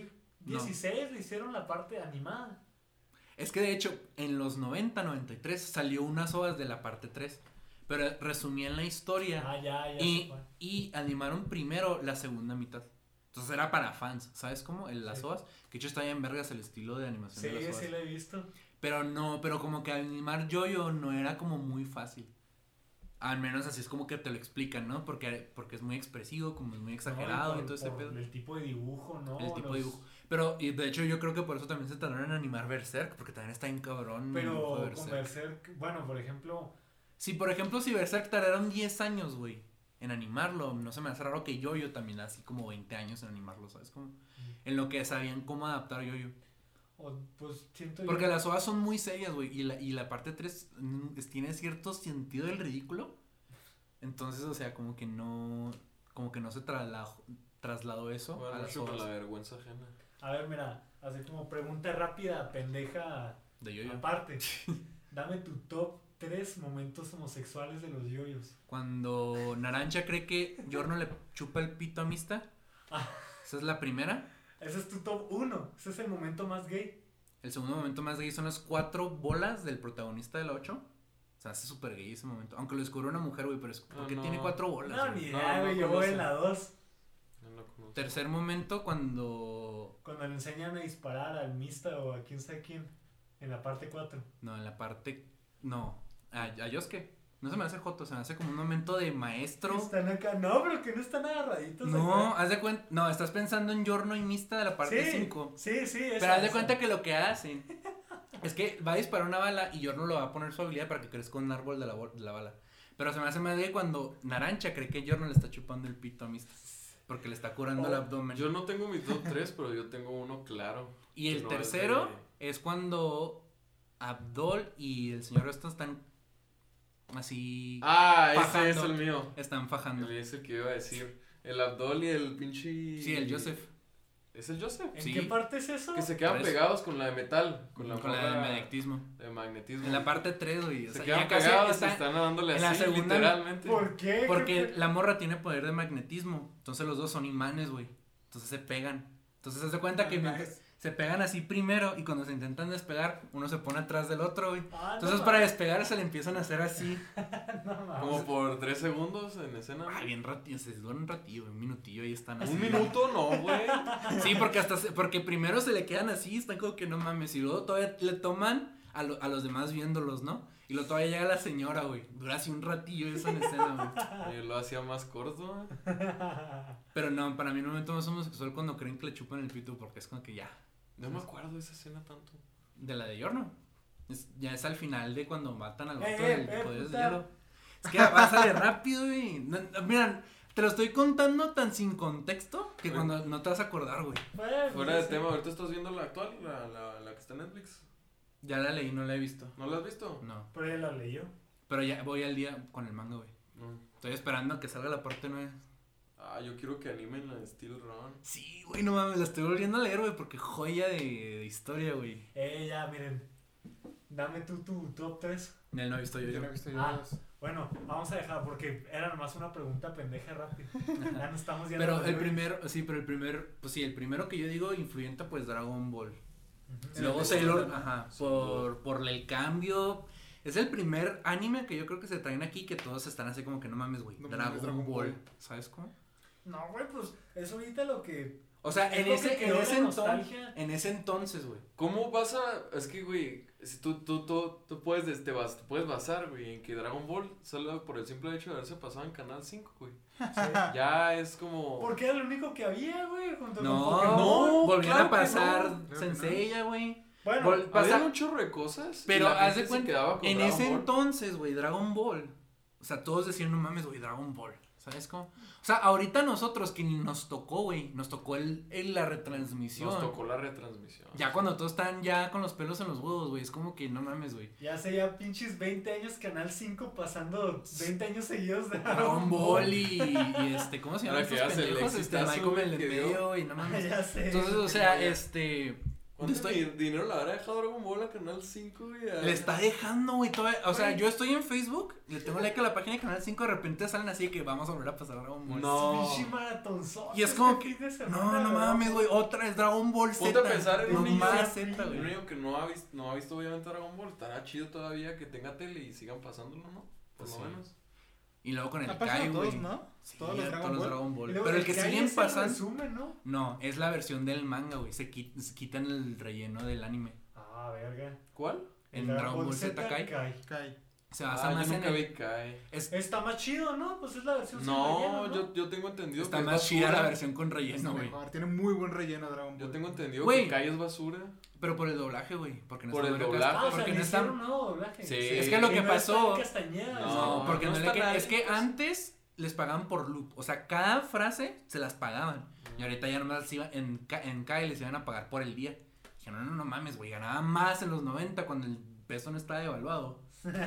2016 le hicieron la parte animada. Es que de hecho, en los 90, 93 salió unas ovas de la parte 3, pero resumían la historia. Ya Y, se fue. y animaron primero la segunda mitad. Entonces era para fans, ¿sabes cómo? Las Sí. OVAs, que de hecho está bien vergas el estilo de animación Sí, de las OVAs. sí lo he visto. Pero como que animar JoJo no era como muy fácil. Al menos así es como que te lo explican, ¿no? Porque es muy expresivo, como es muy exagerado No, y todo ese por pedo. el tipo de dibujo, ¿no? El tipo de dibujo. Pero, y de hecho yo creo que por eso también se tardaron en animar Berserk, porque también está bien cabrón el dibujo de Pero con Berserk, bueno, por ejemplo, Sí, por ejemplo, si Berserk tardaron 10 años, güey, en animarlo, no se me hace raro que JoJo también así como 20 años en animarlo, ¿sabes? Como en lo que sabían cómo adaptar JoJo. pues siento Porque yo. las OVAs son muy serias, güey, y la parte 3 tiene cierto sentido del ridículo. Entonces, o sea, como que no se trasladó eso a Bueno, las mucho con la OVAs vergüenza ajena. A ver, mira, así como pregunta rápida, pendeja, de JoJo. aparte. Dame tu top 3 momentos homosexuales de los yoyos. Cuando Narancha cree que Giorno le chupa el pito a Mista. Ah. Esa es la primera. Ese es tu top 1. Ese es el momento más gay. El segundo momento más gay son las 4 bolas del protagonista de la 8. O sea, hace súper gay ese momento. Aunque lo descubrió una mujer, güey, pero es porque no. tiene 4 bolas. No, güey? ni No, idea, no güey. Yo voy conoce. en la 2. No lo conozco. Tercer momento cuando... Cuando le enseñan a disparar al Mista o a quién sabe quién. En la parte 4. No, en la parte... No, a Yosuke. No se me hace joto, se me hace como un momento de maestro. Están acá. No, pero que no están agarraditos. No, acá. haz de cuenta... No, estás pensando en Giorno y Mista de la parte 5. Sí, sí. Pero haz de cuenta que lo que hacen es que va a disparar una bala y Giorno lo va a poner su habilidad para que crezca un árbol de la bala. Pero se me hace más gay cuando Narancha cree que Giorno le está chupando el pito a Mista. Porque le está curando el abdomen. Yo no tengo mi top 3, pero yo tengo uno claro. Y el tercero es cuando Abdol y el señor estos están así. Ese es el mío. Están fajando. Es el que iba a decir. El Abdol y el pinche. Sí, el Joseph. ¿Es el Joseph? ¿En qué parte es eso? Que se quedan pegados con la de metal. Con la de magnetismo. De magnetismo. En la parte 3, güey. Se quedan pegados y están dándole así, la segunda, literalmente. ¿Por qué? Porque la morra tiene poder de magnetismo. Entonces los dos son imanes, güey. Entonces se pegan. Entonces se hace cuenta que se pegan así primero y cuando se intentan despegar, uno se pone atrás del otro, güey. Entonces para despegar se le empiezan a hacer así. Como por 3 segundos en escena. Bien ratillo, se duran un ratillo, un minutillo ahí están así. ¿Un minuto? No, güey. Sí, porque primero se le quedan así, están como que no mames, y luego todavía le toman a los demás viéndolos, ¿no? Y luego todavía llega la señora, güey. Dura así un ratillo eso en escena, güey. Yo lo hacía más corto, Pero no, para mí en un momento más homosexual cuando creen que le chupan el pito, porque es como que ya. No me acuerdo de esa escena tanto. De la de Yorno. Ya es al final de cuando matan al otro del poder de hielo. Es que pásale rápido, güey. Mira, te lo estoy contando tan sin contexto que cuando no te vas a acordar, güey. Fuera de tema, ahorita estás viendo la actual, la que está en Netflix. Ya la leí, no la he visto. ¿No la has visto? No. Pero ya la leyó. Pero ya voy al día con el manga, güey. No. Estoy esperando a que salga la parte 9. Yo quiero que animen la de Steel Run. Sí, güey, no mames, la estoy volviendo a leer, güey, porque joya de historia, güey. Ya, miren. Dame tú tu top 3. No he visto yo. No he visto yo. Bueno, vamos a dejar porque era nomás una pregunta pendeja rápida. Ya no estamos yendo. Pero el primero que yo digo influyente, pues Dragon Ball. Uh-huh. Luego Sailor, por el cambio. Es el primer anime que yo creo que se traen aquí que todos están así como que no mames, güey. Dragon Ball. ¿Sabes cómo? No, güey, pues es ahorita lo que. O sea, en ese entonces, güey. ¿Cómo vas a...? Es que, güey, si tú puedes, puedes basar, güey, en que Dragon Ball solo por el simple hecho de haberse pasado en Canal 5, güey. Sí. Ya es como... Porque era lo único que había, güey, junto con Pokémon. No, volvían a pasar Senseiya, güey. Bueno, había un chorro de cosas. Pero haz de cuenta, en ese entonces, güey, Dragon Ball. O sea, todos decían, no mames, güey, Dragon Ball. ¿Sabes cómo? O sea, ahorita nosotros que ni nos tocó, güey, nos tocó la retransmisión. Nos tocó la retransmisión. Ya cuando todos están ya con los pelos en los huevos, güey, es como que no mames, güey. Ya hace ya pinches 20 años Canal 5 pasando 20 años seguidos de Dragon Ball y ¿cómo se llama? Estos pendejos, Michael el de medio y no mames. Ya sé. Entonces, o sea, ¿Cuánto dinero le habrá dejado Dragon Ball a Canal 5, güey? Le está dejando, güey, todavía. O sea, yo estoy en Facebook, le tengo like a la página de Canal 5, de repente salen así que vamos a volver a pasar Dragon Ball. No. Y es como que, no mames, güey, otra vez Dragon Ball Z. Ponte a pensar en un niño que no ha visto obviamente Dragon Ball. Estará chido todavía que tenga tele y sigan pasándolo, ¿no? Por lo menos. Y luego con el Kai, güey. ¿No? Sí, todos los Dragon Ball. Pero el que siguen pasando. Resumen, ¿no? No, es la versión del manga, güey. Se quitan el relleno del anime. Verga. ¿Cuál? En Dragon Ball Z Kai. Se basa más en el Kai. Está más chido, ¿no? Pues es la versión sin relleno, ¿no? Yo tengo entendido está que más chida la versión con relleno, güey. Tiene muy buen relleno Dragon Ball. Yo tengo entendido que Kai es basura. Pero por el doblaje, güey. Porque no por el doblaje. Porque no está un nuevo doblaje. Sí. Es que lo que pasó. No, porque es que antes les pagaban por loop. O sea, cada frase se las pagaban. Y ahorita ya nomás en Kai les iban a pagar por el día. Dije, no mames, güey. Ganaba más en los 90 cuando el peso no estaba devaluado.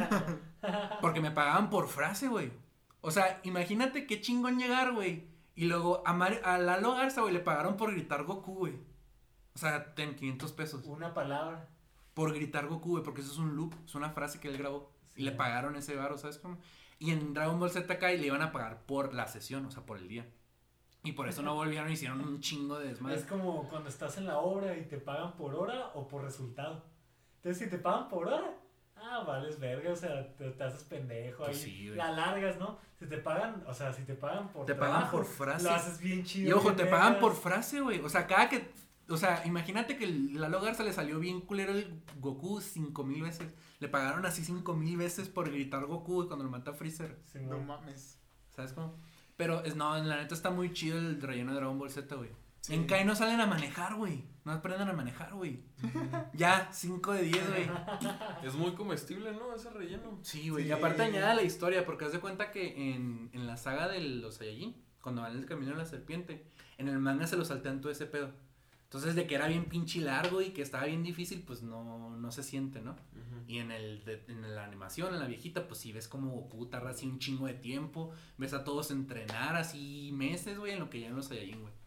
Porque me pagaban por frase, güey. O sea, imagínate qué chingón llegar, güey. Y luego a Lalo Garza, güey, le pagaron por gritar Goku, güey. O sea, 500 pesos. Una palabra. Por gritar Goku, güey, porque eso es un loop, es una frase que él grabó. Sí. Y le pagaron ese varo, ¿sabes cómo? Y en Dragon Ball Z Kai le iban a pagar por la sesión, o sea, por el día. Y por eso no volvieron y hicieron un chingo de desmadre. Es como cuando estás en la obra y te pagan por hora o por resultado. Entonces, si te pagan por hora, vales verga, o sea, te haces pendejo pues ahí. Sí, la largas, ¿no? Si te pagan por te trabajo, pagan por frase. Lo haces bien chido. Y ojo, te pagan por frase, güey. O sea, imagínate que Lalo Garza le salió bien culero el Goku 5,000 veces. Le pagaron así 5,000 veces por gritar Goku cuando lo mata Freezer. Sí, no mames. ¿Sabes cómo? Pero en la neta está muy chido el relleno de Dragon Ball Z, güey. Sí. En Kai no salen a manejar, güey. No aprendan a manejar, güey. Ya, 5 de 10, güey. Es muy comestible, ¿no? Ese relleno. Sí, güey. Sí. Y aparte añade la historia, porque haz de cuenta que en la saga de los Saiyajin, cuando van en el camino de la serpiente. En el manga se lo saltean todo ese pedo. Entonces, de que era bien pinche largo y que estaba bien difícil, pues no se siente, ¿no? Uh-huh. Y en la animación, en la viejita, pues sí ves como Goku tarda así un chingo de tiempo. Ves a todos entrenar así meses, güey, en lo que llegan los Saiyajin, güey.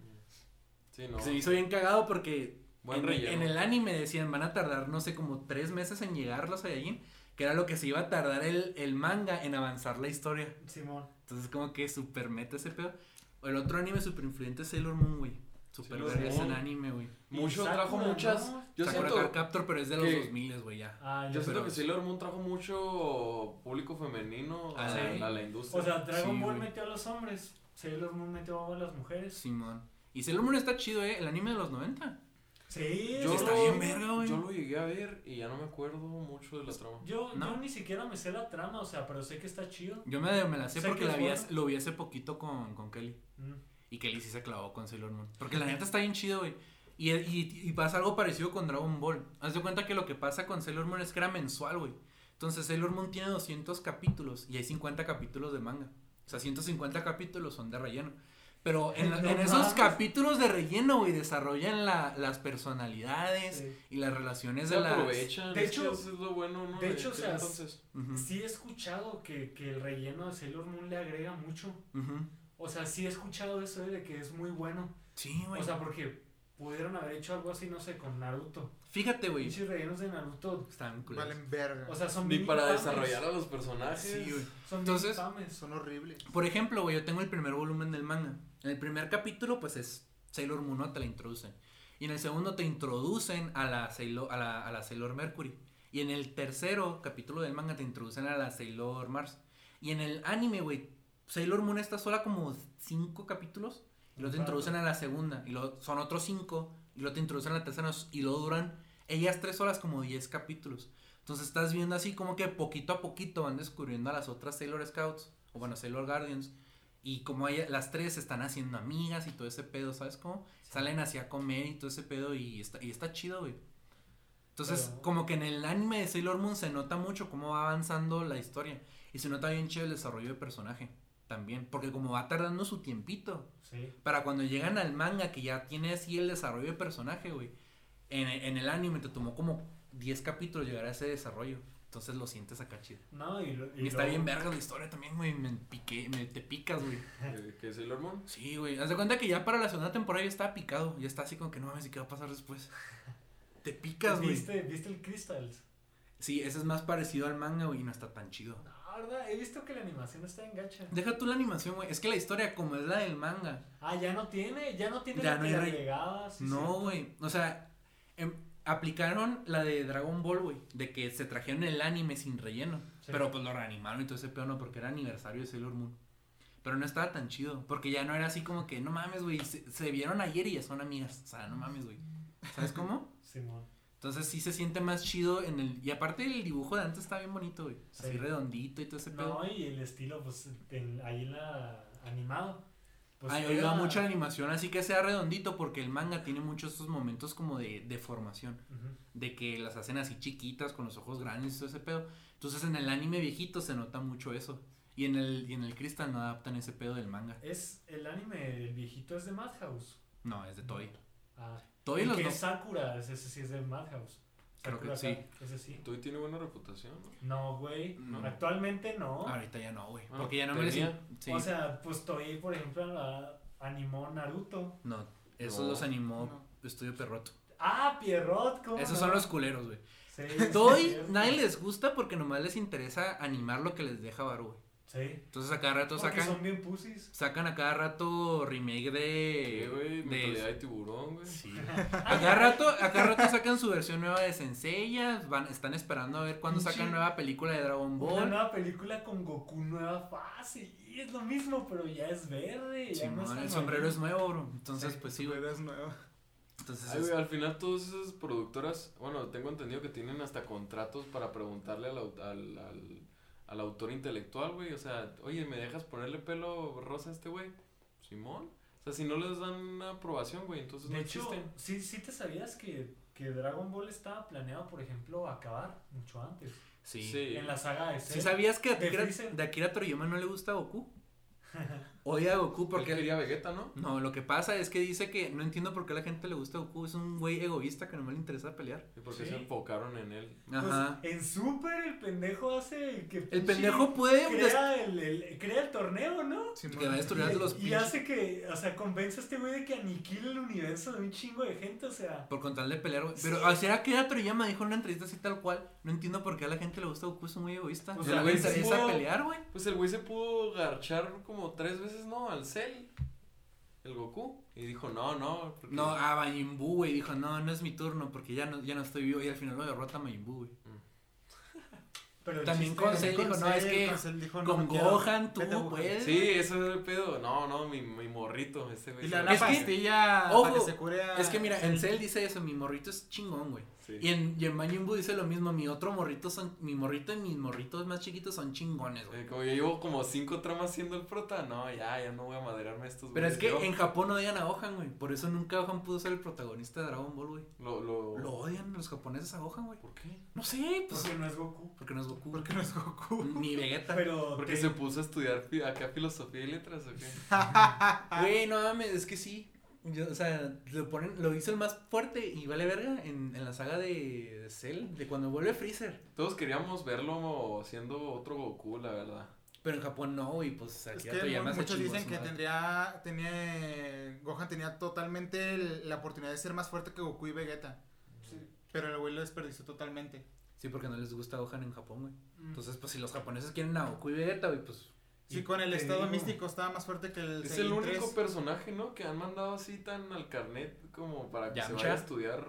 Sí, no. Se hizo bien cagado porque en el anime decían van a tardar, no sé, como 3 meses en llegar los Saiyajin, que era lo que se iba a tardar el manga en avanzar la historia. Simón. Entonces, como que super meta ese pedo. El otro anime super influyente es Sailor Moon, güey. Super verga ese anime, güey. Mucho trajo muchas. ¿No? Yo Sakura Card Captor, pero es de los 2000, güey, ya. Yo siento que Sailor Moon trajo mucho público femenino a la industria. O sea, Dragon Ball metió a los hombres, Sailor Moon metió a las mujeres. Simón. Y Sailor Moon está chido, el anime de los 90. Sí, está bien verga, güey. Yo lo llegué a ver y ya no me acuerdo mucho de la trama. Yo ni siquiera me sé la trama, o sea, pero sé que está chido. Yo me la sé porque lo vi hace poquito con Kelly. Y Kelly sí se clavó con Sailor Moon. Porque la neta está bien chido, güey. Y pasa algo parecido con Dragon Ball. Haz de cuenta que lo que pasa con Sailor Moon es que era mensual, güey. Entonces Sailor Moon tiene 200 capítulos y hay 50 capítulos de manga. O sea, 150 capítulos son de relleno. Pero en esos capítulos de relleno, güey, desarrollan las personalidades y las relaciones se aprovechan. De hecho, eso es lo bueno, ¿no? De hecho, o sea, entonces. Sí he escuchado que el relleno de Sailor Moon le agrega mucho. O sea, sí he escuchado eso de que es muy bueno. Sí, güey. O sea, porque pudieron haber hecho algo así, no sé, con Naruto. Fíjate, güey. Muchos rellenos de Naruto están valen verga. O sea, son ni para desarrollar a los personajes. Sí, güey. Entonces, son horribles. Por ejemplo, güey, yo tengo el primer volumen del manga. En el primer capítulo, pues es Sailor Moon, ¿no? Te la introducen. Y en el segundo te introducen a la Sailor Mercury. Y en el tercero capítulo del manga te introducen a la Sailor Mars. Y en el anime, güey, Sailor Moon está sola como 5 capítulos. Y luego te introducen a la segunda. Y luego son otros 5. Y luego te introducen a la tercera. Y luego duran ellas 3 horas como 10 capítulos. Entonces estás viendo así como que poquito a poquito van descubriendo a las otras Sailor Scouts. O bueno, Sailor Guardians. Y como las 3 se están haciendo amigas y todo ese pedo, ¿sabes cómo? Sí. Salen así a comer y todo ese pedo y está chido, güey. Entonces, como que en el anime de Sailor Moon se nota mucho cómo va avanzando la historia. Y se nota bien chido el desarrollo de personaje también. Porque como va tardando su tiempito. Sí. Para cuando llegan al manga que ya tiene así el desarrollo de personaje, güey. En el anime te tomó como 10 capítulos llegar a ese desarrollo. Entonces lo sientes acá chido. No, y está bien verga la historia también, güey. Te picas, güey. ¿Qué es Sailor Moon? Sí, güey. Haz de cuenta que ya para la segunda temporada ya estaba picado. Ya está así como que no mames, ¿y qué va a pasar después? Te picas, güey. ¿Viste el Crystals? Sí, ese es más parecido al manga, güey, y no está tan chido. No, verdad, he visto que la animación está en gacha. Deja tú la animación, güey. Es que la historia, como es la del manga. Ya no tiene ya lo no que le agregaba. Sí, no, güey. O sea, aplicaron la de Dragon Ball, güey. De que se trajeron el anime sin relleno. Sí. Pero pues lo reanimaron y todo ese pedo, no, porque era aniversario de Sailor Moon. Pero no estaba tan chido. Porque ya no era así como que, no mames, güey. Se vieron ayer y ya son amigas. O sea, no mames, güey. ¿Sabes cómo? Sí, man. Entonces sí se siente más chido en el... Y aparte el dibujo de antes está bien bonito, güey. Sí. Así redondito y todo ese pedo. No, y el estilo, pues, ahí en la... animado. Pues ayuda mucho la animación, así que sea redondito, porque el manga tiene muchos estos momentos como de deformación. De que las hacen así chiquitas, con los ojos grandes y todo ese pedo. Entonces en el anime viejito se nota mucho eso. Y en el Crystal no adaptan ese pedo del manga. El anime, el viejito, es de Madhouse. No, es de Toei. Toei los es Sakura, ese sí es de Madhouse. Creo que sí. Ese sí. Toei tiene buena reputación, ¿no? No, güey. No. Actualmente no. Ahorita ya no, güey. Porque ya no merecía. Sí. O sea, pues Toei, por ejemplo, animó Naruto. No, esos los animó Estudio Pierrot. Pierrot, ¿cómo? Esos son los culeros, güey. Sí. Toei, nadie les gusta porque nomás les interesa animar lo que les deja varo, güey. Sí. Entonces a cada rato porque son bien pussies. Sacan a cada rato remake de... güey? Mentalidad de tiburón, güey. Sí. A cada rato sacan su versión nueva de Senseiya. Están esperando a ver cuándo sacan nueva película de Dragon Ball. Una nueva película con Goku nueva fase. Y es lo mismo, pero ya es verde. Sí, ya no el sombrero es nuevo, bro. Entonces, pues sí, güey. Es nuevo. Entonces, güey, al final todas esas productoras, bueno, tengo entendido que tienen hasta contratos para preguntarle al autor intelectual, güey, o sea, oye, ¿me dejas ponerle pelo rosa a este güey? Simón. O sea, si no les dan aprobación, güey, entonces no existen. Sí te sabías que Dragon Ball estaba planeado, por ejemplo, acabar mucho antes. Sí. En la saga de Cell. ¿Sí sabías que de Akira Toriyama no le gusta Goku? odia a Goku porque él quería Vegeta, ¿no? No, lo que pasa es que dice que no entiendo por qué a la gente le gusta Goku, es un güey egoísta que no le interesa pelear. Y porque Sí. se enfocaron en él. Ajá. Pues, en Super el pendejo hace que El pendejo puede crea el torneo, ¿no? Sí, que va a destruir a los Y pinches hace que, o sea, convence a este güey de que aniquile el universo de un chingo de gente, o sea. por con tal de pelear, güey. Pero así era que Toriyama dijo en una entrevista así tal cual, no entiendo por qué a la gente le gusta Goku, es un muy egoísta. O O sea, sea, le güey, interesa sí, pelear, güey. Pues el güey se pudo garchar como 3 veces, ¿no? Al Cell. El Goku. Y dijo, no. Porque... No, a Majin Buu, güey, dijo, no es mi turno porque ya no estoy vivo y al final lo derrota a Majin Buu, güey. Pero el También chiste con es- Cell dijo, no, es que dijo, con quiero. Gohan tú Vete, Gohan. puedes. Sí, eso es el pedo. No, mi morrito. Ese güey. Y se le da va- la Es que- pastilla ojo, para que se cure a... Es que mira, en Cell dice eso, mi morrito es chingón, güey. Sí. Y en Majin Buu dice lo mismo, mi morrito y mis morritos más chiquitos son chingones, güey. Como yo llevo como 5 tramas siendo el prota, no, ya no voy a maderarme a estos Pero es que güeyes. en Japón odian a Gohan, güey. Por eso nunca Gohan pudo ser el protagonista de Dragon Ball, güey. Lo odian los japoneses a Gohan, güey. ¿Por qué? No sé, pues. Porque no es Goku. Porque no es Goku. ¿Por qué no es Goku? Ni Vegeta. Pero Porque te- se puso a estudiar acá filosofía y letras, ¿o qué? Güey, no mames, es que sí. O sea, lo hizo el más fuerte y vale verga en la saga de Cell, de cuando vuelve Freezer. Todos queríamos verlo siendo otro Goku, la verdad. Pero en Japón no, güey, pues Es aquí que Toriyama se muchos chingó dicen su que madre. Gohan tenía totalmente la oportunidad de ser más fuerte que Goku y Vegeta. Sí. Pero el güey lo desperdició totalmente. Sí, porque no les gusta Gohan en Japón, güey. Mm. Entonces, pues si los japoneses quieren a Goku y Vegeta, güey, pues. Sí, Y con el te estado digo- místico estaba más fuerte que el Es el Saiyan único 3. personaje, ¿no? Que han mandado así tan al carnet como para que se Yamcha. vaya a estudiar.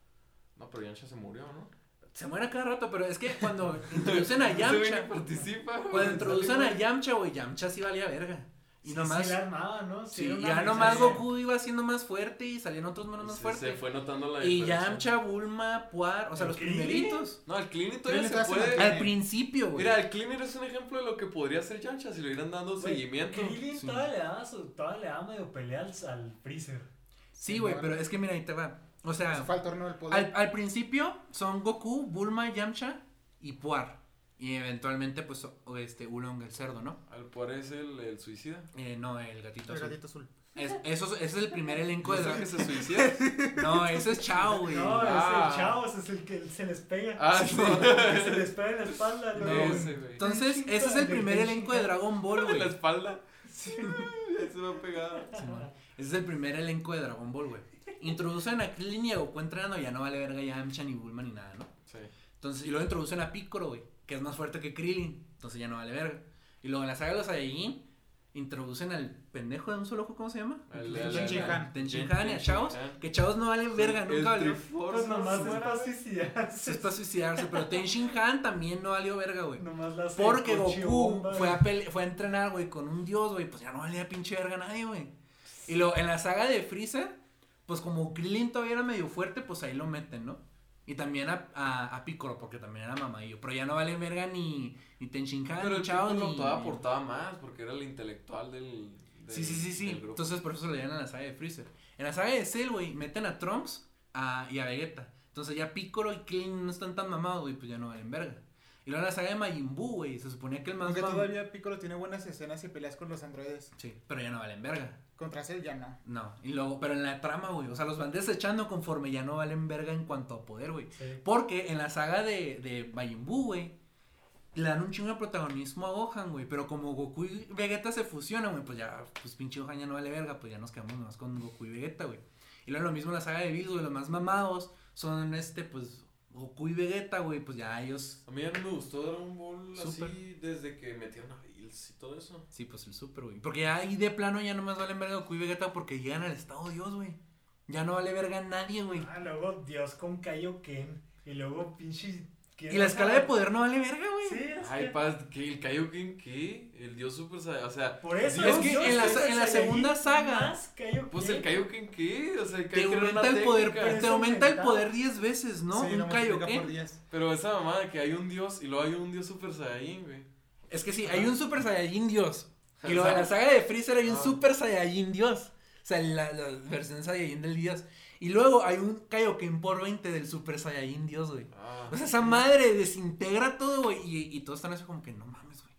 No, pero Yamcha se murió, ¿no? Se muere cada rato, pero es que cuando introducen a Ese güey Yamcha. ni participa, güey. Cuando introducen a Sale, Yamcha, güey, Yamcha sí valía verga. Y Sí, nomás. sí la armaba, ¿no? Sí, Sí, era una ya nomás mensaje. Goku iba siendo más fuerte y salían otros menos más Se fuertes. fue notando la Y diferencia. Yamcha, Bulma, Puar, o sea, ¿El los Krillin? primeritos. No, el Krillin Krillin todavía se todavía se puede. mantiene. Al principio, güey. Mira, el Krillin es un ejemplo de lo que podría hacer Yamcha si le hubieran dado Güey, seguimiento. Krillin Sí. todavía le daba medio pelea al Freezer. Sí, güey, pero es que mira, ahí te va. O Se sea, fue al torneo del poder. al principio son Goku, Bulma, Yamcha y Puar. Y eventualmente, pues, Oolong el cerdo, ¿no? Al Puar es el suicida. No, el gatito El azul. gatito azul. Ese es el primer elenco de ¿No es el que Dragon. se suicida? No, ese es Chao, güey. No, Ah. es el Chavos, es el que se les pega. Ah, sí. Que se les pega en la espalda, No, güey. ese, güey. Entonces, ese es el primer elenco de Dragon Ball, En güey. la espalda. Sí, eso me ha pegado. Simón. Ese es el primer elenco de Dragon Ball, güey. Introducen a Krillin y a Goku entrenando, ya no vale verga Yamcha ni Bulma ni nada, ¿no? Sí. Entonces, y luego introducen a Piccolo, güey, que es más fuerte que Krillin, entonces ya no vale verga. Y luego en la saga de los Saiyajin, introducen al pendejo de un solo ojo, ¿cómo se llama? Tenshin Han. Tenshin Han y a Chaos, Han. que Chaos no valen verga, nunca El valió. Triforce. Pues nomás es fuera, para güey. Se suicidarse. es para suicidarse, pero Tenshin Han también no valió verga, güey. Nomás la hace Porque coche Goku bomba, fue a entrenar, güey, con un dios, güey, pues ya no valía pinche verga a nadie, güey. Y luego en la saga de Freezer, pues como Krillin todavía era medio fuerte, pues ahí lo meten, ¿no? Y también a Piccolo, porque también era mamadillo. Pero ya no vale verga ni Tenshin Han, Pero ni el Chao, Piccolo ni... todavía aportaba más porque era el intelectual del Sí. del grupo. Entonces por eso se le llaman a la saga de Freezer. En la saga de Cell, güey, meten a Trunks y a Vegeta. Entonces ya Piccolo y Krillin no están tan mamados, güey, pues ya no valen verga. Y luego en la saga de Majin Buu, güey, se suponía que el más Aunque mam- todavía Piccolo tiene buenas escenas y peleas con los androides. Sí, pero ya no valen verga. Contra Cell ya no. No, y luego, pero en la trama, güey, o sea, los van desechando conforme ya no valen verga en cuanto a poder, güey. Sí. Porque en la saga de Majin Buu, güey, le dan un chingo de protagonismo a Gohan, güey. Pero como Goku y Vegeta se fusionan, güey, pues ya, pues pinche Gohan ya no vale verga, pues ya nos quedamos nomás con Goku y Vegeta, güey. Y luego lo mismo en la saga de Bills, güey, los más mamados son pues, Goku y Vegeta, güey, pues ya ellos, A mí ya no me gustó Dragon Ball Súper. así desde que metieron a Bills y todo eso. sí, pues el super, güey. Porque ya ahí de plano ya nomás valen verga Goku y Vegeta porque llegan al estado Dios, güey. Ya no vale verga a nadie, güey. Ah, luego Dios con Kaioken. Y luego pinche. Y la escala de poder no vale verga, güey. Sí, es Ay, que. ¿qué? ¿El Kaioken qué? El dios super Saiyan, o sea, Por eso. Es que Dios en la- Super en la Saiyajin segunda saga, más Kaioken. pues el Kaioken qué? O sea, el Te Kaioken era aumenta una el poder, técnica. te Es aumenta el aumentado. poder 10 veces, ¿no? Sí, Un lo multiplica por Kaioken. 10. Pero esa mamada que hay un dios y luego hay un dios super Saiyajin, güey. Es que sí, hay un Super Saiyajin Dios. Y luego en la saga de Freezer hay un Ah. Super Saiyajin Dios. O sea, la versión Saiyajin del Dios. Y luego hay un Kaioken por 20 del Super Saiyajin Dios, güey. Ah. O sea, esa madre desintegra todo, güey. Y todos están así como que no mames, güey.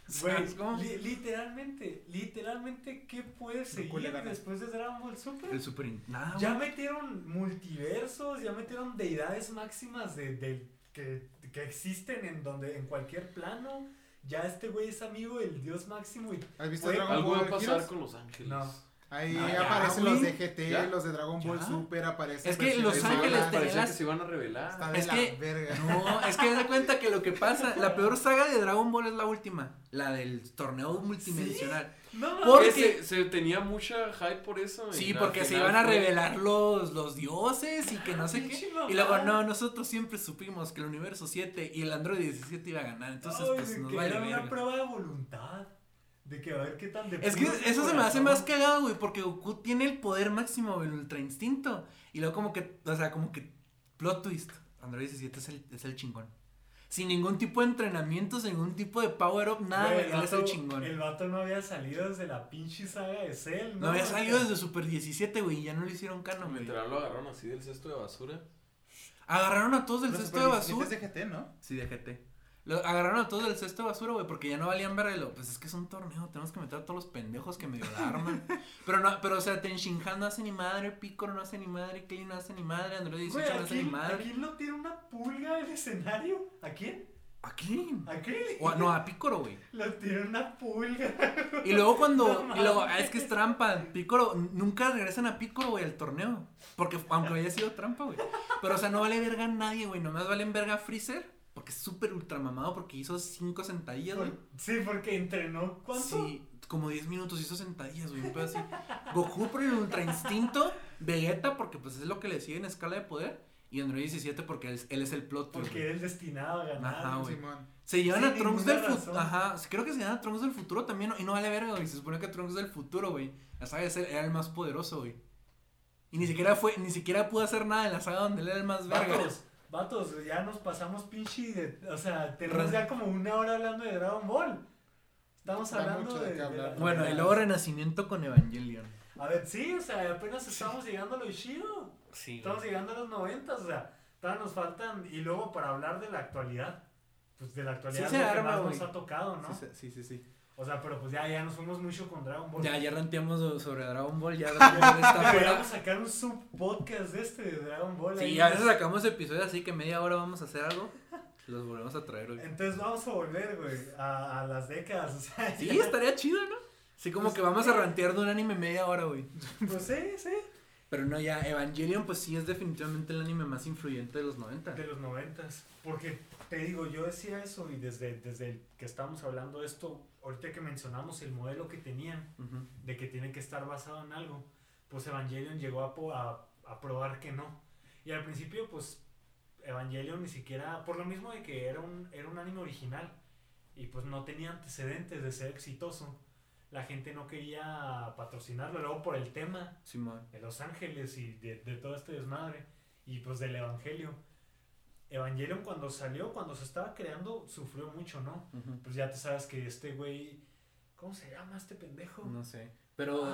Güey, literalmente, ¿qué puede seguir después de Dragon Ball Super? El Super... Nada, ya metieron multiversos, ya metieron deidades máximas que existen en cualquier plano. Ya este güey es amigo del dios máximo y... ¿Has visto algo va a pasar con Los Ángeles? No. Ahí aparecen los de GT, los de Dragon Ball Super, aparecen. Es que Los Ángeles parecía que se iban a revelar. Es que haz de cuenta que lo que pasa, la peor saga de Dragon Ball es la última, la del torneo multidimensional. ¿Sí? No, porque se tenía mucha hype por eso. Sí, porque se iban a revelar los dioses y que no sé qué. Y luego, no, nosotros siempre supimos que el universo 7 y el Android 17 iba a ganar. Entonces, pues nos vale verga. Era una prueba de voluntad. De que a ver qué tan de Es que eso se me hace más cagado, güey, porque Goku tiene el poder máximo del Ultra Instinto. Y luego como que plot twist, Android 17 es el chingón. Sin ningún tipo de entrenamiento, sin ningún tipo de power up, nada, güey, él es el chingón. El vato no había salido desde la pinche saga de Cell, ¿no? No había salido desde Super 17, güey, y ya no le hicieron canon, güey. Literal lo agarraron así del cesto de basura. Agarraron a todos del cesto de basura. Es de GT, ¿no? Sí, de GT. Agarraron a todos del cesto de basura, güey, porque ya no valían verlo. Pues es que es un torneo, tenemos que meter a todos los pendejos que medio la arman. pero o sea, Tenshinhan no hace ni madre, Piccolo no hace ni madre, Krillin no hace ni madre, Android 18 no hace ni madre. ¿A quién no tiene una pulga en el escenario? ¿A quién? ¿A Krillin? ¿A Krillin? No, a Piccolo, güey. Lo tiene una pulga. Y luego es que es trampa, Piccolo, nunca regresan a Piccolo, güey, al torneo. Porque, aunque haya sido trampa, güey. Pero, o sea, no vale verga a nadie, güey, nomás valen verga a Freezer. Porque es súper ultra mamado porque hizo 5 sentadillas, güey. Sí, porque entrenó, ¿cuánto? Sí, como 10 minutos hizo sentadillas, güey, un pedo así. Goku por el ultra instinto, Vegeta porque pues es lo que le sigue en escala de poder, y Android 17 porque él es el plot. Porque él es destinado a ganar. Ajá, güey. Se llevan a Trunks del futuro, ajá, creo que se llevan a Trunks del futuro también, y no vale verga, güey, se supone que Trunks del futuro, güey, la saga de Cell era el más poderoso, güey. Y ni siquiera pudo hacer nada en la saga donde él era el más verga. Vatos, ya nos pasamos pinche o sea, tenemos ya como una hora hablando de Dragon Ball. Estamos hablando de bueno, y luego Renacimiento con Evangelion. A ver, sí, o sea, apenas estamos llegando a lo chido. Sí. Estamos llegando a los 90, o sea, todavía nos faltan, y luego para hablar de la actualidad, pues de la actualidad sí es lo que más nos ha tocado, ¿no? Sí. O sea, pero pues ya nos fuimos mucho con Dragon Ball. Ya ranteamos sobre Dragon Ball, ya Dragon Ball está fuera. Vamos a sacar un subpodcast de Dragon Ball. Sí, a veces sacamos episodios así que media hora vamos a hacer algo, los volvemos a traer hoy. Entonces vamos a volver, güey, a las décadas, o sea. Sí, estaría chido, ¿no? Sí, como pues, que vamos a rantear de un anime media hora, güey. Pues sí. Pero no, ya, Evangelion pues sí es definitivamente el anime más influyente de los 90. De los 90, porque te digo, yo decía eso y desde que estamos hablando de esto, ahorita que mencionamos el modelo que tenían, de que tiene que estar basado en algo, pues Evangelion llegó a probar que no. Y al principio, pues, Evangelion ni siquiera, por lo mismo de que era un anime original, y pues no tenía antecedentes de ser exitoso, la gente no quería patrocinarlo, luego por el tema de Los Ángeles y de todo este desmadre, y pues del Evangelio. Evangelion cuando se estaba creando, sufrió mucho, ¿no? Pues ya te sabes que este güey, ¿cómo se llama este pendejo? No sé, pero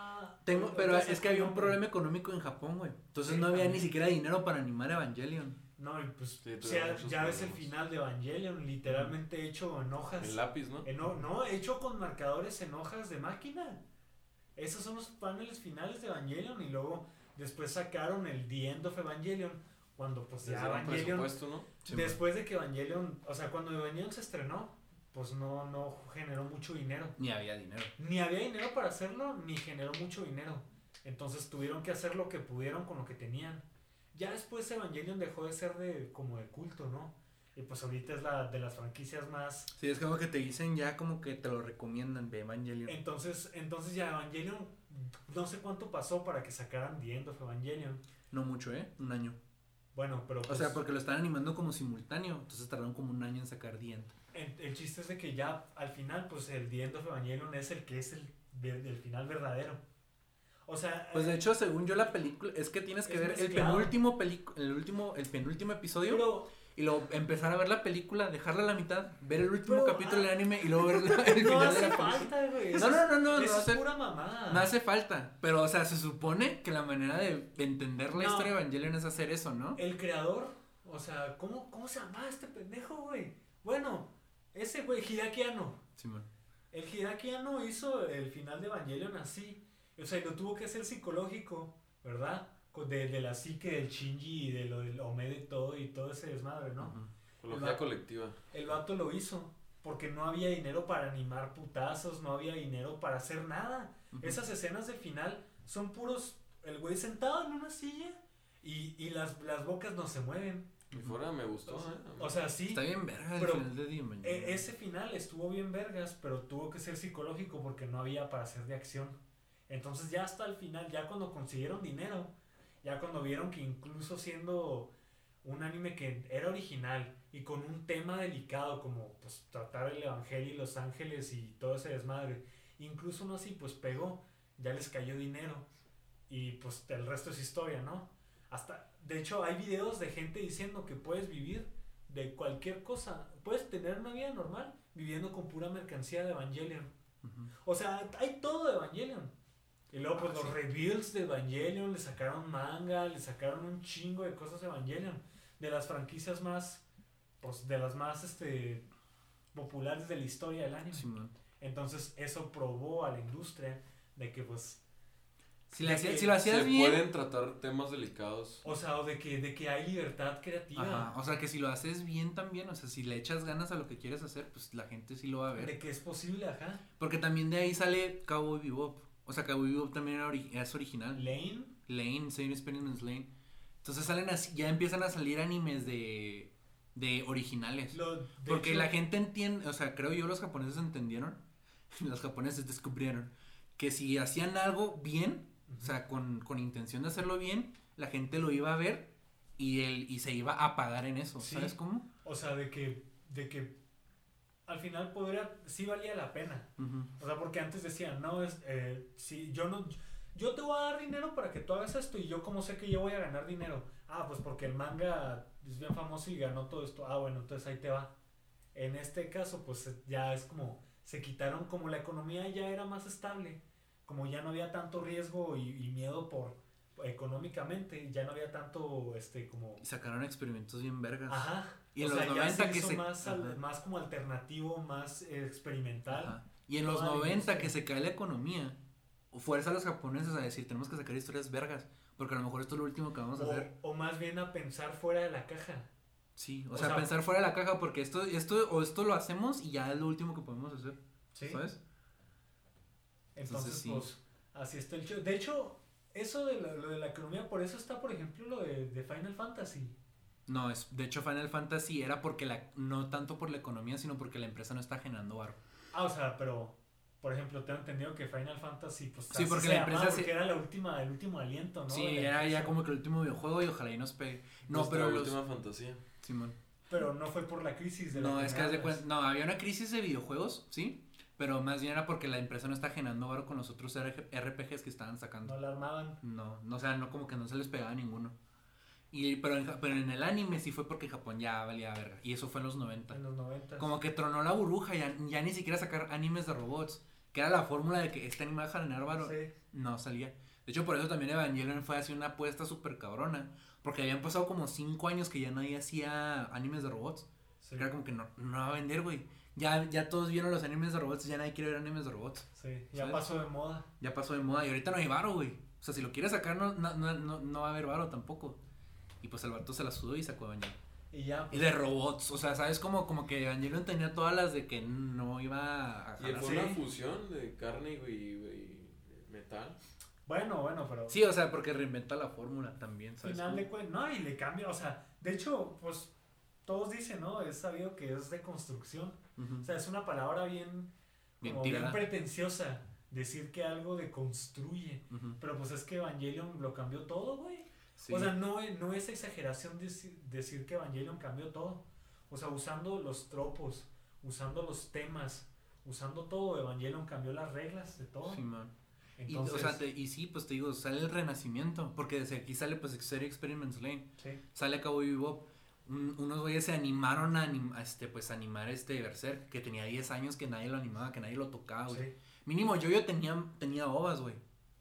pero es que había un problema económico en Japón, güey. Entonces no había ni siquiera dinero para animar Evangelion. No, y pues ya ves el final de Evangelion, literalmente hecho en hojas. En lápiz, ¿no? No, hecho con marcadores en hojas de máquina. Esos son los paneles finales de Evangelion, y luego después sacaron el The End of Evangelion, cuando pues ya Evangelion, ¿no? Después de que Evangelion, o sea, cuando Evangelion se estrenó, pues no generó mucho dinero. Ni había dinero. Ni había dinero para hacerlo, ni generó mucho dinero. Entonces tuvieron que hacer lo que pudieron con lo que tenían. Ya después Evangelion dejó de ser como de culto, ¿no? Y pues ahorita es de las franquicias más... Sí, es como que te dicen ya como que te lo recomiendan de Evangelion. Entonces ya Evangelion, no sé cuánto pasó para que sacaran The End of Evangelion. No mucho, un año. Bueno, pero... Pues, o sea, porque lo están animando como simultáneo, entonces tardaron como un año en sacar The End. El chiste es de que ya al final, pues el The End of Evangelion es el que es el final verdadero. O sea... Pues de hecho, según yo la película, es que tienes que ver el penúltimo episodio, pero, y luego empezar a ver la película, dejarla a la mitad, ver el último capítulo del anime y luego ver el final de la película. Falta, güey. No es pura mamada. No hace falta, pero o sea, se supone que la manera de entender la historia de Evangelion es hacer eso, ¿no? El creador, o sea, ¿cómo se llama este pendejo, güey? Bueno, Ese güey, Hideaki Anno. Simón. El Hideaki Anno hizo el final de Evangelion así. O sea, y lo tuvo que hacer psicológico, ¿verdad? De la psique del Shinji y de lo del Omede todo y todo ese desmadre, ¿no? Psicología colectiva. El vato lo hizo porque no había dinero para animar putazos, no había dinero para hacer nada. Esas escenas del final son puros, el güey sentado en una silla y las bocas no se mueven. Y fuera me gustó, O sea, sí. Está bien verga el pero final de Evangelion. Ese final estuvo bien vergas, pero tuvo que ser psicológico porque no había para hacer de acción. Entonces ya hasta el final, ya cuando consiguieron dinero, ya cuando vieron que incluso siendo un anime que era original y con un tema delicado como pues tratar el evangelio y los ángeles y todo ese desmadre, incluso no así pues pegó, ya les cayó dinero y pues el resto es historia, ¿no? Hasta, de hecho hay videos de gente diciendo que puedes vivir de cualquier cosa, puedes tener una vida normal viviendo con pura mercancía de Evangelion. O sea, hay todo de Evangelion. Y luego pues los reveals de Evangelion, le sacaron manga, le sacaron un chingo de cosas de Evangelion, de las franquicias más, pues de las más populares de la historia del anime. Simón. Entonces eso probó a la industria de que pues si lo hacías se bien, pueden tratar temas delicados. o sea, o de que hay libertad creativa. ajá, o sea, que si lo haces bien también, o sea, si le echas ganas a lo que quieres hacer, pues la gente sí lo va a ver. De que es posible, ajá. Porque también de ahí sale Cowboy Bebop. O sea, Cowboy Bebop también es original. Lane, Same Experiments Lane. Entonces salen así, ya empiezan a salir animes de originales. Porque hecho, la gente entiende, o sea, creo yo los japoneses entendieron, los japoneses descubrieron que si hacían algo bien, o sea, con intención de hacerlo bien, la gente lo iba a ver y se iba a pagar en eso, sí. ¿Sabes cómo? O sea, de que al final sí valía la pena. O sea, porque antes decían, no, si yo te voy a dar dinero para que tú hagas esto y yo como sé que yo voy a ganar dinero. Ah, pues porque el manga es bien famoso y ganó todo esto. Ah, bueno, entonces ahí te va. En este caso, pues ya es como, se quitaron, como la economía ya era más estable, como ya no había tanto riesgo y miedo económicamente, ya no había tanto, como... Y sacaron experimentos bien vergas. Ajá. Y en los 90 que se... más como alternativo, más experimental. Ajá. Y en los 90 que se cae la economía, fuerza a los japoneses a decir, tenemos que sacar historias vergas, porque a lo mejor esto es lo último que vamos a hacer. O más bien a pensar fuera de la caja. Sí, o sea, pensar fuera de la caja, porque esto lo hacemos y ya es lo último que podemos hacer. ¿Sí? ¿Sabes? Entonces sí. pues, así está el show. De hecho, eso de lo de la economía, por eso está, por ejemplo, lo de Final Fantasy. No, de hecho Final Fantasy era porque no tanto por la economía, sino porque la empresa no está generando varo. Ah, o sea, pero, por ejemplo, tengo entendido que Final Fantasy, pues, sí, porque la empresa porque era el último aliento, ¿no? Sí, era ya como que el último videojuego y ojalá y nos pegue. No, pero la última fantasía. Simón. Pero no fue por la crisis de la no, es que no, había una crisis de videojuegos, sí, pero más bien era porque la empresa no está generando varo con los otros RPGs que estaban sacando. No la armaban. No, o sea, no, como que no se les pegaba ninguno. Pero en el anime sí fue porque Japón ya valía verga. Y eso fue en los 90. En los 90. Como que tronó la burbuja, ya ni siquiera sacar animes de robots. Que era la fórmula de que este anime va a generar varo. Sí. No salía. De hecho, por eso también Evangelion fue así una apuesta súper cabrona. Porque habían pasado como 5 años que ya nadie hacía animes de robots. Sí. Era como que no va a vender, güey. Ya todos vieron los animes de robots y ya nadie quiere ver animes de robots. Sí, ya pasó de moda. Ya pasó de moda y ahorita no hay varo, güey. O sea, si lo quieres sacar no va a haber varo tampoco. Y pues el vato se la sudó y sacó Evangelion. Y ya. Pues, y de robots, o sea, ¿sabes? Como que Evangelion tenía todas las de que no iba a jalar. Y fue una fusión de carne y metal. Bueno, pero... Sí, o sea, porque reinventa la fórmula también, ¿sabes? Final de cuentas, no, y le cambia, o sea, de hecho, pues, todos dicen, ¿no? Es sabido que es de construcción. O sea, es una palabra bien pretenciosa, decir que algo deconstruye. Pero pues es que Evangelion lo cambió todo, güey. Sí. O sea, no es exageración decir que Evangelion cambió todo. O sea, usando los tropos, usando los temas, usando todo, Evangelion cambió las reglas de todo. Sí, man. Entonces, y sí, pues te digo, sale el renacimiento, porque desde aquí sale pues Serie Experiments Lane. Sí. Sale Cowboy Bebop. Unos güeyes se animaron a animar Berserk, que tenía 10 años que nadie lo animaba, que nadie lo tocaba, güey. Sí. Mínimo yo tenía ovas, güey.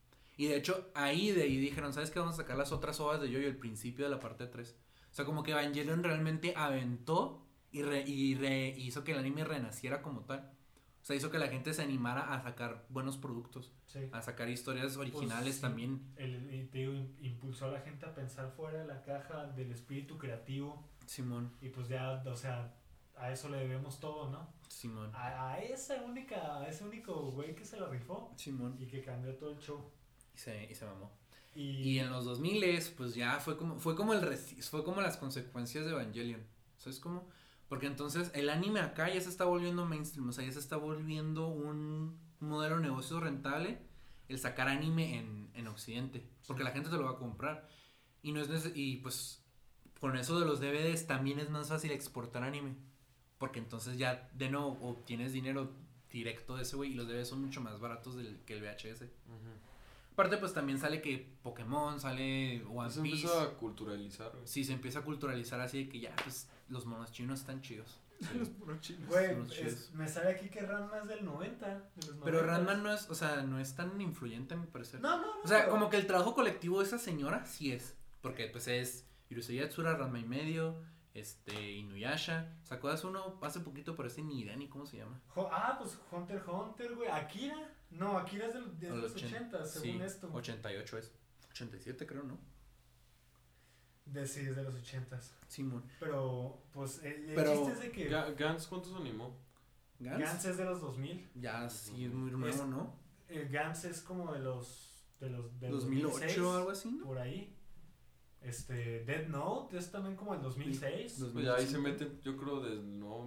Y de hecho, de ahí dijeron, ¿sabes qué? Vamos a sacar las otras ovas de Yoyo, el principio de la parte 3. O sea, como que Evangelion realmente aventó y hizo que el anime renaciera como tal. O sea, hizo que la gente se animara a sacar buenos productos, a sacar historias originales pues, sí, también. Te digo, impulsó a la gente a pensar fuera de la caja del espíritu creativo. Simón. Y pues ya, o sea, a eso le debemos todo, ¿no? Simón. A ese único güey que se la rifó. Simón. Y que cambió todo el show. Y se mamó. Y en los 2000 pues ya fue como las consecuencias de Evangelion. ¿Sabes cómo? Porque entonces el anime acá ya se está volviendo mainstream, o sea, ya se está volviendo un modelo de negocio rentable el sacar anime en Occidente, porque la gente te lo va a comprar. Y y pues con eso de los DVDs también es más fácil exportar anime, porque entonces ya de nuevo obtienes dinero directo de ese güey y los DVDs son mucho más baratos que el VHS. Aparte, pues también sale que Pokémon, sale One Piece. Se empieza a culturalizar, güey. Sí, se empieza a culturalizar así de que ya, pues, los monos chinos están chidos. Sí. Los monos chinos. güey, me sale aquí que Ranma es del 90. Pero Ranma no es, o sea, no es tan influyente a mi parecer. No. O sea, como que el trabajo colectivo de esa señora sí es. Porque, pues, es Yurusei Yatsura, Ranma y medio, Inuyasha. ¿Sacó uno hace poquito, pero ni idea ni cómo se llama? Pues Hunter x Hunter, güey. Akira. No, Akira es de los 80, según esto. 88 es. 87 creo, ¿no? Sí, es de los 80. Simón. Pero, pues, el chiste es de que... ¿Gantz cuántos animó? Gantz es de los 2000. Ya, sí, es muy nuevo, ¿no? Gantz es como de los 2008 2006, o algo así, ¿no? por ahí. Death Note es también como el 2006. Pues ya ahí se mete, yo creo, desde el nuevo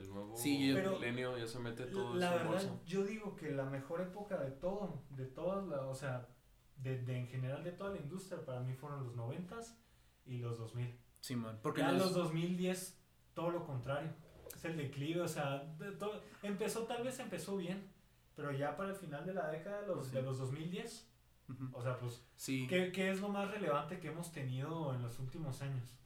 milenio ya se mete todo la eso. verdad, bolsa. yo digo que la mejor época de todas o sea, en general de toda la industria para mí fueron los 90s y los 2000. Simón, porque ya los 2010 todo lo contrario, es el declive, o sea, tal vez empezó bien, pero ya para el final de la década de los 2010, o sea, pues, sí. ¿qué es lo más relevante que hemos tenido en los últimos años?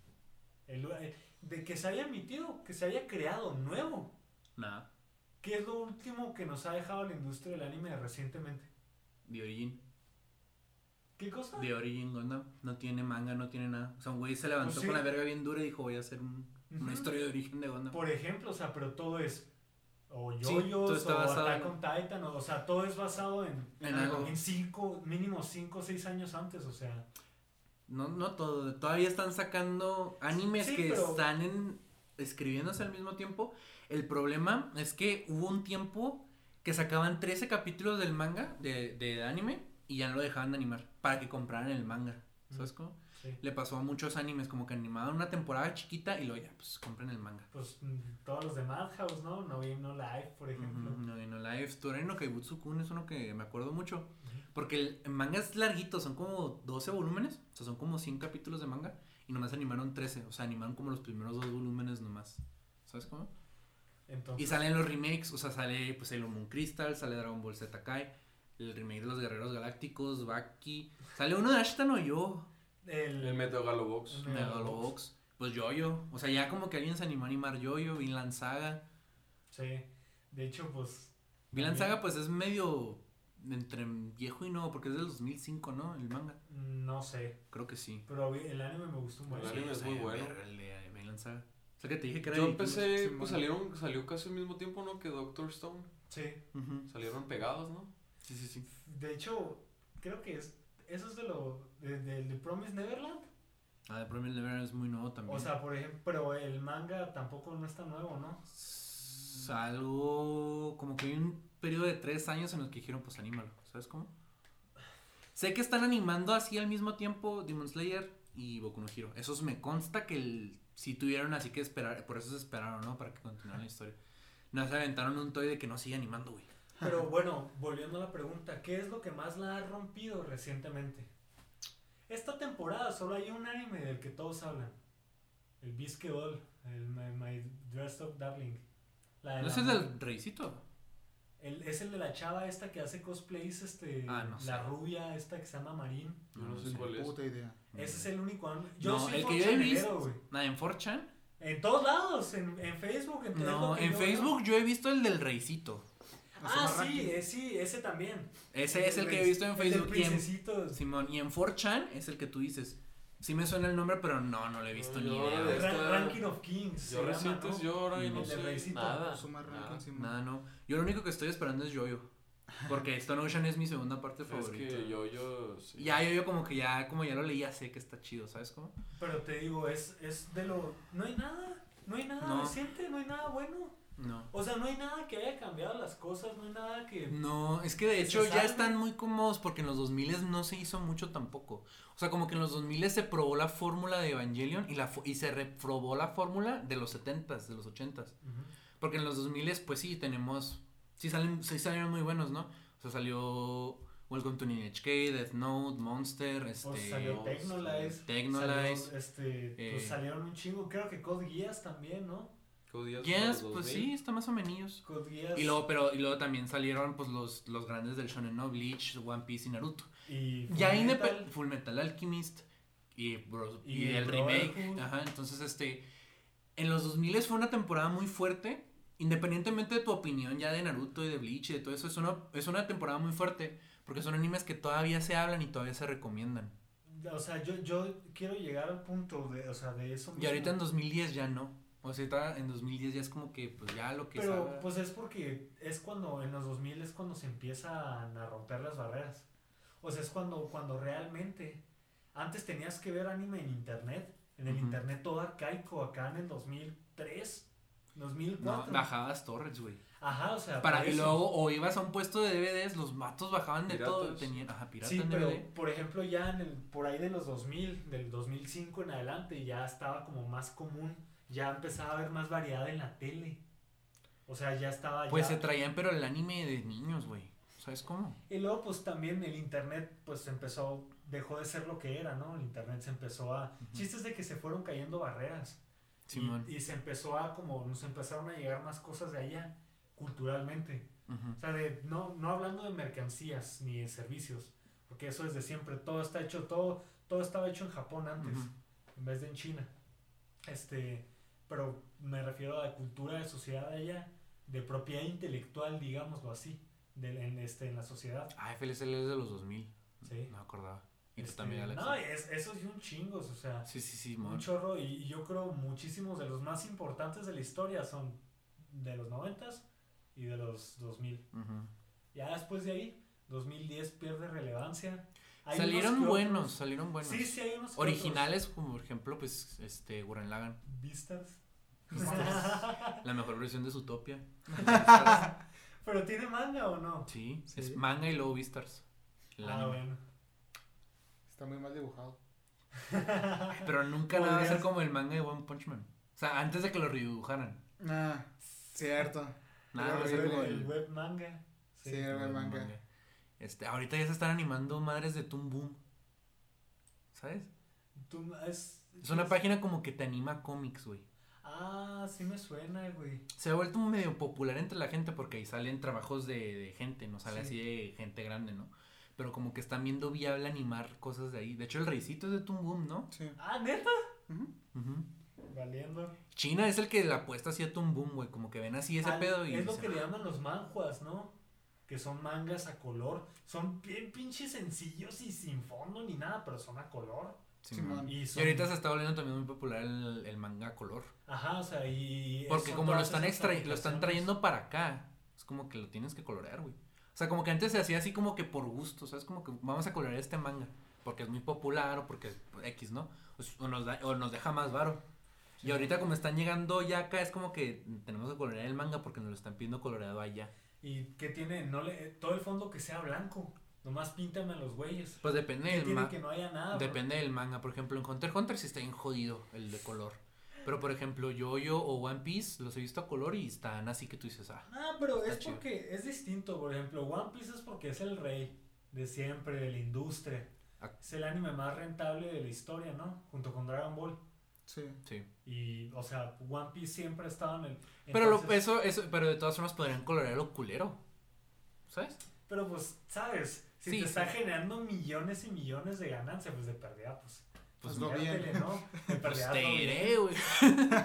De que se haya emitido, que se haya creado nuevo. Nada. ¿Qué es lo último que nos ha dejado la industria del anime recientemente? The Origin. ¿Qué cosa? The Origin Gundam. No tiene manga, no tiene nada. O sea, un güey se levantó con la verga bien dura y dijo, voy a hacer una historia de origen de Gundam. Por ejemplo, o sea, pero todo es o JoJo's o Attack on Titan, o sea, todo es basado en algo. Mínimo 5 o 6 años antes, o sea. No todo, todavía están sacando animes están escribiéndose al mismo tiempo. El problema es que hubo un tiempo que sacaban 13 capítulos del manga, de anime, y ya no lo dejaban de animar, para que compraran el manga, ¿sabes cómo? Sí. Le pasó a muchos animes, como que animaban una temporada chiquita y luego ya, pues compren el manga. Pues todos los de Madhouse, ¿no? No Life, por ejemplo. No Life. Torei no Kaibutsu-kun es uno que me acuerdo mucho. Porque el manga es larguito, son como 12 volúmenes, o sea, son como 100 capítulos de manga y nomás animaron 13, o sea, animaron como los primeros 2 volúmenes nomás. ¿Sabes cómo? Entonces, y salen los remakes, o sea, sale pues Sailor Moon Crystal, sale Dragon Ball Z Kai, el remake de los Guerreros Galácticos, Baki, sale uno de Ashita no Yo. El Megalobox. Megalobox. Pues Yo-Yo. O sea, ya como que alguien se animó a animar Yo-Yo, Vinland Saga. Sí. De hecho, pues. Vinland Saga, pues es medio entre viejo y nuevo, porque es del 2005, ¿no? El manga. No sé. Creo que sí. Pero el anime me gustó mucho. El anime es muy bueno. El de Vinland Saga. O sea, que te dije que era. Yo empecé, pues salió casi al mismo tiempo, ¿no? Que Doctor Stone. Sí. Salieron pegados, ¿no? Sí. De hecho, creo que eso es de Promised Neverland. The Promised Neverland es muy nuevo también. O sea, por ejemplo, pero el manga tampoco no es tan nuevo, ¿no? Algo como que hay un periodo de 3 años en los que dijeron, pues anímalo, ¿sabes cómo? Sé que están animando así al mismo tiempo Demon Slayer y Boku no Hero. Esos me consta que sí tuvieron así que esperar, por eso se esperaron, ¿no? Para que continuaran la historia. No se aventaron un toy de que no sigue animando, güey. Pero bueno, volviendo a la pregunta, ¿qué es lo que más la ha rompido recientemente? Esta temporada solo hay un anime del que todos hablan. El Bisque Doll, el My Dressed Up Darling. ¿No es el del Reycito? Es el de la chava esta que hace cosplays, no sé. la rubia esta que se llama Marín. No sé cuál es. Puta idea. Ese es el único. El que yo he visto. ¿En 4chan? En todos lados, en Facebook, en todo. No, en Facebook yo he visto el del Reycito. Sí, ese también. Ese es el que he visto en Facebook. El Princesitos. Simón, y en 4chan es el que tú dices. Sí me suena el nombre, pero no lo he visto ni idea. Ranking of Kings. Yo recientes, ¿no? Yo ahora no sé nada. Nada, no. Yo lo único que estoy esperando es Yo-Yo. Porque Stone Ocean es mi segunda parte favorita. Es que Yo-Yo... Sí. Yo-Yo como ya lo leí, ya sé que está chido, ¿sabes cómo? Pero te digo, es de lo... No hay nada reciente, no hay nada bueno. No. O sea, no hay nada que haya cambiado las cosas, no hay nada que... No, es que de hecho ya están muy cómodos porque en los 2000 no se hizo mucho tampoco. O sea, como que en los 2000 se probó la fórmula de Evangelion y se reprobó la fórmula de los 70s, de los 80s. Uh-huh. Porque en los 2000 pues sí tenemos... Sí salieron muy buenos, ¿no? O sea, salió Welcome to NHK, Death Note, Monster, salió Technolize. Pues salieron un chingo, creo que Code Geass también, ¿no? Yes, pues sí, está más o menos. Y luego también salieron pues los grandes del shonen, ¿no? Bleach, One Piece y Naruto. Y Full Metal Alchemist y el remake. Ajá, entonces en los 2000 fue una temporada muy fuerte, independientemente de tu opinión ya de Naruto y de Bleach y de todo eso, es una temporada muy fuerte porque son animes que todavía se hablan y todavía se recomiendan. O sea, yo quiero llegar al punto de eso mismo. Y ahorita en 2010 ya no. O sea, en 2010 ya es como que, pues ya lo que Pero, pues es porque es cuando, en los 2000 es cuando se empiezan a romper las barreras. O sea, es cuando realmente, antes tenías que ver anime en internet, en el internet todo arcaico, acá en el 2003, 2004. No, bajabas torrents, güey. Ajá, o sea, y luego, o ibas a un puesto de DVDs, los vatos bajaban de piratas. todo, tenían, pirata sí, en pero, DVD. por ejemplo, ya por ahí de los 2000, del 2005 en adelante, ya estaba como más común. Ya empezaba a haber más variedad en la tele. O sea, ya estaba... Pues se traían, pero el anime de niños, güey. ¿Sabes cómo? Y luego, pues también el internet, pues dejó de ser lo que era, ¿no? El internet se empezó a... Uh-huh. Chistes de que se fueron cayendo barreras. Simón. Y se empezó nos empezaron a llegar más cosas de allá, culturalmente. Uh-huh. O sea, no hablando de mercancías ni de servicios, porque eso es de siempre. Todo estaba hecho en Japón antes, uh-huh, en vez de en China. Pero me refiero a la cultura de sociedad de allá, de propiedad intelectual, digámoslo así, en la sociedad. FLCL es de los 2000. Sí. No me acordaba. Y tú también, Alex. No, eso es un chingo, o sea. Sí, un chorro, y yo creo muchísimos de los más importantes de la historia son de los 90s y de los 2000. Uh-huh. Ya después de ahí, 2010 pierde relevancia. Salieron buenos. Sí, hay unos originales, como por ejemplo, pues, Gurren Lagann. Vistas. La mejor versión de Zootopia. ¿Pero tiene manga o no? Sí, es manga y luego Beastars. Bueno. Está muy mal dibujado. Pero nunca nada va a ser como el manga de One Punch Man. O sea, antes de que lo redibujaran. Cierto. Nada va a ser como el web manga. Sí, el web manga. Ahorita ya se están animando madres de Toon Boom. ¿Sabes? Es una página como que te anima cómics, güey. Sí me suena, güey. Se ha vuelto medio popular entre la gente porque ahí salen trabajos de gente, no sale así de gente grande, ¿no? Pero como que están viendo viable animar cosas de ahí. De hecho, el Reycito es de Toon Boom, ¿no? Sí. ¿Neta? Uh-huh. Uh-huh. Valiendo. China es el que le apuesta así a Toon Boom, güey. Como que ven así ese pedo y... Es lo que le llaman los manhwas, ¿no? Que son mangas a color. Son bien pinches sencillos y sin fondo ni nada, pero son a color. Sí, y ahorita se está volviendo también muy popular el manga a color. Ajá, o sea, y... Porque como lo están trayendo para acá, es como que lo tienes que colorear, güey. O sea, como que antes se hacía así como que por gusto, ¿sabes? Como que vamos a colorear este manga porque es muy popular o porque X, ¿no? O nos deja más varo. Sí. Y ahorita como están llegando ya acá, es como que tenemos que colorear el manga porque nos lo están pidiendo coloreado allá. ¿Y qué tiene? Todo el fondo que sea blanco. Nomás píntame a los güeyes. Pues depende del manga. Que no haya nada. Depende del manga. Por ejemplo, en Hunter x Hunter sí está bien jodido el de color. Pero por ejemplo, Yo-Yo o One Piece los he visto a color y están así que tú dices, pero es chido. Porque es distinto. Por ejemplo, One Piece es porque es el rey de siempre, de la industria. Es el anime más rentable de la historia, ¿no? Junto con Dragon Ball. Sí. Y, o sea, One Piece siempre ha estado en el... Pero pero de todas formas podrían colorearlo culero. ¿Sabes? Pero pues, ¿sabes? Si te está generando millones y millones de ganancias, pues de pérdida, pues no bien, ¿no? De pérdida, pues te diré, güey.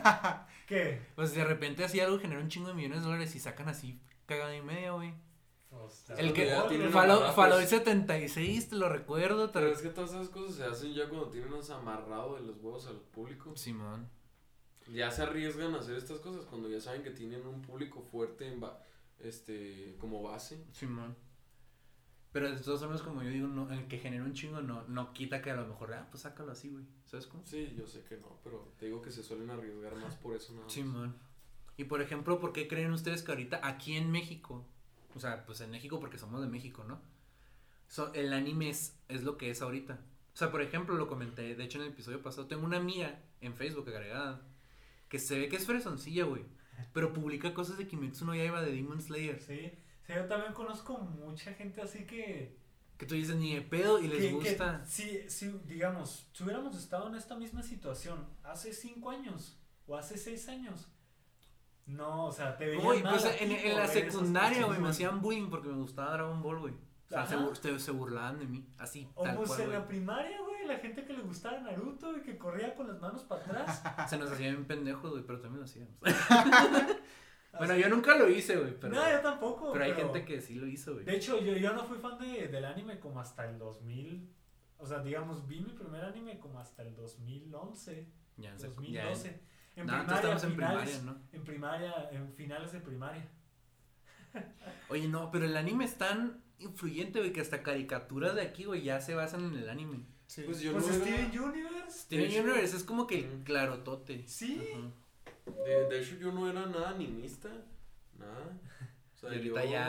¿Qué? Pues de repente así algo genera un chingo de millones de dólares y sacan así cagado y medio, güey. Pues, El que ya tienen Fallout amarrados. 76, te lo recuerdo. Pero es que todas esas cosas se hacen ya cuando tienen amarrado de los huevos al público. Simón. Ya se arriesgan a hacer estas cosas cuando ya saben que tienen un público fuerte como base. Simón. Pero de todas formas, como yo digo, no, el que genera un chingo no quita que a lo mejor, pues sácalo así, güey. ¿Sabes cómo? Sí, yo sé que no, pero te digo que se suelen arriesgar más por eso nada más. Simón. Y por ejemplo, ¿por qué creen ustedes que ahorita aquí en México, o sea, pues en México porque somos de México, ¿no? El anime es lo que es ahorita. O sea, por ejemplo, lo comenté, de hecho en el episodio pasado, tengo una amiga en Facebook agregada que se ve que es fresoncilla, güey, pero publica cosas de Kimetsu no Yaiba, de Demon Slayer. Sí, yo también conozco mucha gente así que tú dices ni de pedo y les gusta. Sí, digamos, si hubiéramos estado en esta misma situación hace 5 años o hace 6 años, no, o sea, te veían Uy, mal pues a ti en por la ver esas secundaria, güey, cosas, me hacían bullying porque me gustaba Dragon Ball, güey. O sea, Ajá. se burlaban de mí, así, O tal pues cual, en güey. la primaria, güey, la gente que le gustaba Naruto y que corría con las manos para atrás. Se nos hacía bien pendejos, güey, pero también lo hacíamos. Bueno, yo nunca lo hice, güey, pero... No, yo tampoco. Pero hay gente que sí lo hizo, güey. De hecho, yo no fui fan del anime como hasta el 2000. O sea, digamos, vi mi primer anime como hasta el 2011, Ya, en 2012. En No, primaria, estamos en finales, primaria, ¿no? En primaria, en finales de primaria. Oye, no, pero el anime es tan influyente, güey, que hasta caricaturas de aquí, güey, ya se basan en el anime. Sí. Pues yo Pues no era- Steven Universe. Steven hecho- Universe es como que el clarotote. Sí. Ajá. De hecho, yo no era nada animista, nada. O sea, Y ahorita ya.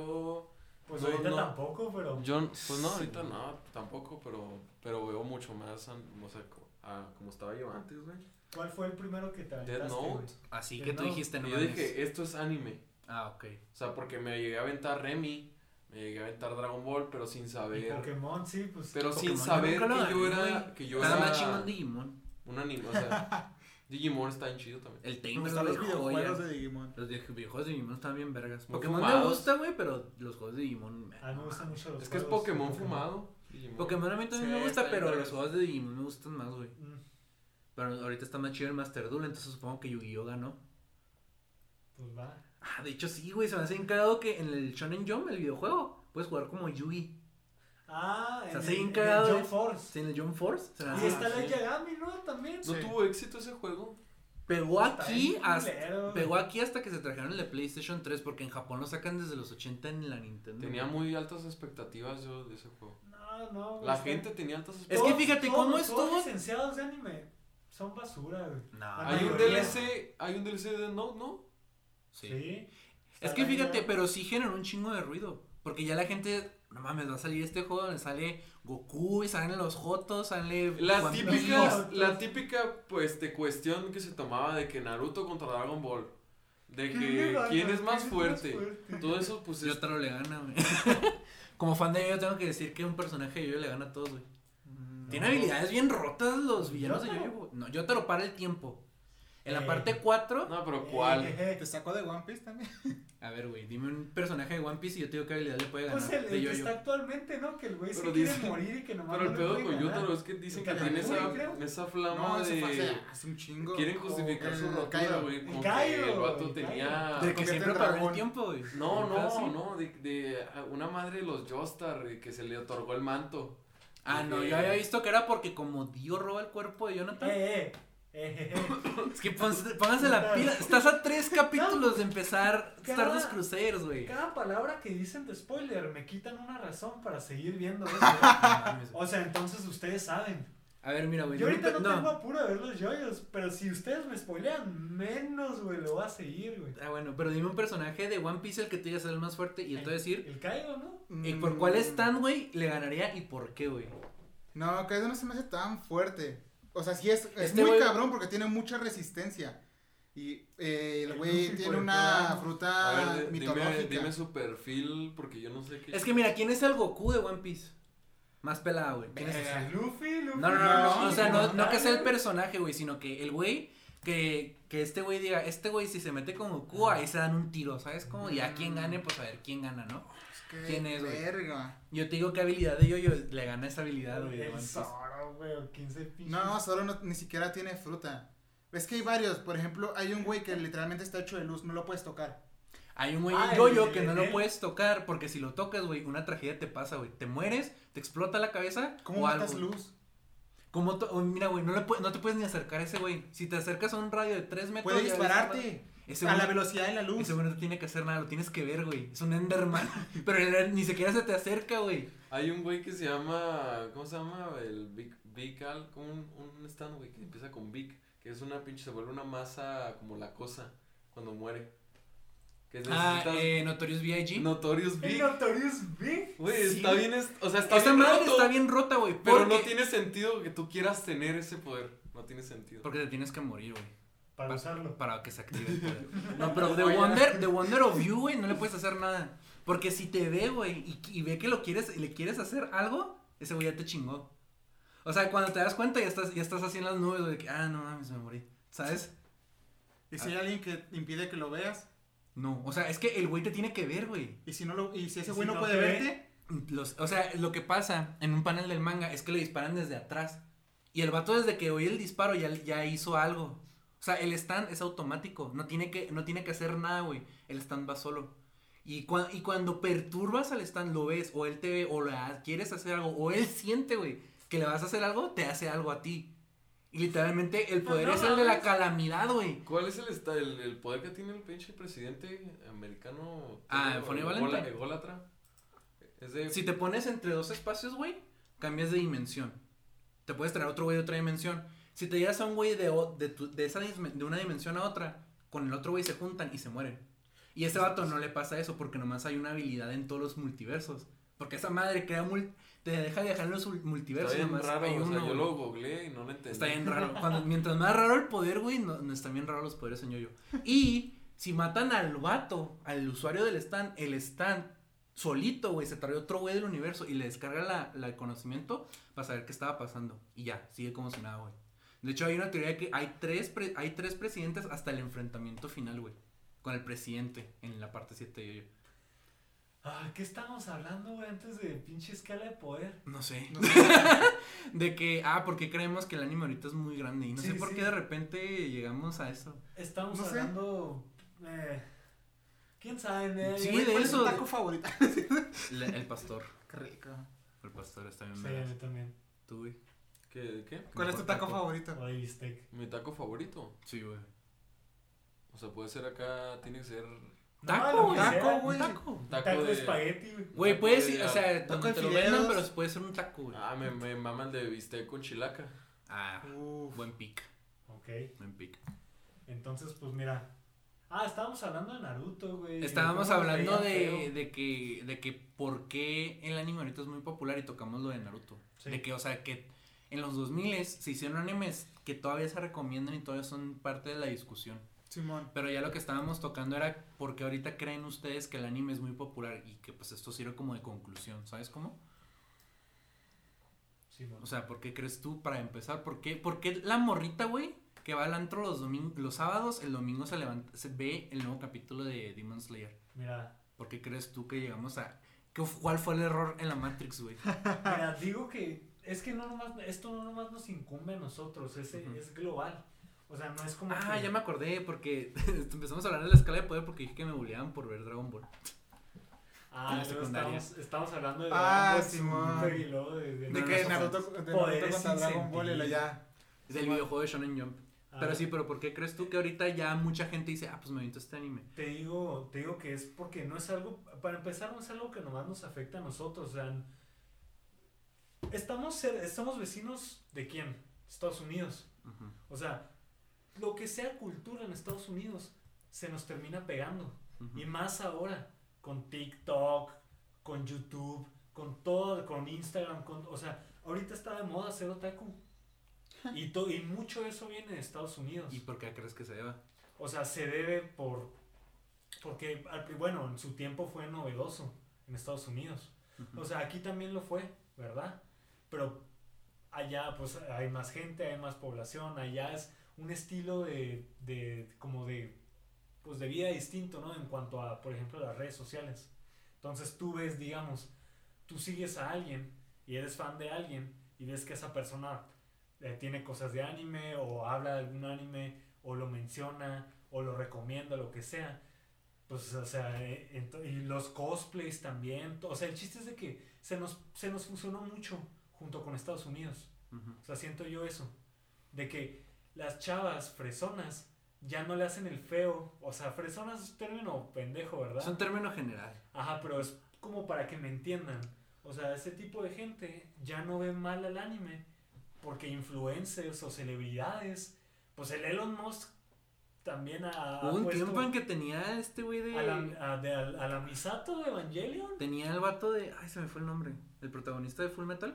Pues No, ahorita no. tampoco, pero. Pues no, ahorita no, tampoco, pero veo mucho más, o sea, como estaba yo antes, güey. ¿Cuál fue el primero que te Death aventaste, güey? Note. Así Que que tú no. dijiste, no Y yo mames. dije, esto es anime. Ah, ok. O sea, porque me llegué a aventar Remy, me llegué a aventar Dragon Ball, pero sin Y saber. Pokémon, sí, pues. Pero sin Pokémon, saber yo nunca lo que yo agarré, era. güey. Que yo Nada era más chingón Digimon. un anime. O sea, Digimon está bien chido también. El Me Tamer, gustan güey, los videojuegos joya. de Digimon. Los videojuegos de Digimon están bien vergas. Muy Pokémon fumados. me gusta, güey, pero los juegos de Digimon... A mí me gustan mucho los Es que es juegos de Pokémon fumado. Digimon. Pokémon a mí también Sí, me gusta, está pero bien los vergas. juegos de Digimon me gustan más, güey. Mm, Pero ahorita está más chido el Master Duel, entonces supongo que Yu-Gi-Oh ganó. Pues va. Ah, de hecho sí, güey, se me hace bien cagado que en el Shonen Jump, el videojuego, puedes jugar como Yugi. Ah, Se en hace el, bien en cagado, el Jump ¿eh? Force. Sí, en el Jump Force. Se me hace- Y está sí. la Yagami, ¿no? También. ¿No Sí. tuvo éxito ese juego? Pegó Está aquí, bien hasta, culero, güey. pegó aquí hasta que se trajeron el de PlayStation 3, porque en Japón lo sacan desde los 80 en la Nintendo. Tenía muy altas expectativas yo de ese juego. No, güey, La está- gente tenía altas Es expectativas. que fíjate todos- cómo todos estuvo- los licenciados de anime son basura, güey. No, La Hay un mayoría. DLC de Note, ¿no? sí. Está Es que la fíjate, idea. pero sí generó un chingo de ruido. Porque ya la gente, no mames, va a salir este juego donde sale Goku y salen los Jotos, sale La One típica, Piece. la típica, cuestión que se tomaba de que Naruto contra Dragon Ball. De que ¿Quién quién gana? es más ¿Quién fuerte. Todo eso, pues Yo es. te lo le gana, güey. Como fan de yo tengo que decir que un personaje de yo le gana a todos, güey. Tiene habilidades bien rotas los villanos de Yotaro. Yo-Yo, güey. No, Yotaro para el tiempo. En la Eh. parte 4, No, pero ¿cuál? ¿Te sacó de One Piece también? a ver, güey, dime un personaje de One Piece y yo te digo qué habilidad le puede ganar Pues el de que Yo-Yo. está actualmente, ¿no? Que el güey se Pero quiere dice- morir y que nomás Pero el no pedo le con puede Yotaro ganar. es que dicen El que tiene Katakuri, creo. esa flama No, ese fue de. hace un chingo. Quieren justificar su El rotura, Kaido. güey. El Como Kaido, que el vato el tenía. De que Convierte siempre en paró el dragón. tiempo, güey. No, Casi. no, de una madre de los Joestar que se le otorgó el manto. Ah, no, yo había visto que era porque como Dio roba el cuerpo de Jonathan. Es que pónganse la pila. Estás a 3 capítulos de empezar Cada- Stardust Crusaders, güey. Cada palabra que dicen de spoiler me quitan una razón para seguir viendo eso. O sea, entonces ustedes saben. A ver, mira, güey. Yo ahorita no no. tengo apuro de ver los yoyos, pero si ustedes me spoilean, menos, güey, lo va a seguir, güey. Ah, bueno, pero dime un personaje de One Piece el que tú digas es el más fuerte y yo te voy a decir El Kaido, ¿no? y por cuál stand, güey, le ganaría y por qué, güey. No, Kaido no se me hace tan fuerte. O sea, sí es Este muy güey- cabrón porque tiene mucha resistencia. Y el El güey Luffy, tiene por una ejemplo. fruta A ver, mitológica. dime su perfil, porque yo no sé qué. Es que mira, ¿quién es el Goku de One Piece? Más pelada, güey. ¿Quién es ese? Luffy. No, o sea, no como que sea el tal, personaje, güey, sino que el güey, que este güey diga, este güey si se mete con Goku, ahí se dan un tiro, ¿sabes cómo? Y a quien gane, pues a ver quién gana, ¿no? Es que, ¿Quién es, güey? verga. Yo te digo qué habilidad de yo le gana esa habilidad, güey, de One El Piece. Zoro, güey, o 15 pinches. No, solo ni siquiera tiene fruta. Es que hay varios. Por ejemplo, hay un güey que literalmente está hecho de luz, no lo puedes tocar. Hay un güey Ah, yo que no lo puedes tocar porque si lo tocas, güey, una tragedia te pasa, güey. Te mueres, te explota la cabeza ¿Cómo o matas algo. luz? Mira, güey, no te puedes ni acercar a ese güey. Si te acercas a un radio de 3 metros... Puede ya dispararte. ese A güey- la velocidad de la luz. Ese güey no te tiene que hacer nada, lo tienes que ver, güey. Es un Enderman. Pero él ni siquiera se te acerca, güey. Hay un güey que se llama, ¿cómo se llama? El Big Al, como un stand, güey, que empieza con Big, que es una pinche, se vuelve una masa como la cosa cuando muere. Que necesitas Notorious B.I.G. Notorious ¿El Big. Notorious Big? Güey, Sí. está bien, o sea, está Esta bien madre roto, está bien rota, güey. pero no tiene sentido que tú quieras tener ese poder. No tiene sentido. Porque te tienes que morir, güey. Para usarlo. Para que se active el poder. No, pero The Wonder of You, güey, no le puedes hacer nada. Porque si te ve, güey, y ve que le quieres hacer algo, ese güey ya te chingó. O sea, cuando te das cuenta ya estás así en las nubes, güey, de que, no mames, me morí. ¿Sabes? ¿Y si hay alguien que impide que lo veas? No, o sea, es que el güey te tiene que ver, güey. ¿Y si ese ¿Y güey si no no puede te ve? verte? O sea, lo que pasa en un panel del manga es que le disparan desde atrás. Y el vato desde que oye el disparo ya hizo algo. O sea, el stand es automático. No tiene que hacer nada, güey. El stand va solo. Y cuando perturbas al stand, lo ves, o él te ve, o quieres hacer algo, o él siente, güey, que le vas a hacer algo, te hace algo a ti. Y literalmente el poder No, es el de la mames. calamidad, güey. ¿Cuál es el poder que tiene el pinche presidente americano? Funny Valentine. Ególatra. Es de... Si te pones entre dos espacios, güey, cambias de dimensión. Te puedes traer otro güey de otra dimensión. Si te llevas a un güey de una dimensión a otra, con el otro güey se juntan y se mueren. Y a ese vato no le pasa eso porque nomás hay una habilidad en todos los multiversos. Porque esa madre te deja viajar en los multiversos. Está bien nomás raro, hay o sea, uno, yo güey. lo googleé y no lo entendí. Está bien raro. Mientras más raro el poder, güey, no están bien raros los poderes en yo-yo. Y si matan al vato, al usuario del stand, el stand solito, güey, se trae otro güey del universo y le descarga el conocimiento para saber qué estaba pasando. Y ya, sigue como si nada, güey. De hecho, hay una teoría de que hay tres presidentes hasta el enfrentamiento final, güey. Con el presidente en la parte 7 de yo-yo. ¿Qué estábamos hablando, güey, antes de pinche escala de poder? No sé. De que, porque creemos que el anime ahorita es muy grande. Y no sé por qué de repente llegamos a eso. Estamos No sé. hablando... ¿Quién sabe? Sí, Güey, de ¿cuál es eso, tu de- taco favorito? El pastor. Qué rico. El pastor está bien Sí, vergas. yo también. Tú, güey. ¿Qué? ¿Cuál es tu taco favorito? O de bistec. Mi taco favorito. Sí, güey. O sea, puede ser acá, tiene que ser... Taco, lo güey. que sea. Taco, güey. Taco. Taco de espagueti, güey. Güey, Taco puedes de- ir, o sea, taco donde de te lo fideos. vendan, pero puede ser un taco, güey. me mama el de bistec con chilaca. Uf. Buen pick. Ok. Buen pick. Entonces, pues mira. Estábamos hablando de Naruto, güey. Estábamos Cómo nos hablando veían feo. de que por qué el anime ahorita es muy popular y tocamos lo de Naruto. Sí. De que, o sea, que en los 2000 se hicieron animes que todavía se recomiendan y todavía son parte de la discusión. Simón. Pero ya lo que estábamos tocando era por qué ahorita creen ustedes que el anime es muy popular y que pues esto sirve como de conclusión, ¿sabes cómo? Sí, bueno. O sea, ¿por qué crees tú para empezar? ¿Por qué la morrita, güey, que va al antro los sábados, el domingo se ve el nuevo capítulo de Demon Slayer? Mira, ¿Por qué crees tú que llegamos a cuál fue el error en la Matrix, güey? mira, digo que es que esto no nomás nos incumbe a nosotros, es global. O sea, no es como que... Ya me acordé porque empezamos a hablar de la escala de poder porque dije que me bulleaban por ver Dragon Ball. en la luego secundaria. estamos hablando de Ah, Dragon Ball Simón. Super y luego de De no, que no, Naruto poderes contra sin Dragon Ball y lo sentido. ya. Del videojuego de Shonen Jump. Pero sí, pero ¿por qué crees tú que ahorita ya mucha gente dice, pues me aviento este anime? Te digo que es porque no es algo, para empezar, no es algo que nomás nos afecta a nosotros, o sea, estamos vecinos de quién? Estados Unidos. Ujú. O sea, lo que sea cultura en Estados Unidos se nos termina pegando. Ujú. Y más ahora, con TikTok, con YouTube, con todo, con Instagram, o sea, ahorita está de moda ser otaku. Y mucho de eso viene de Estados Unidos. ¿Y por qué crees que se deba? O sea, se debe porque, bueno, en su tiempo fue novedoso en Estados Unidos. Ujú. O sea, aquí también lo fue, ¿verdad? Pero allá, pues, hay más gente, hay más población, allá es un estilo pues, de vida distinto, ¿no? En cuanto a, por ejemplo, las redes sociales. Entonces tú ves, digamos, tú sigues a alguien y eres fan de alguien y ves que esa persona tiene cosas de anime o habla de algún anime o lo menciona o lo recomienda, lo que sea. Pues, o sea, y los cosplays también. O sea, el chiste es de que se nos fusionó mucho junto con Estados Unidos. O sea, siento yo eso. De que las chavas fresonas ya no le hacen el feo. O sea, fresonas es un término pendejo, ¿verdad? Es un término general. Ajá, pero es como para que me entiendan. O sea, ese tipo de gente ya no ve mal al anime porque influencers o celebridades, pues el Elon Musk también Hubo un tiempo en que tenía este güey de... a la Misato de Evangelion. Tenía el vato de... Ay, se me fue el nombre. El protagonista de Full Metal.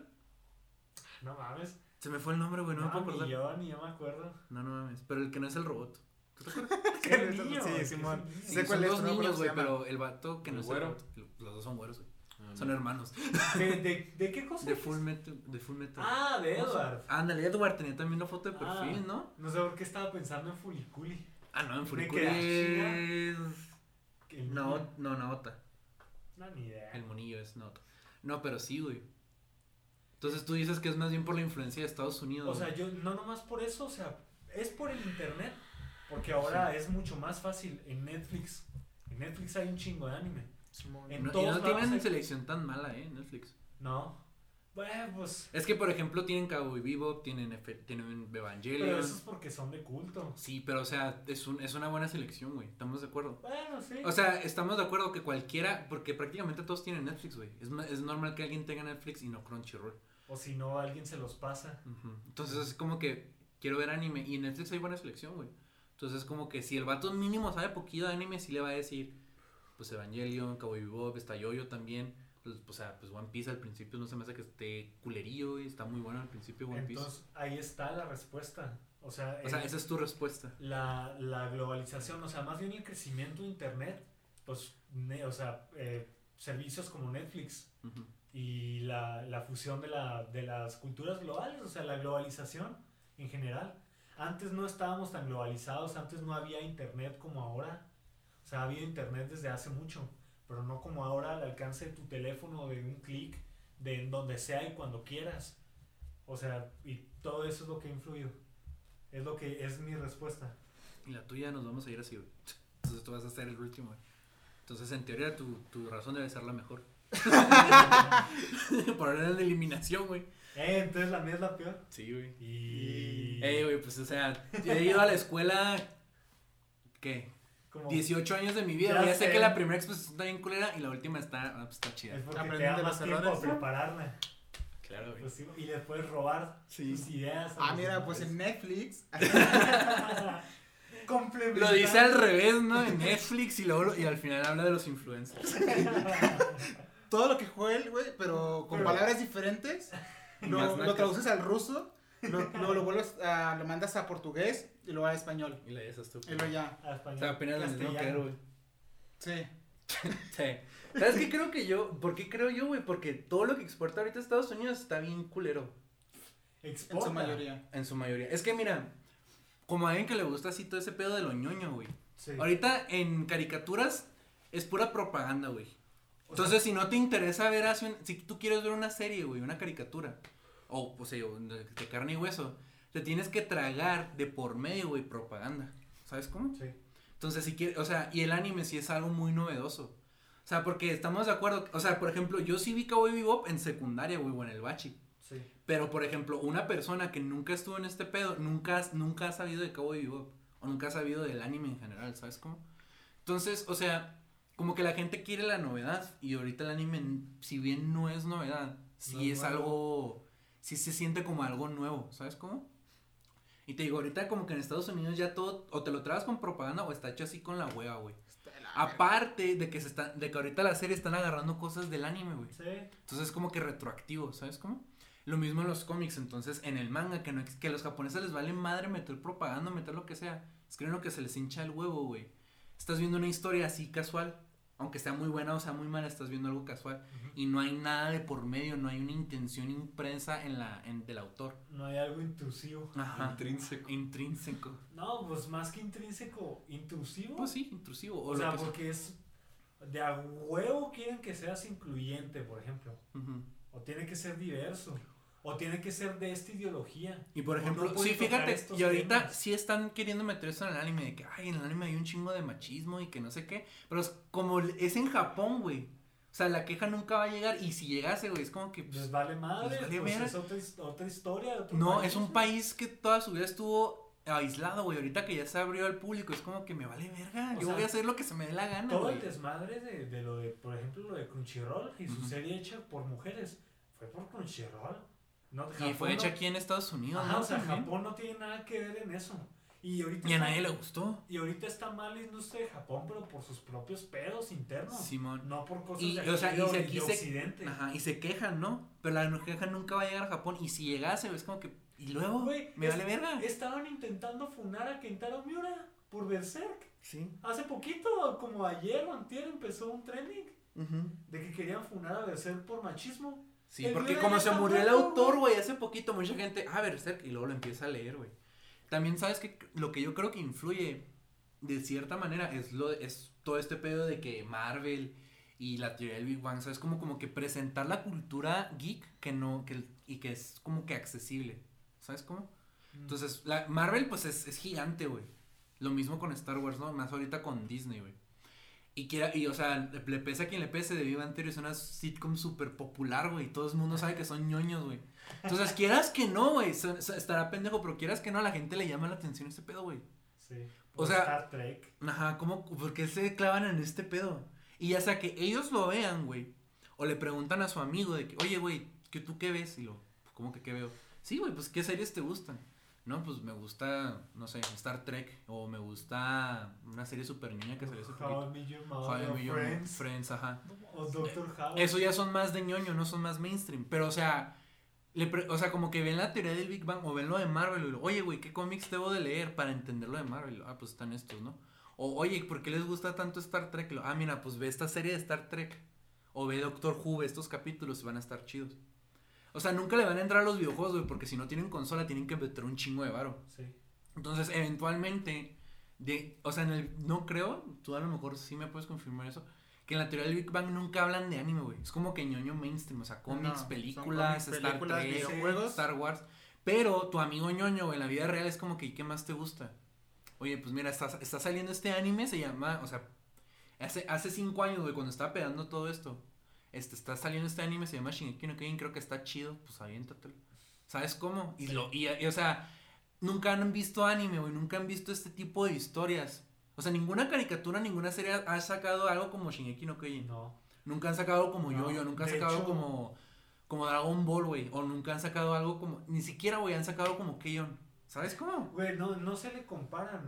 No mames. Se me fue el nombre, güey, no me puedo acordar. Ni yo me acuerdo. No mames. Pero el que no es el robot. ¿Tú te acuerdas? ¿Qué niño? Sí, Simón. Sí, Sé son cuál es, dos no me acuerdo niños, güey, cómo se llama. pero el vato que no es el güero. robot. Los dos son güeros, güey. Son hermanos. ¿De qué cosa? De Full Metal. De Full Metal. Ah, de Edward. Ándale, Edward tenía también una foto de perfil, ¿no? No sé por qué estaba pensando en Furikuri. Ah, no, en Me Furikuri quedé es... El No, niño. no, Naota. No, ni idea. El monillo es Naota. No, pero sí, güey. Entonces tú dices que es más bien por la influencia de Estados Unidos. O sea, yo no nomás por eso, o sea, es por el internet. Porque ahora es mucho más fácil en Netflix. En Netflix hay un chingo de anime. Simón. En no, y todos no lados tienen hay- selección tan mala, Netflix. No. Bueno, pues. Es que, por ejemplo, tienen Cowboy Bebop, tienen Evangelion. Pero eso es porque son de culto. Sí, pero o sea, es una buena selección, güey. ¿Estamos de acuerdo? Bueno, sí. O sea, estamos de acuerdo que cualquiera, porque prácticamente todos tienen Netflix, güey. Es normal que alguien tenga Netflix y no Crunchyroll. O si no, alguien se los pasa. Entonces es como que quiero ver anime y en Netflix hay buena selección, güey. Entonces es como que si el vato mínimo sabe poquito de anime, sí le va a decir, pues Evangelion, Cowboy Bebop, está Yoyo también. Pues, o sea, pues One Piece al principio no se me hace que esté culerillo, güey. Está muy bueno al principio One Piece. Entonces, ahí está la respuesta. O sea, esa es tu respuesta. la globalización, o sea, más bien el crecimiento de internet, pues, o sea, servicios como Netflix Ujú. y la fusión de las culturas globales, o sea, la globalización en general. Antes no estábamos tan globalizados, antes no había internet como ahora. O sea, había internet desde hace mucho, pero no como ahora al alcance de tu teléfono, de un clic, de en donde sea y cuando quieras. O sea, y todo eso es lo que ha influido. Es lo que es mi respuesta. Y la tuya nos vamos a ir así, güey. Entonces tú vas a ser el último, güey. Entonces en teoría tu razón debe ser la mejor. Por orden de eliminación, güey. Entonces la mía es la peor. Sí, güey. Y... Güey, pues o sea, he ido a la escuela, ¿qué? como 18 años de mi vida, Ya güey. Ya sé sé. que la primera exposición está bien culera y la última está chida. es porque te Aprendiendo da de más los tiempo a errores. prepararla. Claro, güey. Pues sí, y le puedes robar Sí. tus ideas. a Ah, los mira, demás. pues en Netflix. Complementar. Lo dice al revés, ¿no? En Netflix y luego y al final habla de los influencers. Todo lo que juega él, güey, pero con Pero- palabras diferentes. Y más Lo nacas. traduces al ruso, lo vuelves a, lo mandas a portugués y luego a español. Y la dices tú. Y luego ya. A O español. sea, apenas lo mismo que castellano. él, güey. Sí. Sí. ¿Sabes qué creo que yo? ¿Por qué creo yo, güey? Porque todo lo que exporta ahorita Estados Unidos está bien culero. Exporta. En su mayoría. En su mayoría. Es que mira, como a alguien que le gusta así todo ese pedo de lo ñoño, güey. Sí. Ahorita en caricaturas es pura propaganda, güey. O Entonces, si no te interesa ver si tú quieres ver una serie, güey, una caricatura, o pues de carne y hueso, te tienes que tragar de por medio, güey, propaganda. ¿Sabes cómo? Sí. Entonces, si quieres, o sea, y el anime sí es algo muy novedoso. O sea, porque estamos de acuerdo, o sea, por ejemplo, yo sí vi Cowboy Bebop en secundaria, güey, o en el bachi. Sí. Pero, por ejemplo, una persona que nunca estuvo en este pedo, nunca ha sabido de Cowboy Bebop, o nunca ha sabido del anime en general, ¿sabes cómo? Entonces, o sea, como que la gente quiere la novedad, y ahorita el anime, si bien no es novedad, sí No es es nuevo. algo, sí se siente como algo nuevo, ¿sabes cómo? Y te digo, ahorita como que en Estados Unidos ya todo, o te lo traes con propaganda, o está hecho así con la hueva, güey. Aparte de que de que ahorita la serie están agarrando cosas del anime, güey. Sí. Entonces es como que retroactivo, ¿sabes cómo? Lo mismo en los cómics, entonces en el manga, que a los japoneses les vale madre meter propaganda, meter lo que sea. Escriben lo que se les hincha el huevo, güey. Estás viendo una historia así casual, aunque sea muy buena o sea muy mala, estás viendo algo casual. Y no hay nada de por medio, no hay una intención impresa del autor. No hay algo intrusivo. Ajá. Intrínseco. Intrínseco. No, pues más que intrínseco, intrusivo. Pues sí, intrusivo. O lo sea, que sea. porque es de a huevo quieren que seas incluyente, por ejemplo. Ujú. O tiene que ser diverso. O tiene que ser de esta ideología. Y por ejemplo, sí, fíjate, y ahorita sí están queriendo meter eso en el anime, de que, ay, en el anime hay un chingo de machismo y que no sé qué, pero es como es en Japón, güey. O sea, la queja nunca va a llegar, y si llegase, güey, es como que... Les vale madre, pues es otra historia, otro No, país, es un país que toda su vida estuvo aislado, güey, ahorita que ya se abrió al público, es como que me vale verga, yo voy a hacer lo que se me dé la gana, todo el desmadre de lo de, por ejemplo, lo de Crunchyroll y su serie hecha por mujeres, fue por Crunchyroll. No, y fue hecha aquí en Estados Unidos, ajá, ¿no? O sea, Japón no tiene nada que ver en eso. Y a nadie le gustó. Y ahorita está mal la industria de Japón, pero por sus propios pedos internos. Simón. No por cosas de Occidente. Ajá, y se quejan, ¿no? Pero la queja nunca va a llegar a Japón. Y si llegase, es como que... Y luego, güey, me vale verga. Estaban intentando funar a Kentaro Miura por Berserk. Sí. Hace poquito, como ayer o antier, empezó un trending de que querían funar a Berserk por machismo. Sí, porque como se murió el autor, güey, hace poquito, mucha gente, Berserk, y luego lo empieza a leer, güey. También sabes que lo que yo creo que influye de cierta manera es todo este pedo de que Marvel y la teoría del Big Bang, ¿sabes? Como que presentar la cultura geek y que es como que accesible, ¿sabes cómo? Entonces, Marvel pues es gigante, güey. Lo mismo con Star Wars, ¿no? Más ahorita con Disney, güey. Y o sea, le pese a quien le pese, The Big Bang Theory es una sitcom súper popular, güey. Todo el mundo sabe que son ñoños, güey. Entonces, quieras que no, güey, estará pendejo, pero quieras que no, a la gente le llama la atención este pedo, güey. Sí. O sea, Star Trek. Ajá, ¿por qué se clavan en este pedo? Y ya sea que ellos lo vean, güey, o le preguntan a su amigo de que, oye, güey, ¿tú qué ves? Y ¿cómo que qué veo? Sí, güey, pues, ¿qué series te gustan? No, pues me gusta, no sé, Star Trek, o me gusta una serie super niña que salió hace poquito. How I Met Your Mother, Friends, ajá. O Doctor House. Eso ya son más de ñoño, no son más mainstream, pero o sea, como que ven la teoría del Big Bang, o ven lo de Marvel, y oye, güey, ¿qué cómics debo de leer para entender lo de Marvel? Pues están estos, ¿no? O, oye, ¿por qué les gusta tanto Star Trek? Mira, pues ve esta serie de Star Trek, o ve Doctor Who, ve estos capítulos, van a estar chidos. O sea, nunca le van a entrar a los videojuegos, güey, porque si no tienen consola tienen que meter un chingo de varo. Sí. Entonces, eventualmente, o sea, no creo, tú a lo mejor sí me puedes confirmar eso, que en la teoría del Big Bang nunca hablan de anime, güey. Es como que ñoño mainstream, o sea, cómics, películas, Star Trek, videojuegos, Star Wars. Pero tu amigo ñoño, güey, en la vida real es como que, ¿y qué más te gusta? Oye, pues mira, está saliendo este anime, se llama, o sea, hace 5 años, güey, cuando estaba pegando todo esto. Está saliendo este anime, se llama Shingeki no Kyojin, creo que está chido, pues aviéntatelo. ¿Sabes cómo? Y o sea, nunca han visto anime, güey, nunca han visto este tipo de historias. O sea, ninguna caricatura, ninguna serie ha sacado algo como Shingeki no Kyojin. No. Nunca han sacado como Yo-Yo, nunca han sacado como Dragon Ball, güey, o nunca han sacado algo como, ni siquiera, güey, han sacado como Keion. ¿Sabes cómo? Güey, no se le comparan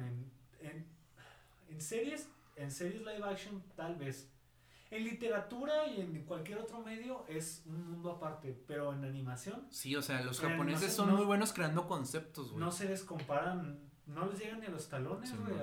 en series live action tal vez. En literatura y en cualquier otro medio es un mundo aparte, pero en animación... Sí, o sea, los japoneses son muy buenos creando conceptos, güey. No se les comparan, no les llegan ni a los talones, güey,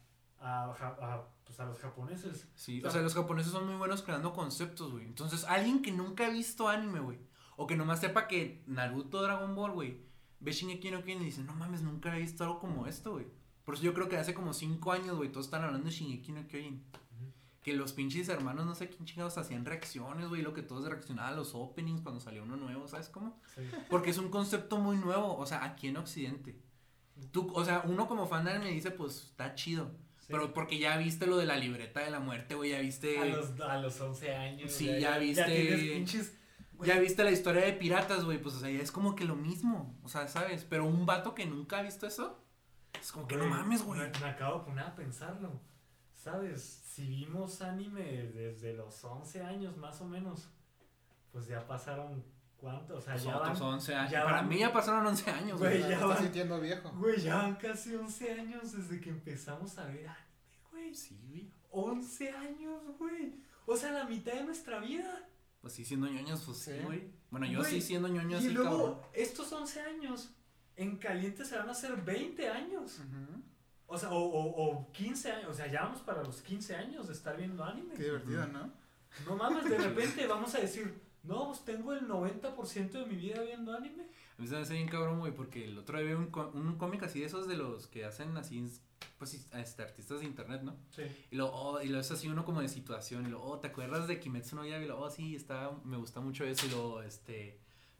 pues a los japoneses. Sí, o sea, los japoneses son muy buenos creando conceptos, güey. Entonces, alguien que nunca ha visto anime, güey, o que nomás sepa que Naruto, Dragon Ball, güey, ve Shingeki no Kyojin y dice, no mames, nunca he visto algo como esto, güey. Por eso yo creo que hace como 5 años, güey, todos están hablando de Shingeki no Kyojin. Que los pinches hermanos, no sé quién chingados, hacían reacciones, güey, lo que todos reaccionaban a los openings cuando salió uno nuevo, ¿sabes cómo? Sí. Porque es un concepto muy nuevo, o sea, aquí en Occidente. O sea, uno como fan de anime dice, pues, está chido. Sí. Pero porque ya viste lo de la libreta de la muerte, güey, ya viste... A los 11 años. Sí, ya viste... Ya tienes pinches... Ya viste la historia de piratas, güey, pues, o sea, ya es como que lo mismo, o sea, ¿sabes? Pero un vato que nunca ha visto eso, es como que no mames, güey. Me acabo de poner a pensarlo, ¿sabes? Si vimos anime desde los 11 años más o menos, pues ya pasaron, ¿cuánto? O sea, pues ya van... 11 años. Para mí ya pasaron 11 años, güey. Ya estás sintiendo viejo. Güey, ya van casi 11 años desde que empezamos a ver anime, güey. Sí, güey. 11 años, güey. O sea, la mitad de nuestra vida. Pues sí, siendo ñoños, pues sí, güey. Bueno, yo sí siendo ñoños, sí, luego, cabrón. Estos 11 años, en caliente se van a hacer 20 años. O sea, o 15 años, o sea, ya vamos para los 15 años de estar viendo anime. Qué divertido, ¿no? No mames, de repente vamos a decir, no, pues tengo el 90% de mi vida viendo anime. A mí se me hace bien cabrón, güey, porque el otro día vi un cómic así de esos de los que hacen así, pues, artistas de internet, ¿no? Sí. Y luego es así uno como de situación, y luego, ¿te acuerdas de Kimetsu no Yaiba? Y luego, sí, me gusta mucho eso, y luego,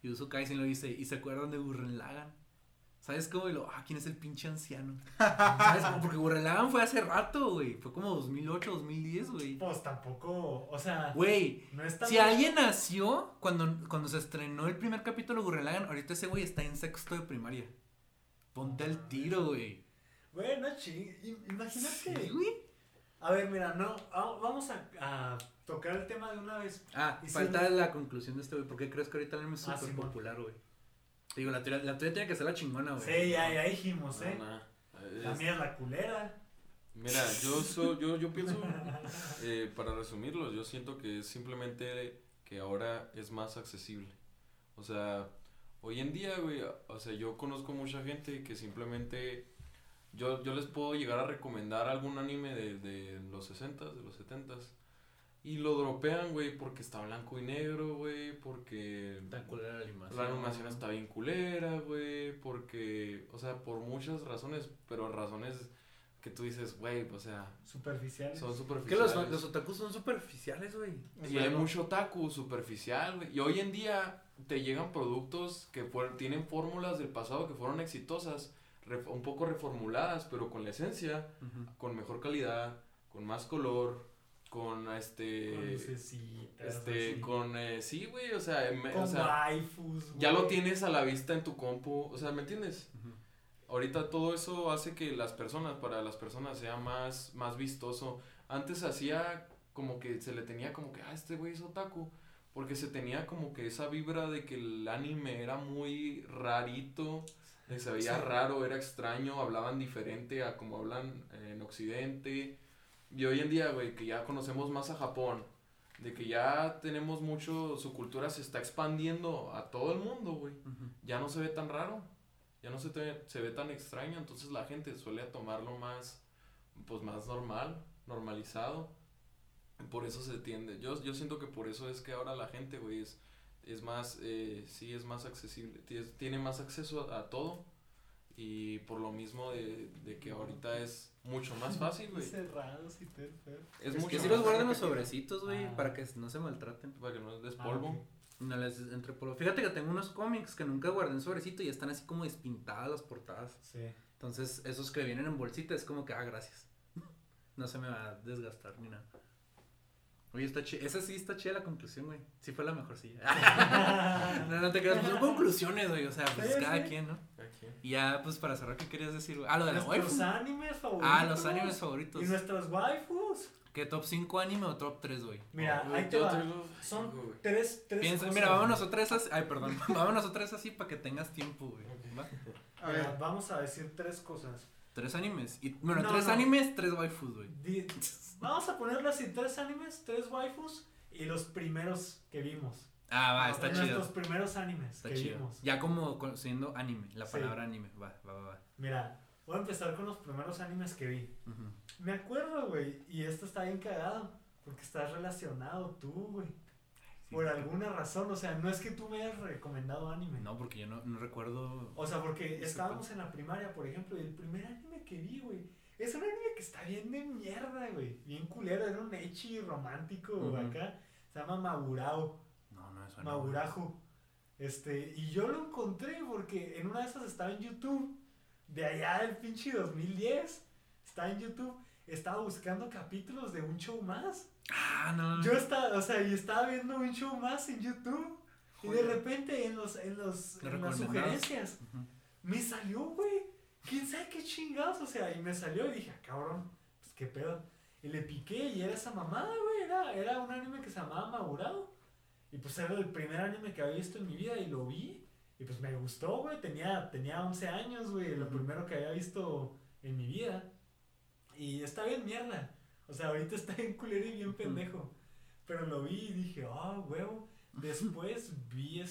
Jujutsu Kaisen lo dice, y se acuerdan de Gurren Lagann. ¿Sabes cómo? Y ¿quién es el pinche anciano? ¿Sabes cómo? Porque Gurren Lagann fue hace rato, güey. Fue como 2008, 2010, güey. Pues tampoco, o sea... Güey, no es tan si alguien nació cuando se estrenó el primer capítulo de Gurren Lagann, ahorita ese güey está en sexto de primaria. Ponte al tiro, güey. Güey, no imagínate. Sí, güey. A ver, mira, no, vamos a tocar el tema de una vez. Falta la conclusión de este güey. ¿Por qué crees que ahorita el anime es súper sí, popular, güey? Digo, la teoría tiene que ser la chingona, güey. Sí, ya dijimos, La mía es la culera. Mira, yo pienso, para resumirlo, yo siento que es simplemente que ahora es más accesible. O sea, hoy en día, güey, o sea, yo conozco mucha gente que simplemente, yo les puedo llegar a recomendar algún anime de los 60s, de los 70s. Y lo dropean, güey, porque está blanco y negro, güey, porque... Está culera la animación. La animación está bien culera, güey, porque... O sea, por muchas razones, pero razones que tú dices, güey, o sea... Superficiales. Son Que superficiales. los otakus son superficiales, güey. Y hay mucho otaku superficial, güey. Y hoy en día te llegan productos que tienen fórmulas del pasado que fueron exitosas, un poco reformuladas, pero con la esencia, con mejor calidad, con más color... Con con lucecitas, sí, güey, o sea, con waifus, ya lo tienes a la vista en tu compu, o sea, ¿me entiendes? Ahorita todo eso hace que para las personas sea más vistoso. Antes hacía como que se le tenía como que, este güey es otaku, porque se tenía como que esa vibra de que el anime era muy rarito, se veía raro, era extraño, hablaban diferente a como hablan en Occidente. Y hoy en día, güey, que ya conocemos más a Japón, de que ya tenemos mucho, su cultura se está expandiendo a todo el mundo, güey. Ya no se ve tan raro, ya no se ve tan extraño, entonces la gente suele tomarlo más, pues más normalizado. Por eso se tiende, yo siento que por eso es que ahora la gente, güey, es más, es más accesible, tiene más acceso a todo. Y por lo mismo de que ahorita es mucho más fácil, güey. Cerrados y perfecto. Es mucho que si los guardan los sobrecitos, güey, para que no se maltraten. Para que no les des polvo. Okay. No les entre polvo. Fíjate que tengo unos cómics que nunca guardé en sobrecito y están así como despintadas las portadas. Sí. Entonces, esos que vienen en bolsita es como que, gracias. No se me va a desgastar ni nada. Oye, esa sí está chida la conclusión, güey. Sí fue la mejor silla. No te creas, pues son conclusiones, güey. O sea, pues cada quien, ¿no? Y ya, pues para cerrar, ¿qué querías decir, güey? Lo de la waifu. Los animes favoritos. Los animes favoritos. Y nuestras waifus. ¿Qué top 5 anime o top 3, güey? Mira, ahí te va. Son tres Piensa, cosas. mira, vámonos otra vez así. Perdón. Vámonos otra vez así para que tengas tiempo, güey. A ver, vamos a decir 3 cosas. 3 animes. Y, bueno, 3 animes, 3 waifus, güey. Vamos a ponerlo así, 3 animes, 3 waifus y los primeros que vimos. Está chido. Nuestros primeros animes está que chido. vimos. Ya como conociendo anime, la palabra anime. Va. Mira, voy a empezar con los primeros animes que vi. Me acuerdo, güey, y esto está bien cagado, porque estás relacionado tú, güey. Por alguna razón, o sea, no es que tú me hayas recomendado anime. No, porque yo no recuerdo. O sea, porque estábamos en la primaria, por ejemplo, y el primer anime que vi, güey, es un anime que está bien de mierda, güey. Bien culero, era un ecchi romántico acá. Se llama Magurao. No, eso no. Magurajo. Y yo lo encontré porque en una de esas estaba en YouTube. De allá del pinche 2010. Estaba en YouTube. Estaba buscando capítulos de un show más. No. Yo estaba viendo un show más en YouTube. Joder. Y de repente en las sugerencias me salió, güey. ¿Quién sabe qué chingados? O sea, y me salió y dije, cabrón, pues qué pedo. Y le piqué y era esa mamada, güey. Era un anime que se llamaba Magurao. Y pues era el primer anime que había visto en mi vida y lo vi. Y pues me gustó, güey. Tenía 11 años, güey. Lo primero que había visto en mi vida. Y está bien mierda. O sea, ahorita está bien culero y bien pendejo. Pero lo vi y dije, huevo. Después vi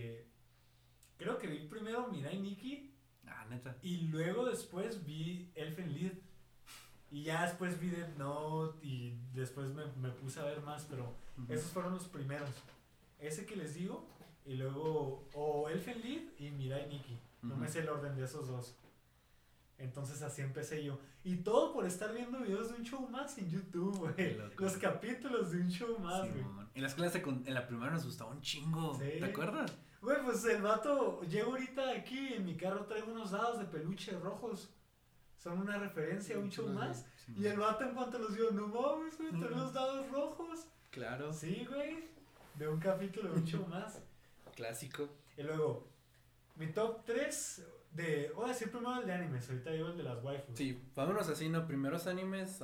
creo que vi primero Mirai Nikki. Neta. Y luego después vi Elfen Lied. Y ya después vi Death Note. Y después me puse a ver más. Pero esos fueron los primeros. Ese que les digo. Y luego Elfen Lied y Mirai Nikki. No me sé el orden de esos dos. Entonces así empecé yo. Y todo por estar viendo videos de un show más en YouTube, güey. Los capítulos de un show más, güey. En las clases en la primera nos gustaba un chingo. ¿Sí? ¿Te acuerdas? Güey, pues el vato, llego ahorita aquí, en mi carro traigo unos dados de peluche rojos. Son una referencia a un show más. Y el vato en cuanto los vio, no mames, güey, trae los dados rojos. Claro. Sí, güey. De un capítulo de un show más. Clásico. Y luego, mi top 3 de... Voy a decir primero el de animes, ahorita digo el de las waifus. Sí, vámonos así, ¿no? Primeros animes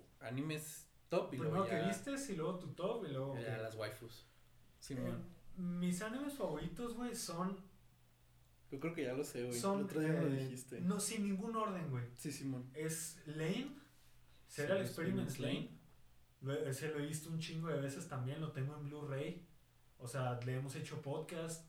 top y Primero luego ya... que vistes y luego tu top y luego... Ya las waifus. Sí, mis animes favoritos, güey, son... Yo creo que ya lo sé, güey. Son, el otro día me lo dijiste. No, sin ningún orden, güey. Sí, Simón. Es Lane, Serial Experiments Lane. Ese lo he visto un chingo de veces también, lo tengo en Blu-ray. O sea, le hemos hecho podcast.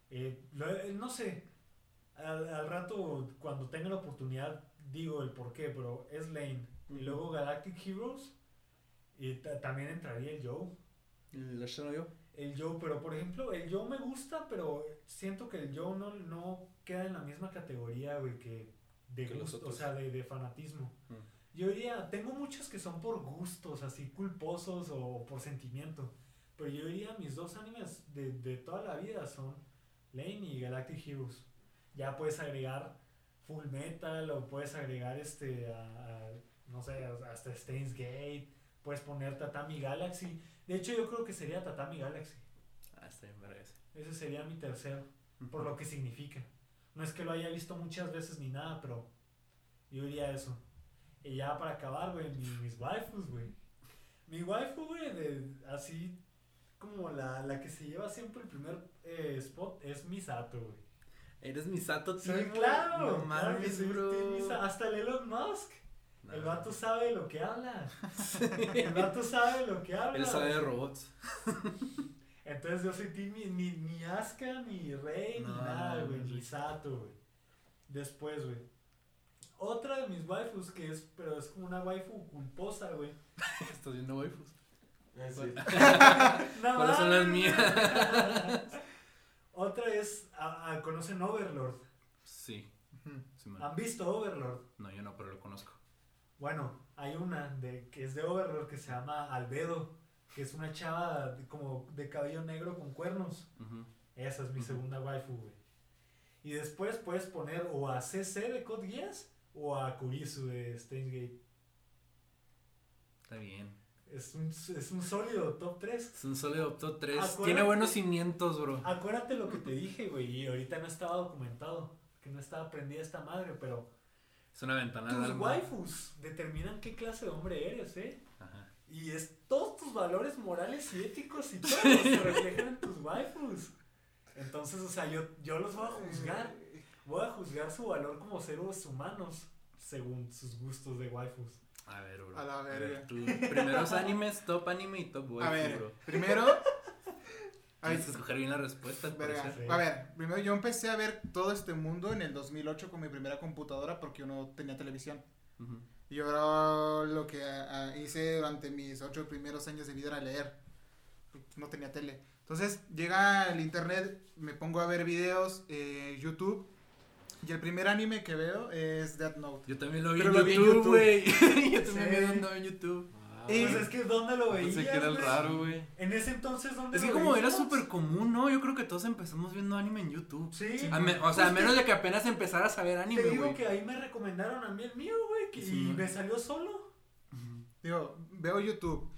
No sé, al rato, cuando tenga la oportunidad, digo el por qué, pero es Lane. Y luego Galactic Heroes. Y también entraría el Joe. ¿El Ashton yo? El Joe, pero por ejemplo, el Joe me gusta, pero siento que el Joe no queda en la misma categoría, güey, que de gusto, o sea, de fanatismo. Yo diría, tengo muchos que son por gustos, así culposos o por sentimiento, pero yo diría mis dos animes de toda la vida son Lane y Galactic Heroes. Ya puedes agregar Full Metal o puedes agregar no sé, hasta Steins Gate, puedes poner Tatami Galaxy. De hecho, yo creo que sería Tatami Galaxy. Está bien, verga ese. Ese sería mi tercero, por lo que significa. No es que lo haya visto muchas veces ni nada, pero yo diría eso. Y ya para acabar, güey, mis waifus, güey. Mi waifu, güey, así como la que se lleva siempre el primer spot es Misato, güey. ¿Eres Misato, tío? Sí, claro. No mames, claro bro. Hasta el Elon Musk. No. El vato sabe lo que habla. El vato sabe lo que habla. Él sabe de robots. Entonces yo soy ni Asuka, ni Rey, ni nada, güey. Ni Misato, güey. Después, güey. Otra de mis waifus pero es como una waifu culposa, güey. ¿Estás viendo waifus? Sí. ¿Cuáles son las mías? Otra es, ¿conocen Overlord? Sí. ¿Han visto Overlord? No, yo no, pero lo conozco. Bueno, hay una que es de Overlord que se llama Albedo, que es una chava como de cabello negro con cuernos. Esa es mi segunda waifu, güey. Y después puedes poner o a CC de Code Geass o a Kurisu de Steins Gate. Está bien. Es un sólido top 3. Es un sólido top 3. Tiene buenos cimientos, bro. Acuérdate lo que te dije, güey. Y ahorita no estaba documentado. Que no estaba prendida esta madre, pero... Es una ventana tus de alma. waifus determinan qué clase de hombre eres, ¿eh? Ajá. Y todos tus valores morales y éticos y todo se reflejan en tus waifus. Entonces, o sea, yo los voy a juzgar. Voy a juzgar su valor como seres humanos según sus gustos de waifus. A ver, bro. A la verga. Primeros animes, top anime y top waifu, a ver, bro. Primero... Tienes que escoger bien la respuesta. Sí. A ver, primero yo empecé a ver todo este mundo en el 2008 con mi primera computadora porque yo no tenía televisión. Y yo lo que hice durante mis 8 primeros años de vida era leer. No tenía tele. Entonces llega el internet, me pongo a ver videos, YouTube. Y el primer anime que veo es Death Note. Yo también lo vi en YouTube, güey. Yo también vi en YouTube. Pues es que ¿dónde lo veías? Pensé que era el raro, güey. En ese entonces, ¿dónde Es que como era súper común, ¿no? Yo creo que todos empezamos viendo anime en YouTube. Sí. O sea, a menos de que apenas empezaras a ver anime, te güey. digo que ahí me recomendaron a mí el mío, güey. Y me salió solo. Digo, veo YouTube.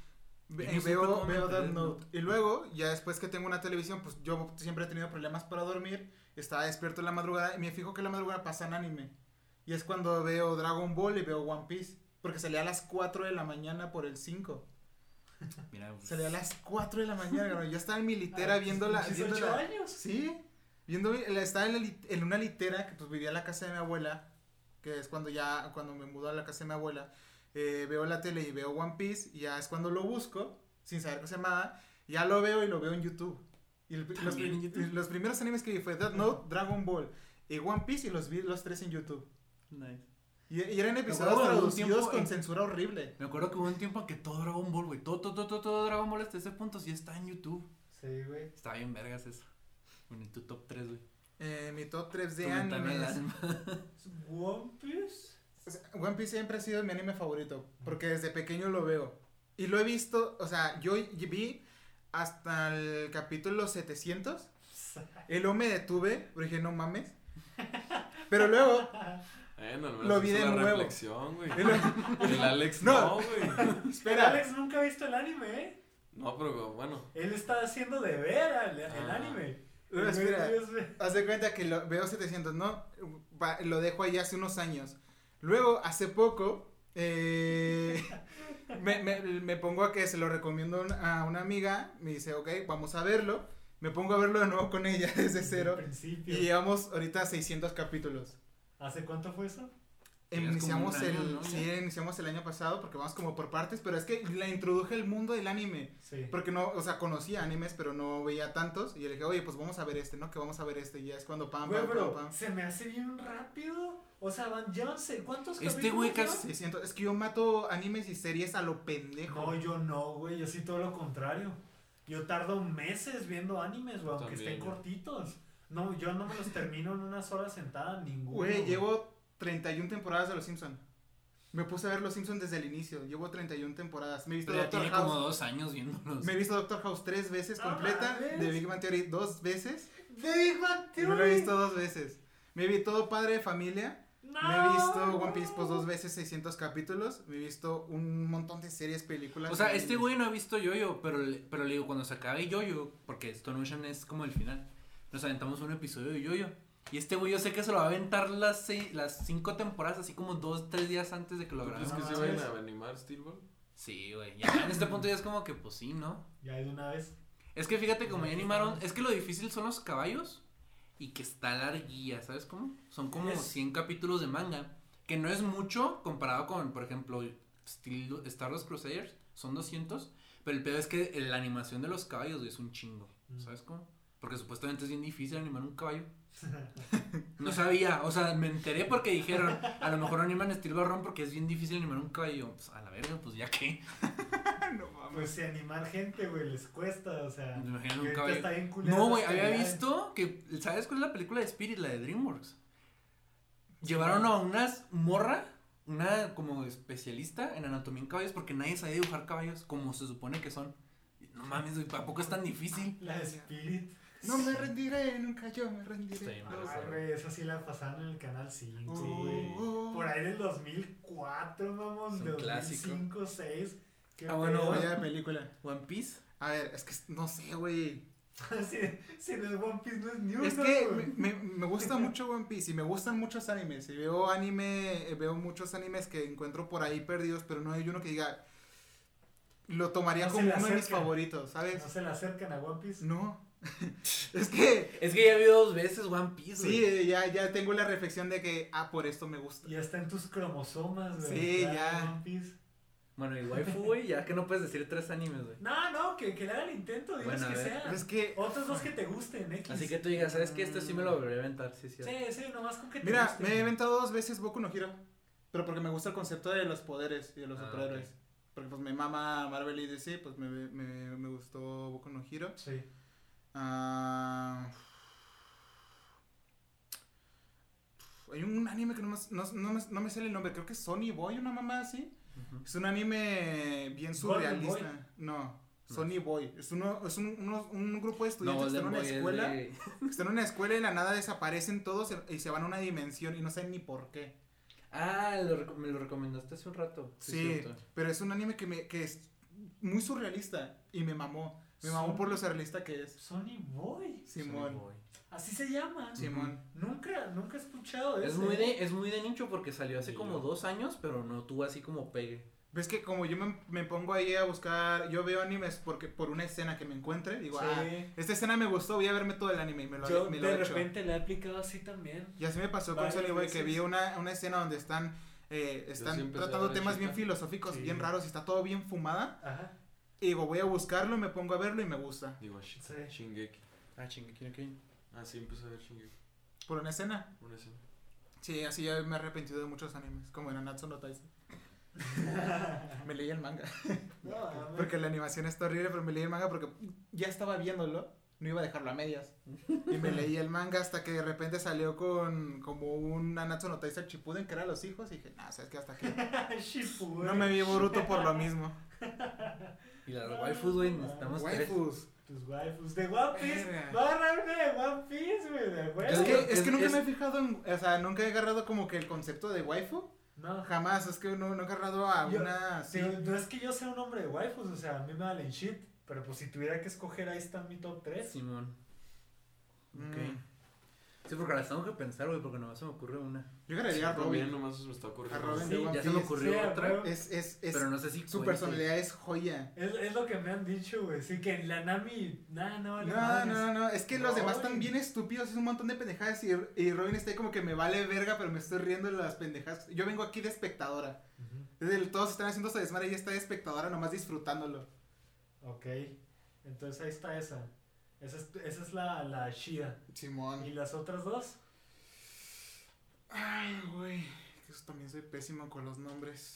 Veo Death Note. Y luego, ya después que tengo una televisión, pues yo siempre he tenido problemas para dormir. Estaba despierto en la madrugada y me fijo que en la madrugada pasan anime. Y es cuando veo Dragon Ball y veo One Piece. Porque salía a las 4 de la mañana por el 5. Mira, pues. Salía a las 4 de la mañana, yo estaba en mi litera viendo la... 18 años. Sí, estaba en una litera que pues vivía en la casa de mi abuela, que es cuando me mudó a la casa de mi abuela, veo la tele y veo One Piece, y ya es cuando lo busco, sin saber qué se llamaba, ya lo veo y lo veo en YouTube. Y los primeros animes que vi fue Death Note, Dragon Ball y One Piece, y los vi los 3 en YouTube. Nice. Y eran episodios traducidos con censura horrible. Me acuerdo que hubo un tiempo en que todo Dragon Ball, güey, todo Dragon Ball hasta ese punto sí está en YouTube. Sí, güey. Está bien vergas eso. En tu top 3, güey. Mi top 3 de animes. One Piece. O sea, One Piece siempre ha sido mi anime favorito, porque desde pequeño lo veo. Y lo he visto, o sea, yo vi hasta el capítulo 700. Y luego me detuve, porque dije, no mames. Pero luego lo vi de nuevo. Reflexión, güey. El Alex no, güey. Espera. Alex nunca ha visto el anime, ¿eh? No, pero bueno. Él está haciendo de ver el anime. Espera, haz de cuenta que veo 700, ¿no? Lo dejo ahí hace unos años. Luego, hace poco, me pongo a que se lo recomiendo a una amiga. Me dice, ok, vamos a verlo. Me pongo a verlo de nuevo con ella desde cero. Y llevamos ahorita 600 capítulos. ¿Hace cuánto fue eso? Iniciamos iniciamos el año pasado porque vamos como por partes, pero es que la introduje al mundo del anime. Sí. Porque no, o sea, conocía animes, pero no veía tantos. Y yo le dije, oye, pues vamos a ver este, ¿no? Que vamos a ver este. Y ya es cuando pam. Se me hace bien rápido. O sea, ya sé, ¿cuántos capítulos? Güey casi 600. Es que yo mato animes y series a lo pendejo. No, yo no, güey. Yo sí todo lo contrario. Yo tardo meses viendo animes, güey, aunque estén cortitos. No, yo no me los termino en una sola sentada, ninguno. Güey, llevo 31 temporadas de Los Simpson. Me puse a ver Los Simpson desde el inicio. Llevo 31 temporadas. Me he visto Doctor House. Como 2 años viéndolos. Me he visto Doctor House 3 veces completa. De Big Bang Theory 2 veces. ¿De Big Bang Theory? Me lo he visto 2 veces. Me vi todo Padre de Familia. No. Me he visto One Piece pues 2 veces 600 capítulos. Me he visto un montón de series, películas. O sea, este güey no ha visto Yo-Yo, pero le digo, cuando se acabe Yo-Yo, porque Stone Ocean es como el final, nos aventamos un episodio de Yo-Yo. Y este güey yo sé que se lo va a aventar las 5 temporadas, así como 2-3 días antes de que lo grabemos. ¿Es que se vayan a animar Steel Ball? Sí, güey, ya en este punto ya es como que pues sí, ¿no? Ya de una vez. Es que fíjate como ya animaron, es que lo difícil son los caballos y que está larguilla, ¿sabes cómo? Son como 100 capítulos de manga, que no es mucho comparado con, por ejemplo, Star Wars Crusaders, son 200, pero el pedo es que la animación de los caballos, güey, es un chingo, ¿sabes cómo? Porque supuestamente es bien difícil animar un caballo. No sabía, o sea, me enteré porque dijeron, a lo mejor animan Steel Barrón porque es bien difícil animar un caballo. Pues a la verga, pues ya que. No mames. Pues si animar gente, güey, les cuesta, o sea. Me imagino un caballo. Está bien no, güey, había visto que, ¿sabes cuál es la película de Spirit, la de DreamWorks? Llevaron a unas una como especialista en anatomía en caballos porque nadie sabía dibujar caballos como se supone que son. No mames, güey, ¿a poco es tan difícil? La de Spirit. No me rendiré, nunca yo me rendiré. Sí, güey, esa sí la pasaron en el canal 5, güey. Por ahí del 2004, mamón, de 2005, 2006. Bueno, vaya película. One Piece. A ver, es que no sé, güey. si no es One Piece, no es New. Es que me gusta mucho One Piece y me gustan muchos animes. Y veo muchos animes que encuentro por ahí perdidos, pero no hay uno que diga, lo tomaría como uno de mis favoritos, ¿sabes? ¿No se le acercan a One Piece? No. Es que ya vi 2 veces One Piece, güey. Sí, ya tengo la reflexión de que por esto me gusta. Ya está en tus cromosomas, güey. Sí, ya. One Piece. Bueno, y waifu, güey, ya que no puedes decir 3 animes, güey. No, que le hagan el intento, diles bueno, que sea. Es que otros 2 que te gusten, X. Así que tú digas, ¿sabes qué? Este sí me lo volveré a aventar, sí, sí, nomás con que te Mira, me he inventado 2 veces Boku no Hero, pero porque me gusta el concepto de los poderes y de los superhéroes. Okay. Porque pues me mama Marvel y DC, pues me gustó Boku no Hero. Sí. Hay un anime que no me sale el nombre, creo que es Sonny Boy, una mamá así. Uh-huh. Es un anime bien surrealista. No, Sonny Boy. Es un grupo de estudiantes que están en una escuela y de la nada desaparecen todos y se van a una dimensión y no saben ni por qué. Me lo recomendaste hace un rato. Sí, pero es un anime que es muy surrealista y me mamó. Me mamó por lo surrealista que es. Sonny Boy. Simón. Sonny Boy. Así se llama. Simón. Nunca he escuchado de eso. Es muy de nicho porque salió hace como 2 años, pero no tuvo así como pegue. Ves que como yo me pongo ahí a buscar, yo veo animes por una escena que me encuentre, digo, esta escena me gustó, voy a verme todo el anime y me lo de repente le he aplicado así también. Y así me pasó con Sonny Boy, que vi una escena donde están tratando temas bien filosóficos, bien raros y está todo bien fumada. Ajá. Y digo, voy a buscarlo, me pongo a verlo y me gusta. Digo, Shingeki. Shingeki, ok. Sí, empecé a ver Shingeki. ¿Por una escena? Una escena. Sí, así ya me he arrepentido de muchos animes, como en Nanatsu no Taizai. Me leí el manga. Porque la animación está horrible, pero me leí el manga porque ya estaba viéndolo, no iba a dejarlo a medias. Y me leí el manga hasta que de repente salió como un Nanatsu no Taizai Shippuden, que eran los hijos, y dije, sabes que hasta aquí no me vi Boruto por lo mismo. Y las waifus, güey, necesitamos waifus. Tus waifus de One Piece. Va a agarrar una de One Piece, güey, de huevo. Es que nunca me he fijado en, o sea, nunca he agarrado como que el concepto de waifu. No. Jamás, es que no he agarrado a una... Sí, no es que yo sea un hombre de waifus, o sea, a mí me valen shit. Pero pues si tuviera que escoger, ahí está mi top 3. Simón. Ok. Sí, porque las tengo que pensar, güey, porque nomás se me ocurre una. Yo agarraría a Robin. Nomás me está ocurriendo. A Robin Sí, de One Ya se me Piece. ocurrió otra. Pero no sé si Su cuente. personalidad es joya. Es lo que me han dicho, güey. Sí, que la Nami, nada, no vale madres. No, es que los demás están Robin. bien estúpidos, es un montón de pendejadas y Robin está ahí como que me vale verga, pero me estoy riendo de las pendejadas. Yo vengo aquí de espectadora. Ujú. Todos están haciendo su desmadre y ella está de espectadora nomás disfrutándolo. Ok, entonces ahí está esa. Esa es la Shida. Simón. ¿Y las otras dos? Ay, güey. Eso también soy pésimo con los nombres.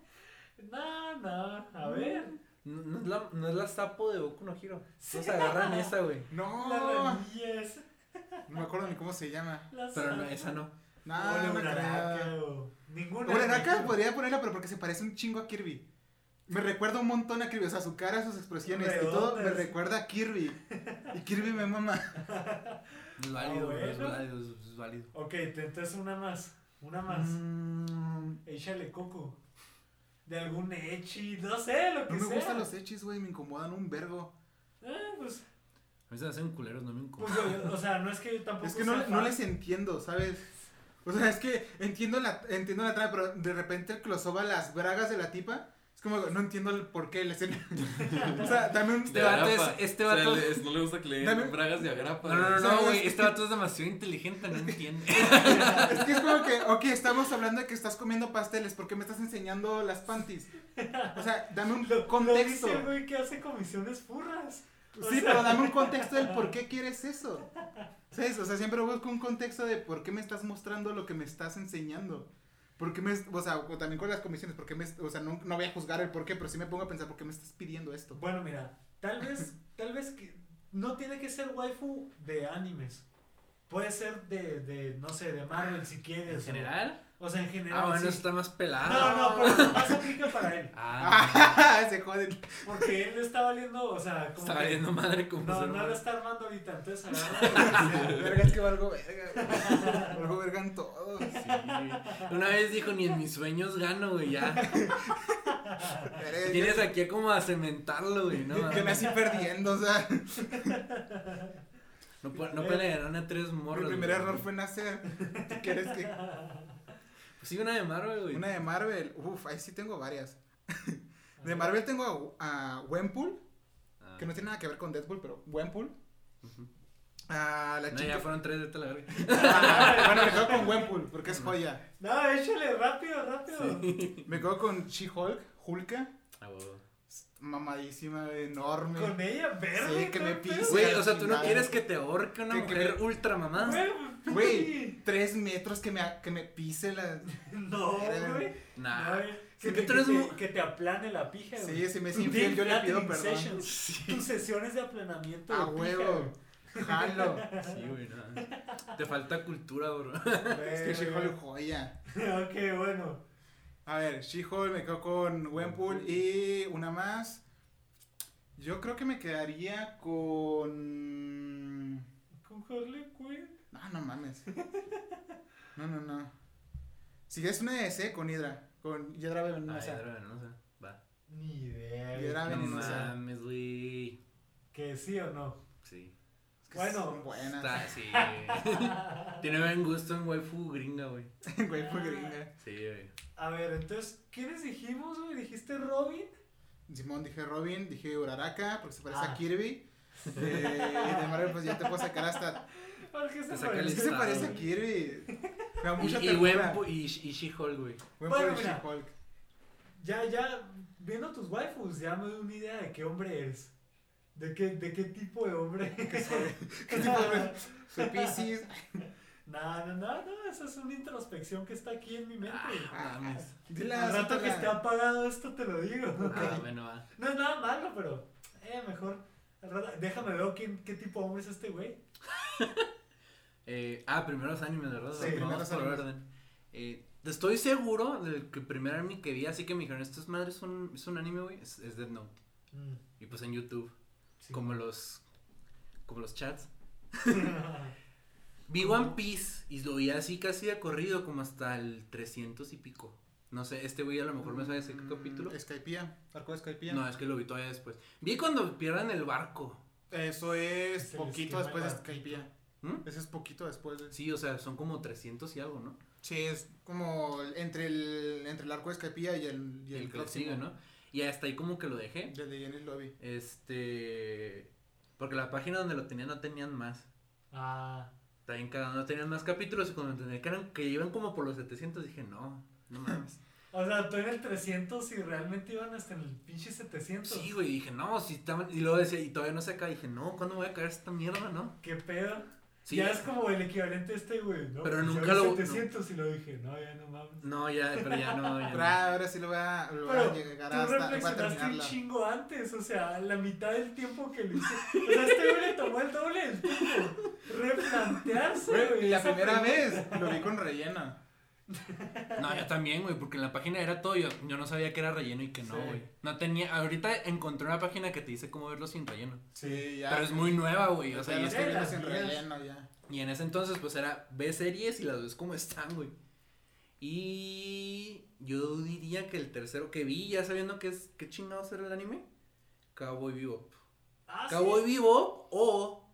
No, a ver. No es la sapo de Boku no Hero. No se agarran esa, güey. No. La ranilla esa. No me acuerdo ni cómo se llama. Pero no, esa no. No, no me Uraraka creo. o ninguna. Uraraka podría ponerla, pero porque se parece un chingo a Kirby. Me recuerda un montón a Kirby, o sea, su cara, sus expresiones y todo me Redondas. recuerda a Kirby. Y Kirby me mama. Es válido, bueno. es válido, es válido. Ok, entonces una más. Una más. Échale coco. De algún echi, no sé, lo que No me sea. gustan los echis, güey, me incomodan un vergo. Pues, A mí se me hacen culeros, no me pues incomodan. o sea, no es que yo tampoco Es que sea no fan. les entiendo, ¿sabes? O sea, es que entiendo la trama, pero de repente el close-up a las bragas de la tipa, es como, no entiendo el por qué la escena. O sea, dame un... Este vato O sea, no le gusta que le Dame- den bragas de agrapa. No, güey, este vato es demasiado inteligente, no entiende. Es que es como que, ok, estamos hablando de que estás comiendo pasteles, ¿por qué me estás enseñando las panties? O sea, dame un Lo contexto. dice el güey que hace comisiones furras. Sí, pero dame un contexto del por qué quieres eso. ¿Sabes? O sea, siempre busco un contexto de por qué me estás mostrando lo que me estás enseñando. ¿Por qué o sea, o también con las comisiones, o sea, no voy a juzgar el por qué, pero sí me pongo a pensar por qué me estás pidiendo esto. Bueno, mira, tal vez que no tiene que ser waifu de animes. Puede ser de no sé, de Marvel si quieres. ¿En general? O sea, en general. Ah, bueno, sí. eso está más pelado. No, pero más aplica para él. Se joden. Porque él le está valiendo, o sea, como Está que valiendo madre como no ser lo humano. está armando ahorita, entonces agarra. Verga, es que valgo verga. Valgo verga en todo. Sí. Una vez dijo, ni en mis sueños gano, güey, ya. Verga, Tienes aquí como a cementarlo, güey, ¿no? yo nací perdiendo, o sea, No pueden ganar a 3 morros. mi primer güey. error fue nacer. ¿Tú quieres que...? Pues sí, una de Marvel, güey. Una de Marvel, ahí sí tengo varias. De Marvel tengo a Gwenpool, Ah. que no tiene nada que ver con Deadpool, pero Gwenpool. Ujú. A la No, chica. ya fueron 3 de esta la verga. Bueno, me quedo con Gwenpool, porque es joya. No, échale rápido. Me quedo con She-Hulk, Hulka. Ah, huevo. Mamadísima, enorme. Con ella, verde. Sí, que me qué pedo. pise. Güey, o sea, tú no chingada. quieres que te ahorque una Que mujer me- ultra mamá. Güey, 3 metros que me pise la... No, güey. Nah. No, güey. Sí, Que, tú eres muy- que te aplane la pija, güey. Sí, si me es Tu infiel, yo le dick pido flattening perdón. sessions. Tus sesiones de aplanamiento A de pija, huevo. Jalo. Sí, güey, no. Te falta cultura, bro. güey. Es que She-Hulk joya. Ok, bueno. A ver, She-Hulk, me quedo con Gwenpool y una más. Yo creo que me quedaría con... Con Harley Quinn. No mames. No. Si es una DC, con Hydra. Con Hydra Ah, venenosa. ya, no sé. Va. Ni idea. Y era güey. No venenosa. mames, güey. Que sí o no. Sí. Es que Bueno. son buenas. Está, sí. Tiene buen gusto en waifu gringa, güey. Gwenpool gringa. Sí, güey. A ver, entonces, ¿quiénes dijimos, güey? ¿Dijiste Robin? Simón, dije Robin, dije Uraraka, porque se parece Ah. a Kirby. Y de Marvel, pues ya te puedo sacar hasta... Porque se Te saca el Es que se listado, parece a güey. Kirby. Me da mucha Y ternura. She-Hulk, güey. Gwenpool Bueno, y mira. She-Hulk. Ya, viendo tus waifus, ya me doy una idea de qué hombre eres. ¿De qué tipo de hombre? ¿Qué soy? ¿Qué tipo de... Soy Pisces. No, esa es una introspección que está aquí en mi mente. Ah, mames. Dila, Al rato que suéltala. esté apagado esto te lo digo. Ah, bueno, va. No es nada malo, pero mejor. Al rato- déjame ver qué tipo de hombre es este güey. Primero los animes, ¿verdad? Sí, Vamos primero los por animes. orden. Estoy seguro del que primer anime que vi, así que me dijeron, ¿esto es madre? ¿Es un anime, güey? Es Death Note. Y pues en YouTube. Sí. Como los chats. Vi One Piece y lo vi así casi de corrido, como hasta el 300 y pico. No sé, este güey a lo mejor me sabe ese capítulo. Skypiea, arco de Skypiea. No, es que lo vi todavía después. Vi cuando pierdan el barco. Eso es Es el poquito esquema después de de Skypiea. Ese es poquito después de... Sí, o sea, son como 300 y algo, ¿no? Sí, es como entre el arco de Skypiea y el El que le próximo. sigue, ¿no? Y hasta ahí como que lo dejé. Desde Jenny's Lobby. Porque la página donde lo tenían no tenían más. Ah, Está bien cagado, no tenían más capítulos y cuando entendí que iban como por los 700 dije, no mames. o sea, tú en el 300 y realmente iban hasta en el pinche 700. Sí, güey, dije, no, si estaban, y luego decía, y todavía no se acaba, dije, no, ¿cuándo voy a caer esta mierda, no? ¿Qué pedo? Sí. Ya es como el equivalente a este, güey, ¿no? Pero Pues nunca yo vi lo- 700 y lo dije, no, ya no mames. No, ya, pero ya no, ya Pero no. ahora sí lo voy a Pero llegar tú hasta para reflexionaste un terminarla. chingo antes, o sea, la mitad del tiempo que lo hice. O sea, este güey le tomó el doble del tiempo. Replantearse, güey. La esa primera pregunta. vez lo vi con relleno. No, yo también, güey, porque en la página era todo, yo no sabía que era relleno y que no, Sí. güey. No tenía, ahorita encontré una página que te dice cómo verlo sin relleno. Sí, ya. Pero es muy nueva, güey, o sea, ya y, lo estoy viendo las sin mías. relleno ya. y en ese entonces, pues era, ves series y las ves como están, güey. Y yo diría que el tercero que vi, ya sabiendo qué chingados era el anime, Cowboy Bebop. Ah, Cowboy sí. Bebop o,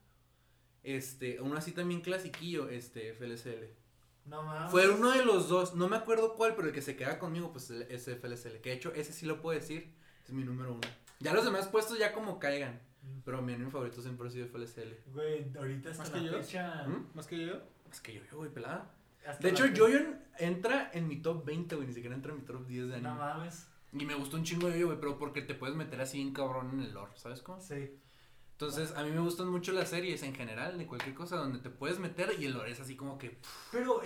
uno así también clasiquillo, FLSL. No mames. Fue uno de los dos, no me acuerdo cuál, pero el que se queda conmigo, pues es FLSL. Que de hecho, ese sí lo puedo decir, es mi número 1. Ya los demás puestos ya como caigan, pero mi anime favorito siempre ha sido FLSL. Güey, ahorita hasta ¿Más la que yo? fecha. Más que yo. Es que yo, güey, pelada. hasta De la hecho, fe- Jojon entra en mi top 20, güey, ni siquiera entra en mi top 10 de anime. No mames. Y me gustó un chingo de güey, pero porque te puedes meter así bien cabrón en el lore, ¿sabes cómo? Sí. Entonces, a mí me gustan mucho las series en general, de cualquier cosa donde te puedes meter y el lore es así como que... Pero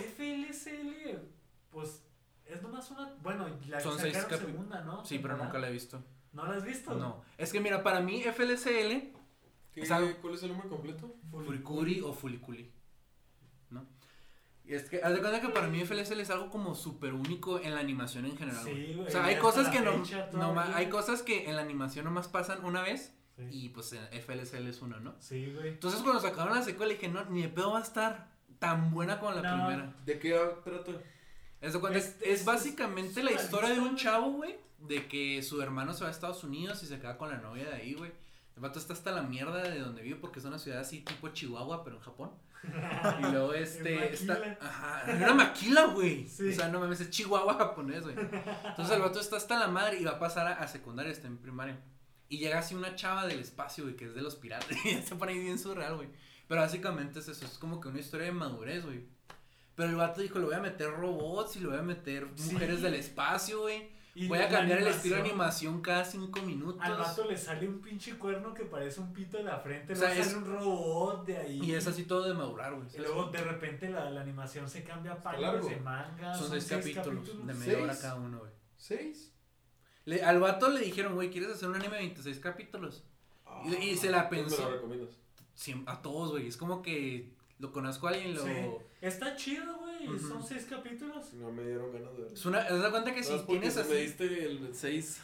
FLSL, pues, es nomás una. Bueno, la Son 6 sacaron segunda, ¿no? Sí, pero Temporada. nunca la he visto. ¿No la has visto? No, es que mira, para mí FLSL, ¿Cuál es el nombre completo? Furikuri o Fuliculi, ¿no? Y es que, haz de cuenta que para mí FLSL es algo como súper único en la animación en general, Sí, güey. güey, O sea, y hay hasta cosas la que fecha todavía. hay cosas que en la animación nomás pasan una vez Sí. y pues en FLSL es una, ¿no? Sí, güey. Entonces cuando sacaron la secuela dije, no, ni de pedo va a estar tan buena como la No. primera. ¿De qué trata? Haz de cuenta, es básicamente es la una historia de lista, un güey. chavo, güey, de que su hermano se va a Estados Unidos y se queda con la novia de ahí, güey. El vato está hasta la mierda de donde vive porque es una ciudad así tipo Chihuahua, pero en Japón. Y luego está, Maquila. ajá, era maquila, güey. Sí. O sea, no mames, es Chihuahua japonés, güey. Entonces el vato está hasta la madre y va a pasar a secundaria, está en primaria. Y llega así una chava del espacio, güey, que es de los piratas. Y se pone ahí bien surreal, güey. Pero básicamente es eso, es como que una historia de madurez, güey. Pero el vato dijo, le voy a meter robots y le voy a meter Sí. mujeres del espacio, güey. Y Voy a la cambiar el estilo de animación, animación cada 5 minutos. Al vato le sale un pinche cuerno que parece un pito de la frente. O Luego sea, sale un robot de ahí. Y es así todo de madurar, güey. Y luego de repente la animación se cambia a Está páginas largo. de manga. Son 6 capítulos de media hora cada uno, güey. 6. Al vato le dijeron, güey, ¿quieres hacer un anime de 26 capítulos? Y se la ¿Dónde pensó. me lo recomiendas? A todos, güey. Es como que lo conozco a alguien, lo... Sí. Está chido, güey. Ujú. Son 6 capítulos. No me dieron ganas de verlo. Es una, haz de cuenta que si ¿Sabes por qué tienes se así... me diste el 6?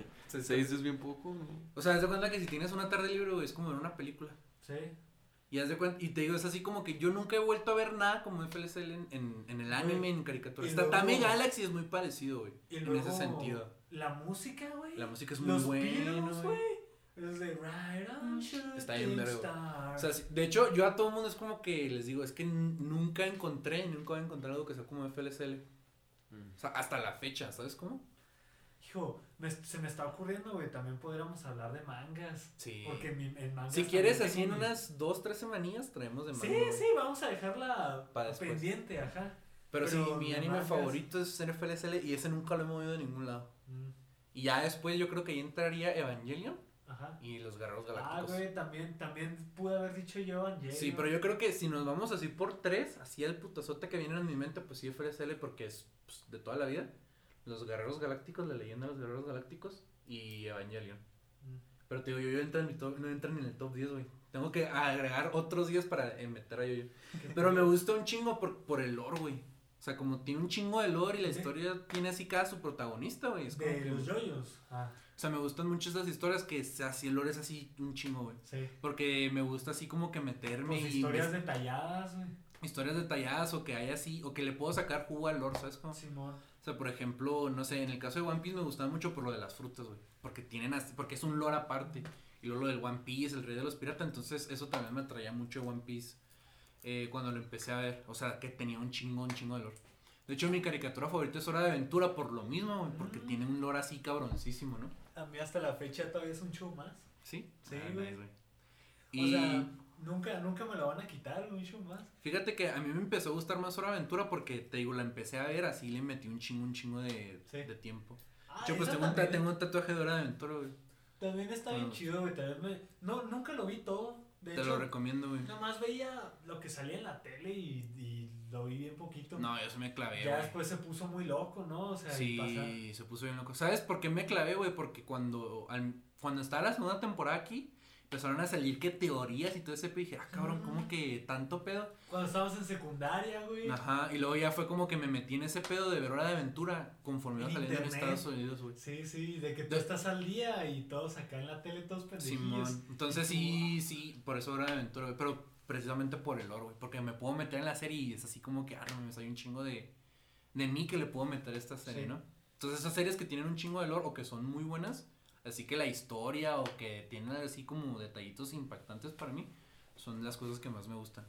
6 es bien poco, ¿no? O sea, haz de cuenta que si tienes una tarde libre, güey, es como ver una película. Sí. Y haz de cuenta, y te digo, es así como que yo nunca he vuelto a ver nada como FLSL en el anime, en caricatura. Y Tatame luego- Galaxy es muy parecido, güey. Y En luego, ese sentido. La música, güey. La música es muy Los buena, pianos, güey. güey. Es de Right on Está bien Shooting vergo. Star. O sea, de hecho, yo a todo el mundo es como que les digo, es que nunca voy a encontrar algo que sea como FLSL. O sea, hasta la fecha, ¿sabes cómo? Hijo, se me está ocurriendo, güey, también podríamos hablar de mangas. Sí. Porque en mangas Si quieres, también así en tengo mi- unas 2-3 semanillas traemos de Sí, manga, güey. sí, vamos a dejarla Para después. pendiente, ajá. Pero sí, Pero mi de anime mangas- favorito es FLSL y ese nunca lo he movido de ningún lado. Mm, Y ya después yo creo que ya entraría Evangelion Ajá. y los Guerreros Ah, Galácticos. güey, también pude haber dicho yo Evangelion. Sí, pero yo creo que si nos vamos así por 3, así el putazote que viene en mi mente, pues sí FLSL porque es pues, de toda la vida. Los Guerreros Galácticos, la leyenda de los Guerreros Galácticos y Evangelion. Mm. Pero te digo, yo entro en mi top, no entro ni en el top 10, güey. Tengo que agregar otros 10 para meter a yo. Pero me gusta un chingo por el lore, güey. O sea, como tiene un chingo de lore y la historia tiene así cada su protagonista, güey. Es como De que, los yoyos. o sea, me gustan mucho esas historias que así el lore es así un chingo, güey. Sí. Porque me gusta así como que meterme Pues historias detalladas, güey. Historias detalladas o que hay así, o que le puedo sacar jugo al lore, ¿sabes cómo? Simón. O sea, por ejemplo, no sé, en el caso de One Piece me gustaba mucho por lo de las frutas, güey. Porque porque es un lore aparte. Y luego lo del One Piece, el rey de los piratas, entonces eso también me atraía mucho de One Piece cuando lo empecé a ver. O sea, que tenía un chingo de lore. De hecho, mi caricatura favorita es Hora de Aventura por lo mismo, güey, porque tiene un lore así cabroncísimo, ¿no? A mí hasta la fecha todavía es un show más. ¿Sí? Sí, Nice, güey. Y O sea, nunca me lo van a quitar, un show más. fíjate que a mí me empezó a gustar más Hora de Aventura porque, te digo, la empecé a ver, así le metí un chingo de tiempo. De hecho, pues esa tengo un tatuaje de Hora de Aventura, güey. También está bien chido, güey. Nunca lo vi todo. De Te hecho, lo recomiendo, güey. nada más veía lo que salía en la tele y lo vi bien poquito. No, yo se me clavé, Ya güey. después se puso muy loco, ¿no? O sea, Sí, se puso bien loco. ¿Sabes por qué me clavé, güey? Porque cuando estaba la segunda temporada aquí, empezaron a salir que teorías y todo ese pedo. Y dije, cabrón, ¿cómo que tanto pedo? Cuando estábamos en secundaria, güey. Ajá, y luego ya fue como que me metí en ese pedo de ver Hora de Aventura conforme iba saliendo en Estados Unidos, güey. Sí, de que tú estás al día y todos acá en la tele, todos pendejillos. Simón, entonces sí, por eso Hora de Aventura, güey, pero precisamente por el lore, güey, porque me puedo meter en la serie y es así como que, no mames, hay un chingo de mí que le puedo meter a esta serie, ¿no? Entonces esas series que tienen un chingo de lore o que son muy buenas, así que la historia o que tienen así como detallitos impactantes para mí, son las cosas que más me gustan.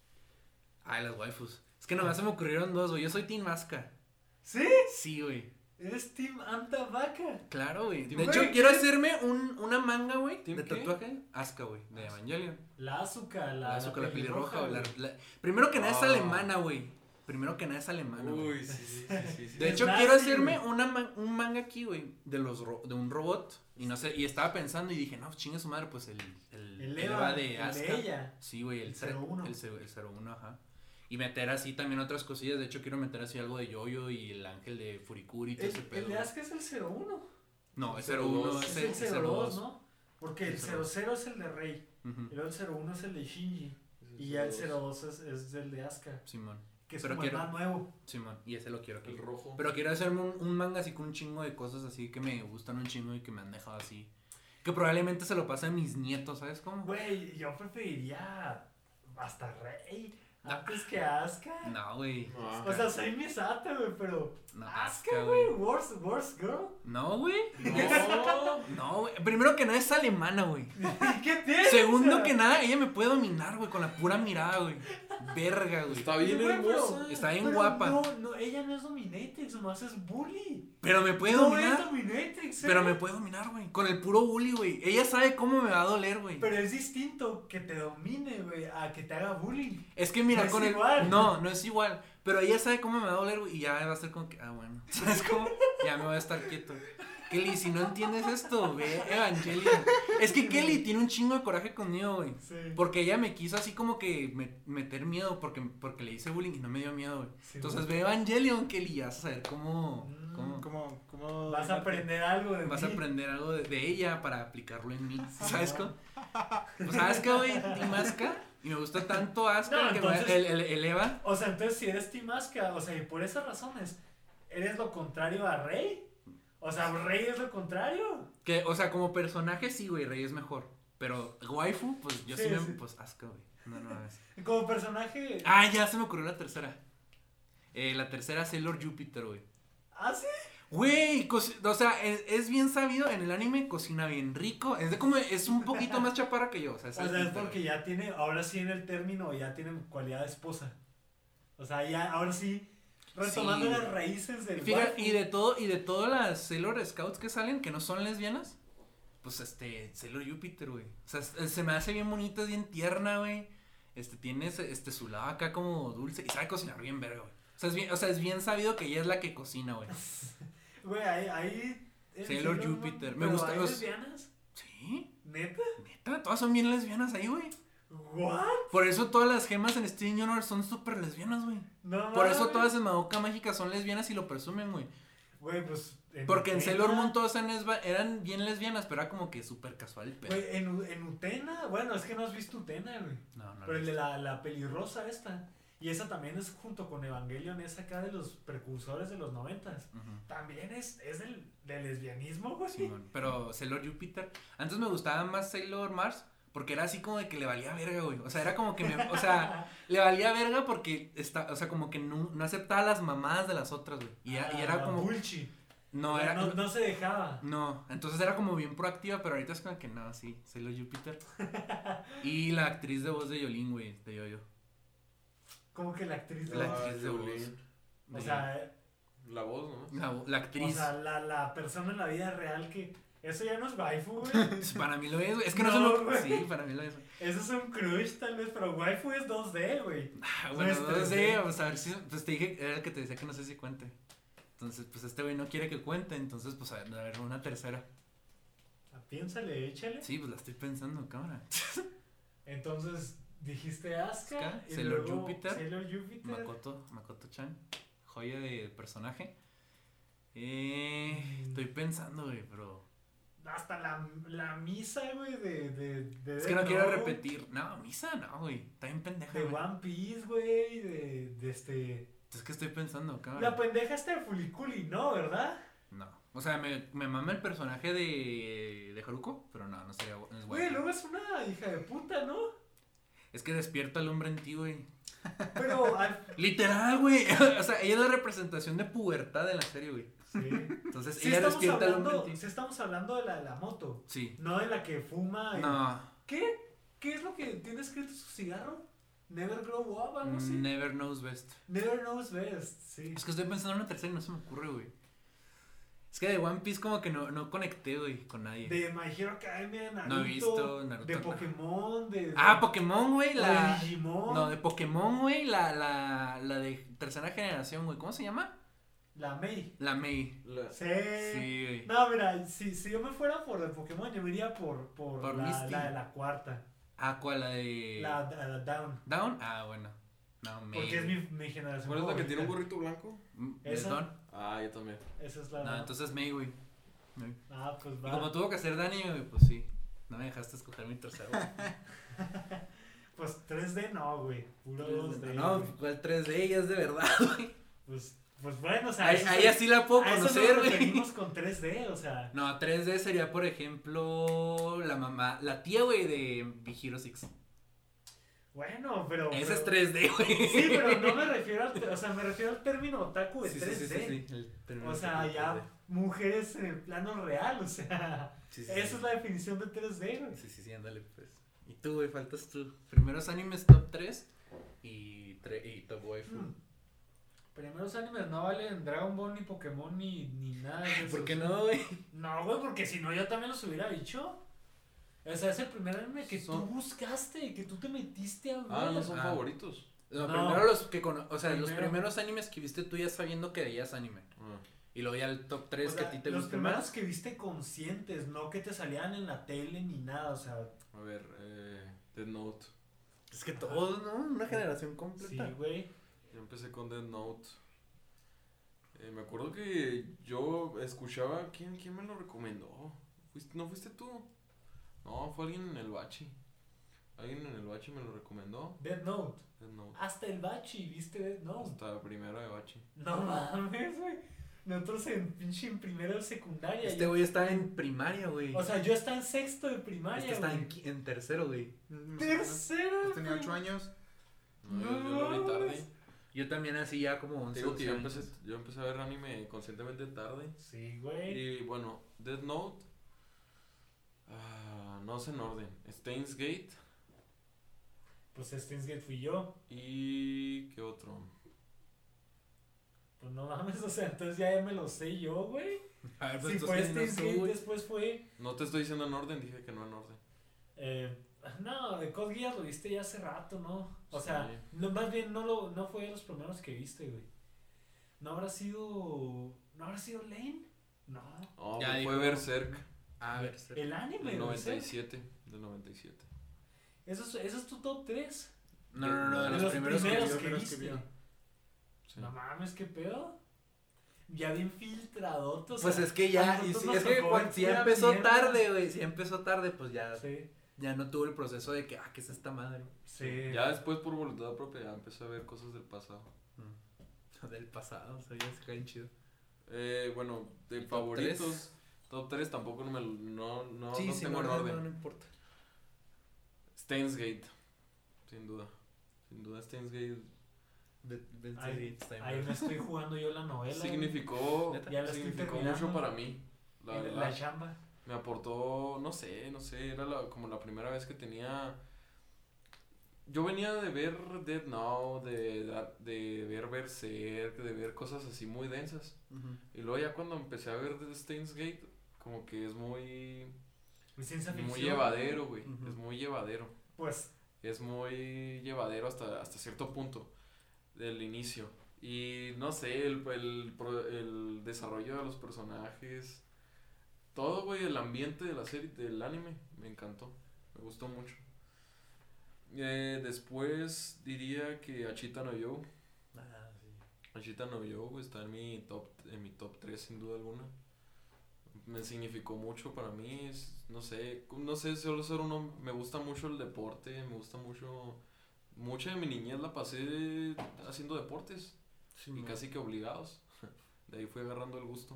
Las waifus. Es que nomás se me ocurrieron dos, güey, yo soy Team Asuka. ¿Sí? Sí, güey. ¿Eres Team Anta Vaca? Claro, güey. De Güey, hecho, quiero hacerme una manga, güey, ¿Team de qué? tatuaje. Asuka, güey, de Evangelion. La Asuka, La Asuka, la pelirroja. güey. Primero que nada es alemana, güey. Güey. Uy, sí. De hecho, nazi, quiero hacerme güey. un manga aquí, güey, de un robot. Y no sé, y estaba pensando y dije, no, chingue su madre, pues el Eva de Asuka. ella. Sí, güey, el 01. El 01, ajá. Y meter así también otras cosillas. De hecho, quiero meter así algo de Yoyo y el ángel de Furikuri y todo ese pedo. El de Asuka es el 01. No, el 01 Es el 02, ¿no? Porque el 00 es el de Rey. Ujú. Y luego el 01 es el de Shinji. Y ya el 02 es el de Asuka. Simón. Que es Pero como el quiero- más nuevo. Simón, y ese lo quiero aquí. El rojo. Pero quiero hacerme un manga así con un chingo de cosas así que me gustan un chingo y que me han dejado así. Que probablemente se lo pase a mis nietos, ¿sabes cómo? Güey, yo preferiría hasta Rey antes que Asuka. No, güey. No. O sea, soy Misata, güey, pero No, Asuka, Asuka, güey, worst girl. No, güey. No. No, güey. Primero que nada es alemana, güey. ¿Qué tienes? Segundo que nada, ella me puede dominar, güey, con la pura mirada, güey. Verga, güey. Está bien Güey, hermosa. Está bien pero guapa. No, ella no es dominatrix, nomás es bully. Pero me puede No es dominar. dominatrix, Pero me puede dominar, güey. Con el puro bully, güey. Ella sabe cómo me va a doler, güey. Pero es distinto que te domine, güey, a que te haga bullying. Es que mira, No es con el. igual. No es igual. Pero ella sabe cómo me va a doler, güey. Y ya va a ser como que. Bueno. ¿Sabes cómo? Ya me voy a estar quieto. Kelly, si no entiendes esto, ve Evangelion. Es que Kelly tiene un chingo de coraje conmigo, güey. Sí. Porque ella me quiso así como que meter miedo porque le hice bullying y no me dio miedo, güey. Sí, Entonces güey. ve Evangelion, Kelly, vas a saber cómo ¿Cómo Vas a aprender algo de vas a mí. aprender algo de ella para aplicarlo en mí. ¿Sabes cómo? Pues Asuka, güey, Team Asuka. Y me gusta tanto Asuka No, que entonces- el Eva. O sea, entonces si eres Team Asuka, o sea, y por esas razones, ¿eres lo contrario a Rey? O sea, Rey es lo contrario. Que, o sea, como personaje sí, güey, Rey es mejor. Pero waifu, pues yo sí, Sí, me. sí. Pues Asuka, güey. No es. Como personaje. Ya se me ocurrió la tercera. La tercera Sailor Jupiter, güey. ¿Ah, sí? Güey, o sea, es bien sabido en el anime, cocina bien rico. Es un poquito más chaparra que yo. O sea, O sea, es porque ya tiene, ahora sí en el término, ya tiene cualidad de esposa. O sea, ya, ahora sí, retomando Sí. las raíces del Fíjate, waifu. y de todas las Sailor Scouts que salen, que no son lesbianas, pues Sailor Jupiter, güey. O sea, se me hace bien bonita, es bien tierna, güey. Tiene su lado acá como dulce y sabe cocinar bien verga, güey. O sea, es bien sabido que ella es la que cocina, güey. Güey, ahí Sailor Jupiter, me pero gusta ¿hay los- lesbianas? Sí, ¿Neta? neta, todas son bien lesbianas ahí, güey. ¿What? Por eso todas las gemas en Steven Universe son súper lesbianas, güey. No Por eso mames. todas en Madoka Mágica son lesbianas y lo presumen, güey. Güey, pues. Porque en Utena- Sailor Moon todas eran bien lesbianas, pero era como que súper casual el pedo. Güey, en Utena, bueno, es que no has visto Utena, güey. No, Pero el de la pelirrosa esta. Y esa también es junto con Evangelion, es acá de los precursores de los 90s. También es del lesbianismo, güey. Sí, pero Sailor Jupiter, antes me gustaba más Sailor Mars, porque era así como de que le valía verga, güey. O sea, era como que o sea, le valía verga porque o sea, como que no aceptaba las mamadas de las otras, güey. Y era como Bullshit. No, no se dejaba. No, entonces era como bien proactiva, pero ahorita es como que no, sí, Sailor Jupiter. Y la actriz de voz de Yolín, güey, de Yo-Yo. ¿Cómo que la actriz de La voz? actriz de voz. O sea, la voz, ¿no? La actriz. O sea, la persona en la vida real que... Eso ya no es waifu, güey. Para mí lo es, güey. Es que no solo... Sí, para mí lo es. Eso es un crush, tal vez, pero waifu es 2D, güey. Bueno, 2D, pues a ver si... Pues te dije, era el que te decía que no sé si cuente. Entonces, pues este güey no quiere que cuente, entonces, pues a ver, una tercera. Piénsale, échale. Sí, pues la estoy pensando, cámara. Entonces, dijiste Asuka, y Sailor luego Jupiter, Sailor Jupiter. Makoto-chan, joya de personaje. Estoy pensando, güey, pero... Hasta la misa, güey, de Es que no quiero repetir. No, misa no, güey. Está bien pendeja, de güey. One Piece, güey, de este... Es que estoy pensando, cabrón. La pendeja está de Fuliculi, ¿no? ¿Verdad? No. O sea, me mama el personaje de Haruko, pero no sería... No es Güey, luego es una hija de puta, ¿no? Es que despierta al hombre en ti, güey. Pero... Literal, güey. O sea, ella es la representación de pubertad de la serie, güey. Sí. Entonces, Sí, ella despierta al hombre en ti. Sí, estamos hablando de la moto. Sí. No de la que fuma. No. ¿Qué es lo que tiene escrito su cigarro? Never grow up, algo así. Never knows best. Never knows best, sí. Es que estoy pensando en una tercera y no se me ocurre, güey. Es que de One Piece como que no conecté, güey, con nadie. De My Hero Academia, Naruto. No he visto Naruto. De Pokémon, de... Pokémon, güey, de Digimon. No, de Pokémon, güey, la de tercera generación, güey. ¿Cómo se llama? La Mei. La Mei. Sí. Sí, güey. No, mira, si yo me fuera por el Pokémon, yo me iría por Misty. la de la cuarta. ¿Cuál? La de... La Down. ¿Down? Bueno. No, Mei. Porque es mi generación. ¿Cuál es la que tiene un favorita. gorrito blanco? ¿Es ¿Esa? Dawn? Yo también. Esa es la... No, entonces Mei, güey. Mei. pues Y va. como tuvo que hacer Dani, güey, pues sí. No me dejaste escoger mi tercero, güey. Pues 3D no, güey. Puro 2D. No, güey. ¿cuál 3D? Ya es de verdad, güey. Pues bueno, o sea. Ahí así la puedo a eso conocer, nos güey. referimos con 3D, o sea. No, 3D sería, por ejemplo, la tía, güey, de Big Hero 6. Bueno, pero. Esa es 3D, güey. Sí, pero no me refiero o sea, me refiero al término otaku de Sí, 3D. sí, el término O sea, otaku ya 3D. mujeres en el plano real, o sea. Sí, Esa es la definición de 3D, güey. Sí, ándale, pues. Y tú, güey, faltas tú. Primeros animes top 3 y top waifu. Primeros animes no valen Dragon Ball, ni Pokémon, ni nada de eso. ¿Por qué no, güey? No, güey, porque si no yo también los hubiera dicho. O sea, es el primer anime que tú buscaste y que tú te metiste a ver. No son favoritos. No, No. primero los que los Primero. primeros animes que viste tú ya sabiendo que veías anime. Y luego ya el top 3 O que sea, a ti te los gusta primeros más. que viste conscientes, no que te salían en la tele ni nada, o sea. A ver, Death Note. Es que todos, ¿no? Una generación Sí, completa. güey. Yo empecé con Death Note. Me acuerdo que yo escuchaba. ¿Quién me lo recomendó? ¿No fuiste tú? No, fue alguien en el bachi. Alguien en el bachi me lo recomendó. Death Note. Death Note. Hasta el bachi, ¿viste Death Note? Hasta primero de bachi. No mames, güey. Nosotros en primero de secundaria. Este güey está en primaria, güey. O sea, yo estaba en sexto de primaria. Este está güey. en tercero, güey. Tercero. Pues tenía 8 güey. años. No, yo lo vi tarde. Yo también así ya como 11 Digo que 12 años. yo empecé a ver anime conscientemente tarde. Sí, güey. Y bueno, Death Note. No sé en orden. Steins Gate. Pues Steins Gate fui yo. ¿Y qué otro? Pues no mames, o sea, entonces ya me lo sé yo, güey. A ver, pues Si fue entonces, Steins no Gate, sé, güey. después fue. No te estoy diciendo en orden, dije que no en orden. No, de Code Geass lo viste ya hace rato, ¿no? O sea, Sí. no, más bien no fue de los primeros que viste, güey. ¿No habrá sido Lane? No. No, Ya fue dijo. Berserk. A ver, El anime, Del güey. 97. Del 97. Eso es tu top 3. No, de De los primeros que primeros vio. que primeros que viste. vio. Sí. No mames, qué pedo. Ya bien filtradotos. Pues es que ya, y si, es que si ya empezó tarde, güey, si ya empezó tarde, pues ya Sí. ya no tuvo el proceso de que, ¿qué es esta madre? Sí. Ya después por voluntad propia ya empecé a ver cosas del pasado. Del pasado, o sea, ya se caen chido. Bueno, de ¿Top favoritos, top 3 tampoco no Sí, tengo en orden. No importa. Steins Gate, sin duda Steins Gate Ahí me estoy jugando yo la novela. significó Ya la estoy terminando. mucho para mí. La chamba. Me aportó, no sé, era como la primera vez que tenía... Yo venía de ver Death Note, de ver Berserk, de ver cosas así muy densas. Y luego ya cuando empecé a ver The Steins Gate, como que es muy llevadero, güey. Es muy llevadero. Pues. Es muy llevadero hasta cierto punto del inicio. Y no sé, el desarrollo de los personajes, todo, güey, el ambiente de la serie, del anime, me encantó. Me gustó mucho. Después diría que Achita no Joe. Sí. Achita no Joe, güey, está en mi top 3 sin duda alguna. Me significó mucho para mí, no sé, solo ser uno, me gusta mucho el deporte, me gusta mucho, mucha de mi niñez la pasé haciendo deportes, Sí, y casi que obligados, de ahí fui agarrando el gusto,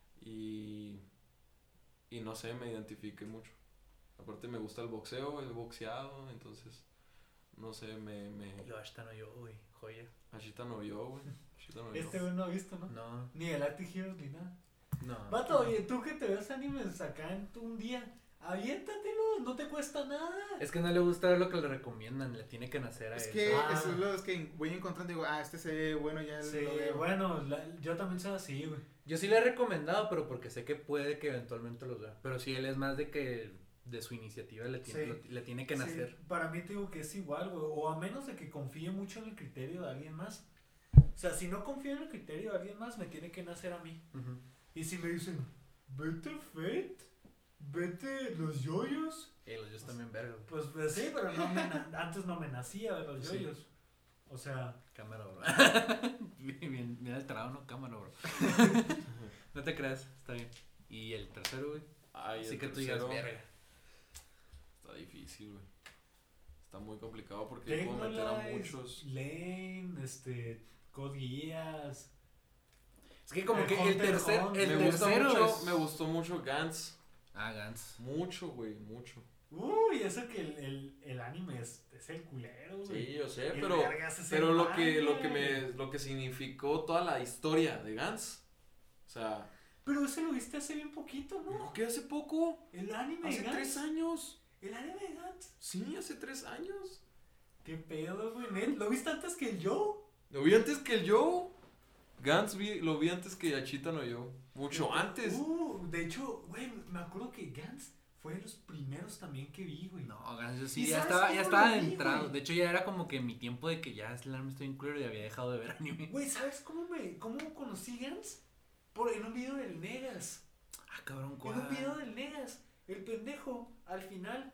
y no sé, me identifiqué mucho, aparte me gusta el boxeo, he boxeado, entonces, no sé, Yo Ashita no Yo, güey, joya. Achita no Joe, güey, Este güey no ha visto, ¿no? No. Ni el Active Heroes ni nada. No. Vato, oye, tú que te ves animes acá en un día, aviéntatelos, no te cuesta nada. Es que no le gusta ver lo que le recomiendan, le tiene que nacer a Es él. que eso es lo que voy encontrando y digo, este se ve bueno, ya Sí, lo veo. bueno, yo también soy así, güey. Yo sí le he recomendado, pero porque sé que puede que eventualmente los vea. Pero sí, él es más de que de su iniciativa le tiene que nacer. Sí, para mí te digo que es igual, güey, o a menos de que confíe mucho en el criterio de alguien más. O sea, si no confío en el criterio de alguien más, me tiene que nacer a mí. Y si me dicen, vete Fate, vete los yoyos. Los yoyos también verga. Pues sí, pero antes no me nacía de los yoyos. O sea. Cámara, bro. bien alterado, ¿no? Cámara, bro. No te creas, está bien. Y el tercero, güey. Así que tú digas, verga. Está difícil, güey. Está muy complicado porque puedo meter a muchos. Lane, Code Geass. Es que como que el tercero. Me gustó mucho Gantz. Gantz. Mucho, güey, mucho. Uy, eso que el anime es el culero, güey. Sí, yo sé, pero lo que significó toda la historia de Gantz. O sea. Pero ese lo viste hace bien poquito, ¿no? ¿Qué hace poco? El anime hace de Gantz. 3 años. ¿El anime de Gantz? Sí, hace 3 años. ¿Qué pedo, güey? ¿Lo viste antes que el Joe? ¿Lo vi antes que el Joe? Gantz lo vi antes que Achita no Joe. Mucho antes. De hecho, güey, me acuerdo que Gantz fue de los primeros también que vi, güey. No, Gantz yo sí, ya estaba entrado. De hecho, ya era como que mi tiempo de que ya el anime estoy incluido y había dejado de ver anime. Güey, ¿sabes cómo conocí Gantz? En un video del Negas. Cabrón, ¿cuál? En un video del Negas. El pendejo, al final,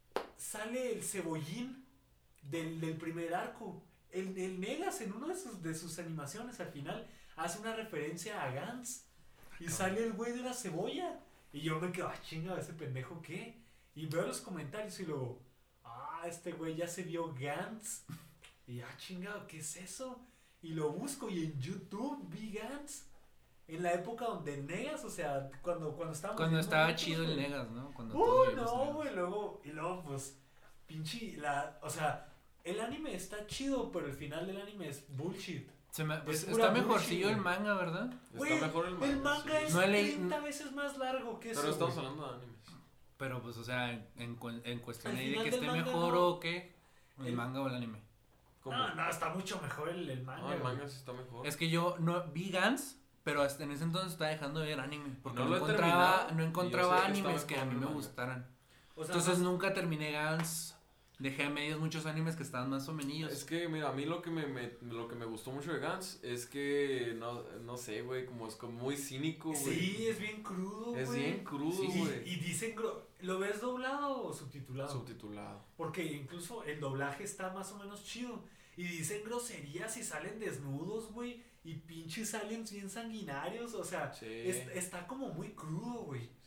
sale el cebollín del primer arco. El Negas en una de sus animaciones al final hace una referencia a Gantz. Y sale el güey de la cebolla. Y yo me quedo, chinga, ¿ese pendejo qué? Y veo los comentarios y luego, este güey ya se vio Gantz. Y chinga, ¿qué es eso? Y lo busco y en YouTube vi Gantz. En la época donde Negas, o sea, cuando estábamos. Cuando estaba chido el Negas, ¿no? No, güey, luego, pues, pinche, o sea, el anime está chido, pero el final del anime es bullshit. Está mejorcillo el manga, ¿verdad? Wey, está mejor el manga. El manga es 30 veces más largo que eso. Pero estamos hablando de animes. Pero pues, o sea, en cuestión ahí de que esté mejor o qué, el manga o el anime. ¿Cómo? No, está mucho mejor el manga. No, el manga sí está mejor. Es que yo no vi Gantz, pero hasta en ese entonces estaba dejando de ver anime. Porque no encontraba animes que a mí me gustaran. O sea, entonces nunca terminé Gantz. Dejé a medios muchos animes que estaban más o menos. Es que, mira, a mí lo que me gustó mucho de Gantz es que, no sé, güey, como es como muy cínico, güey. Sí, es bien crudo, güey. Es bien crudo, güey. Y dicen, ¿lo ves doblado o subtitulado? Subtitulado. Porque incluso el doblaje está más o menos chido. Y dicen groserías y salen desnudos, güey. Y pinches aliens bien sanguinarios, o sea, está como muy crudo, güey. Sí. Y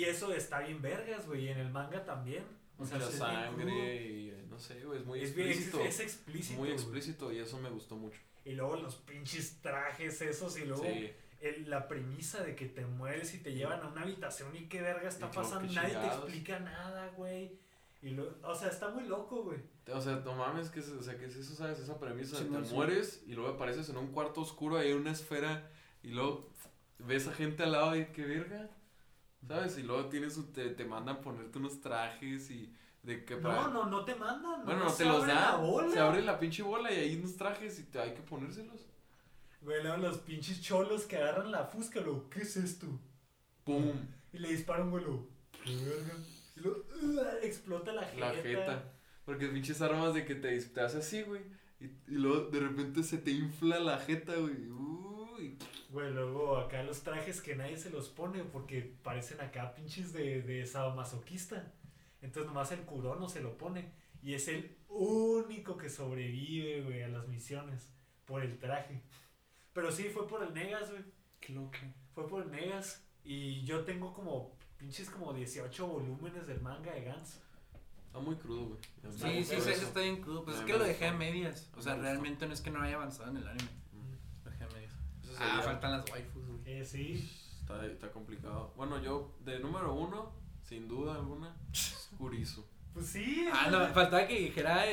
Y eso está bien vergas, güey, y en el manga también. O sea, la sangre y no sé, güey, es muy explícito. Es explícito. Muy explícito y eso me gustó mucho. Y luego los pinches trajes esos y luego la premisa de que te mueres y te llevan a una habitación y qué verga está pasando, nadie te explica nada, güey. Y o sea, está muy loco, güey. O sea, no mames, que es eso, ¿sabes? Esa premisa, te mueres y luego apareces en un cuarto oscuro, hay una esfera y luego ves a gente al lado y qué verga, ¿sabes? Y luego te mandan ponerte unos trajes y de que no te mandan. Bueno, no te los dan, se abre la pinche bola y hay unos trajes y hay que ponérselos. Güey, luego los pinches cholos que agarran la fusca, lo, ¿qué es esto? ¡Pum! Y le disparan, güey, lo, ¿qué verga? Y luego, explota la jeta. Porque pinches armas de que te hace así, güey. Y luego de repente se te infla la jeta, güey. Güey, luego acá los trajes que nadie se los pone porque parecen acá pinches de sadomasoquista. Entonces nomás el Kurono se lo pone. Y es el único que sobrevive, güey, a las misiones. Por el traje. Pero sí, fue por el Negas, güey. Qué loco. Fue por el Negas. Y yo tengo como 18 volúmenes del manga de Gantz. Está muy crudo, güey. Sí, sé que está bien crudo. Pues es que lo dejé a medias. O sea, realmente no es que no haya avanzado en el anime. Lo dejé a medias. Faltan las waifus, güey. Sí. Está complicado. Bueno, yo, de número 1, sin duda alguna, Kurisu. Pues sí. No, faltaba que dijera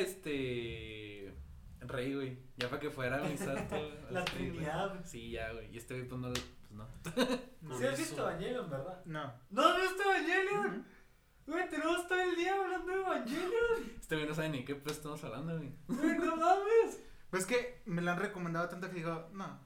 Rey, güey. Ya para que fuera mi santo. La Trinidad. Güey. Sí, ya, güey. Y este güey, pues no. ¿Sí has visto Evangelion, verdad? No. ¿No has visto Evangelion? Güey, tenemos todo el día hablando de Evangelion. Este güey no sabe ni qué pues estamos hablando, güey. Güey, no mames. Pues que me lo han recomendado tanto que digo, no.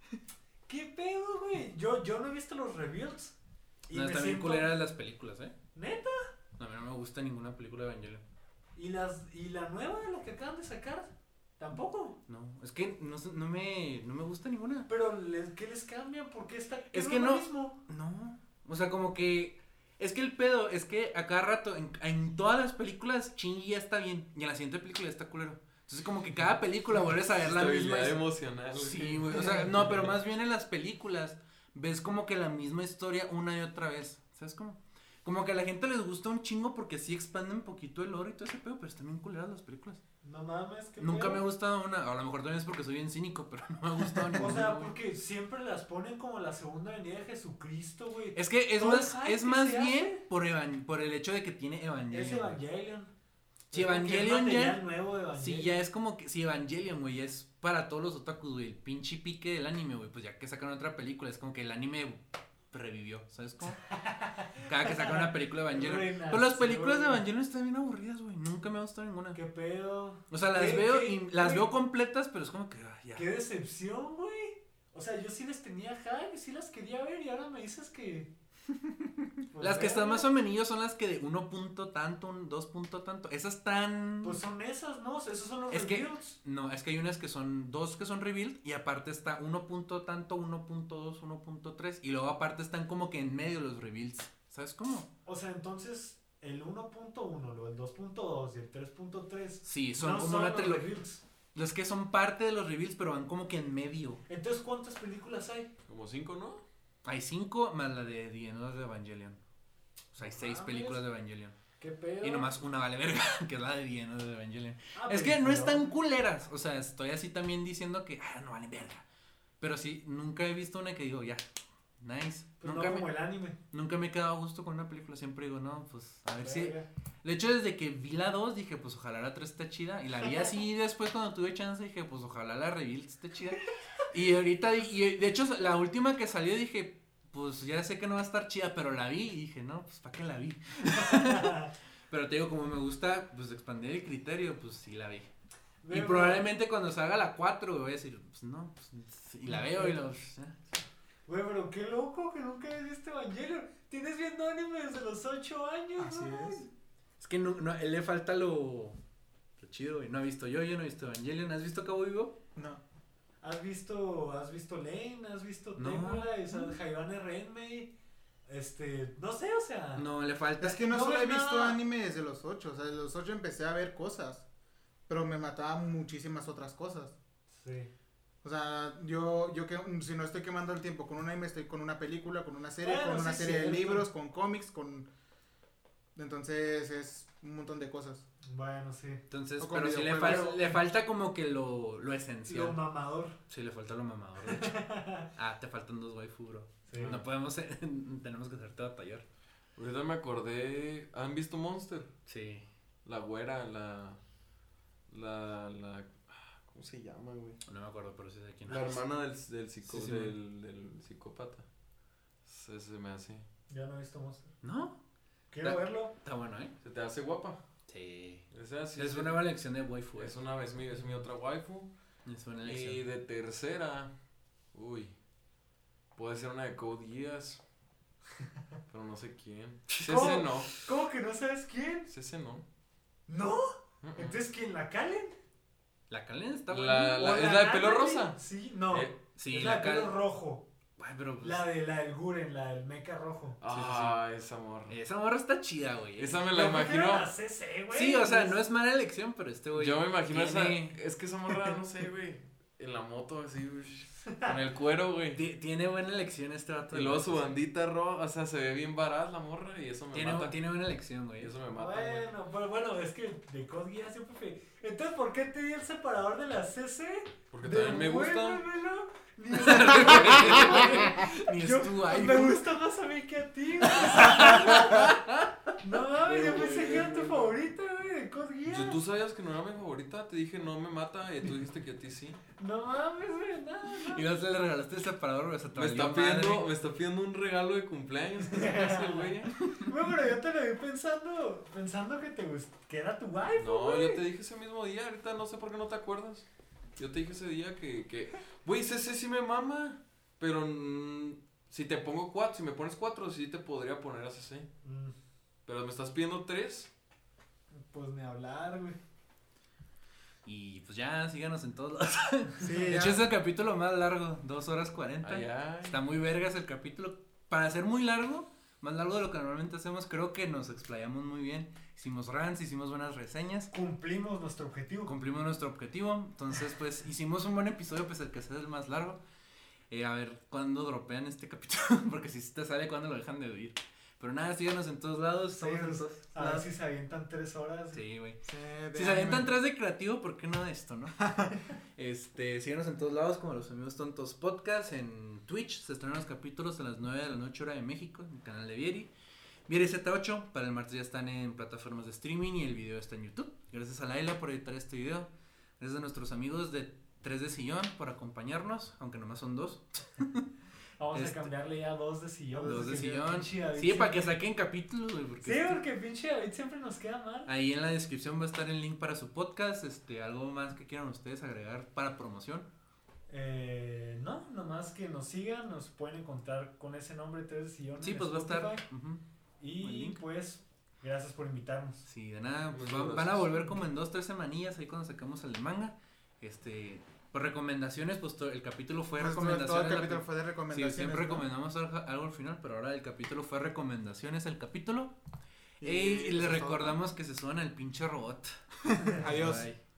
¿Qué pedo, güey? Yo no he visto los reviews. Y no, están bien culeras las películas, ¿Neta? No, a mí no me gusta ninguna película de Evangelion. ¿Y la nueva, la que acaban de sacar? ¿Tampoco? No, es que no me gusta ninguna. Pero, ¿qué les cambian? ¿Por qué está? Es que no. No. O sea, como que. Es que el pedo es que a cada rato, en todas las películas, Shinji ya está bien. Y en la siguiente película ya está culero. Entonces, como que cada película vuelves a ver la misma. Emocional. Sí, güey. O sea, no, pero más bien en las películas ves como que la misma historia una y otra vez. ¿Sabes cómo? Como que a la gente les gusta un chingo porque sí expanden un poquito el lore y todo ese pedo, pero están bien culeras las películas. No mames, que nunca me ha gustado una, a lo mejor también es porque soy bien cínico, pero no me ha gustado ninguna. O sea, porque siempre las ponen como la segunda venida de Jesucristo, güey. Es que es más bien por el hecho de que tiene Evangelion. Es Evangelion. Si Evangelion ya. Nuevo de Evangelion. Si ya es como que. Si Evangelion, güey, es para todos los otakus, güey. El pinche pique del anime, güey. Pues ya que sacan otra película, es como que el anime revivió, ¿sabes cómo? Cada que sacan una película de Evangelion. Pero las películas de Evangelion están bien aburridas, güey. Nunca me ha gustado ninguna. ¿Qué pedo? O sea, las veo y las veo completas, pero es como que ya. Qué decepción, güey. O sea, yo sí les tenía hype, sí las quería ver y ahora me dices que. Pues las que están más o menos son las que de 1 punto tanto, 2 punto tanto. Esas están. Pues son esas, ¿no? Esos son los rebuilds. No, es que hay unas que son 2 que son rebuild y aparte está 1 punto tanto, 1.2, 1.3 y luego aparte están como que en medio los rebuilds. ¿Sabes cómo? O sea, entonces el 1.1, el 2.2 y el 3.3. Sí, son como una trilogía. Los que son parte de los rebuilds, pero van como que en medio. Entonces, ¿cuántas películas hay? Como 5, ¿no? Hay 5 más la de The End of Evangelion. O sea, hay 6 películas de Evangelion. ¿Qué pedo? Y nomás una vale verga, que es la de The End of Evangelion. Es que no están culeras. O sea, estoy así también diciendo que no valen verga. Pero sí, nunca he visto una que digo, ya, nice. Pues nunca no como el anime. Nunca me he quedado a gusto con una película. Siempre digo, no, pues a ver si. De hecho, desde que vi la 2, dije, pues ojalá la 3 esté chida. Y la vi así después cuando tuve chance, dije, pues ojalá la rebuild esté chida. Y ahorita, y de hecho, la última que salió dije, pues ya sé que no va a estar chida, pero la vi y dije, no, pues ¿para qué la vi? Pero te digo, como me gusta, pues expandir el criterio, pues sí la vi. Y probablemente cuando salga la 4, voy a decir, pues no, pues, y la veo y lo. Güey, pero qué loco que nunca hayas visto Evangelion. Tienes viendo anime desde los 8 años, así ¿no? Es que no, él le falta lo chido, güey. No ha visto yo no he visto Evangelion. ¿Has visto Cabo Vivo? No. ¿Has visto Lane? ¿Has visto Témula? Jaivane Renmei. No sé, o sea. No, le falta. Es que no solo he visto anime desde los 8. O sea, desde los 8 empecé a ver cosas. Pero me mataban muchísimas otras cosas. Sí. O sea, yo que si no estoy quemando el tiempo con un anime, estoy con una película, con una serie, con una serie de libros, con cómics, entonces es un montón de cosas. Bueno, sí. Entonces, pero sí le falta como que lo esencial. Lo mamador. Sí, le falta lo mamador, de hecho. Te faltan 2 waifu, bro. Sí. No podemos, tenemos que hacerte batallar. Ahorita me acordé, ¿han visto Monster? Sí. La güera, ¿cómo se llama, güey? No me acuerdo, pero sí sé quién es. La hermana del psicópata. Se me hace. Ya no he visto Monster. ¿No? Quiero verlo. Está bueno, ¿eh? ¿Se te hace guapa? Sí. Es una buena elección de waifu. Es mi otra waifu. Es buena elección. Y de tercera, puede ser una de Code Geass. Pero no sé quién. Cese no. ¿Cómo que no sabes quién? Cese no. ¿No? ¿Entonces quién? ¿La Kalen? ¿La Kalen está buena? ¿Es la de pelo rosa? Sí, no. Sí, es la de pelo rojo. Ay, pero pues... La del Guren, la del mecha rojo. Sí. Esa morra. Esa morra está chida, güey. Esa me la imagino. La CC, güey. Sí, o sea, no es mala elección, pero güey. Yo me imagino esa. Es que esa morra, no sé, güey. En la moto, así, güey. Con el cuero, güey. Tiene buena elección este vato. Y luego su bandita roja, o sea, se ve bien baraz la morra y eso me mata. Tiene buena elección, güey. Eso me mata, Bueno, pero bueno, es que de Code Geass siempre fue... Entonces, ¿por qué te di el separador de la CC? Porque también me gusta. Ni es tu iPhone. Me gusta más a mí que a ti, güey. No mames, yo pensé que era tu favorita, güey, de Code Geass. Tú sabías que no era mi favorita, te dije no me mata y tú dijiste que a ti sí. No mames, güey, nada. Y no le regalaste el separador, güey, me está pidiendo un regalo de cumpleaños. ¿Qué pasa, güey? Güey, pero yo te lo vi pensando que era tu wife. No, güey. yo te dije ese mismo día, ahorita no sé por qué no te acuerdas. Yo te dije ese día que güey, ese sí me mama, pero si te pongo 4, si me pones 4, sí te podría poner a CC. Pero me estás pidiendo 3. Pues ni hablar, güey. Y pues ya, síganos en todos lados. Sí, de hecho, es el capítulo más largo, 2 horas 40. Ay. Está muy vergas el capítulo. Para ser muy largo, más largo de lo que normalmente hacemos, creo que nos explayamos muy bien. Hicimos rants, hicimos buenas reseñas. Cumplimos nuestro objetivo. Entonces, pues, hicimos un buen episodio, pues el que sea el más largo. A ver, ¿cuándo dropean este capítulo? Porque si te sale, ¿cuándo lo dejan de oír? Pero nada, síganos en todos lados. Sí, a ver si se avientan 3 horas. Sí, güey. Sí, si se avientan 3 de creativo, ¿por qué no de esto, no? Síganos en todos lados como Los Amigos Tontos Podcast. En Twitch se estrenan los capítulos a las 9 de la noche hora de México, en el canal de Vieri. Vieri Z8, para el martes ya están en plataformas de streaming y el video está en YouTube. Gracias a Laila por editar este video. Gracias a nuestros amigos de 3 de Sillón por acompañarnos, aunque nomás son 2. Vamos a cambiarle ya 2 de sillón. 2 de sillón. Sí, para que saquen capítulos, güey. Porque pinche David siempre nos queda mal. Ahí en la descripción va a estar el link para su podcast. Algo más que quieran ustedes agregar para promoción. No, nomás que nos sigan, nos pueden encontrar con ese nombre 3 de Sillón. Sí, pues va a estar. Y pues, gracias por invitarnos. Sí, de nada, pues van a volver como en 2-3 semanillas ahí cuando sacamos el manga. Por recomendaciones, pues el capítulo fue recomendaciones. Todo el capítulo fue de recomendaciones. Sí, siempre recomendamos algo al final, pero ahora el capítulo fue recomendaciones el capítulo. Y le recordamos que se suban al pinche robot. Adiós. Bye.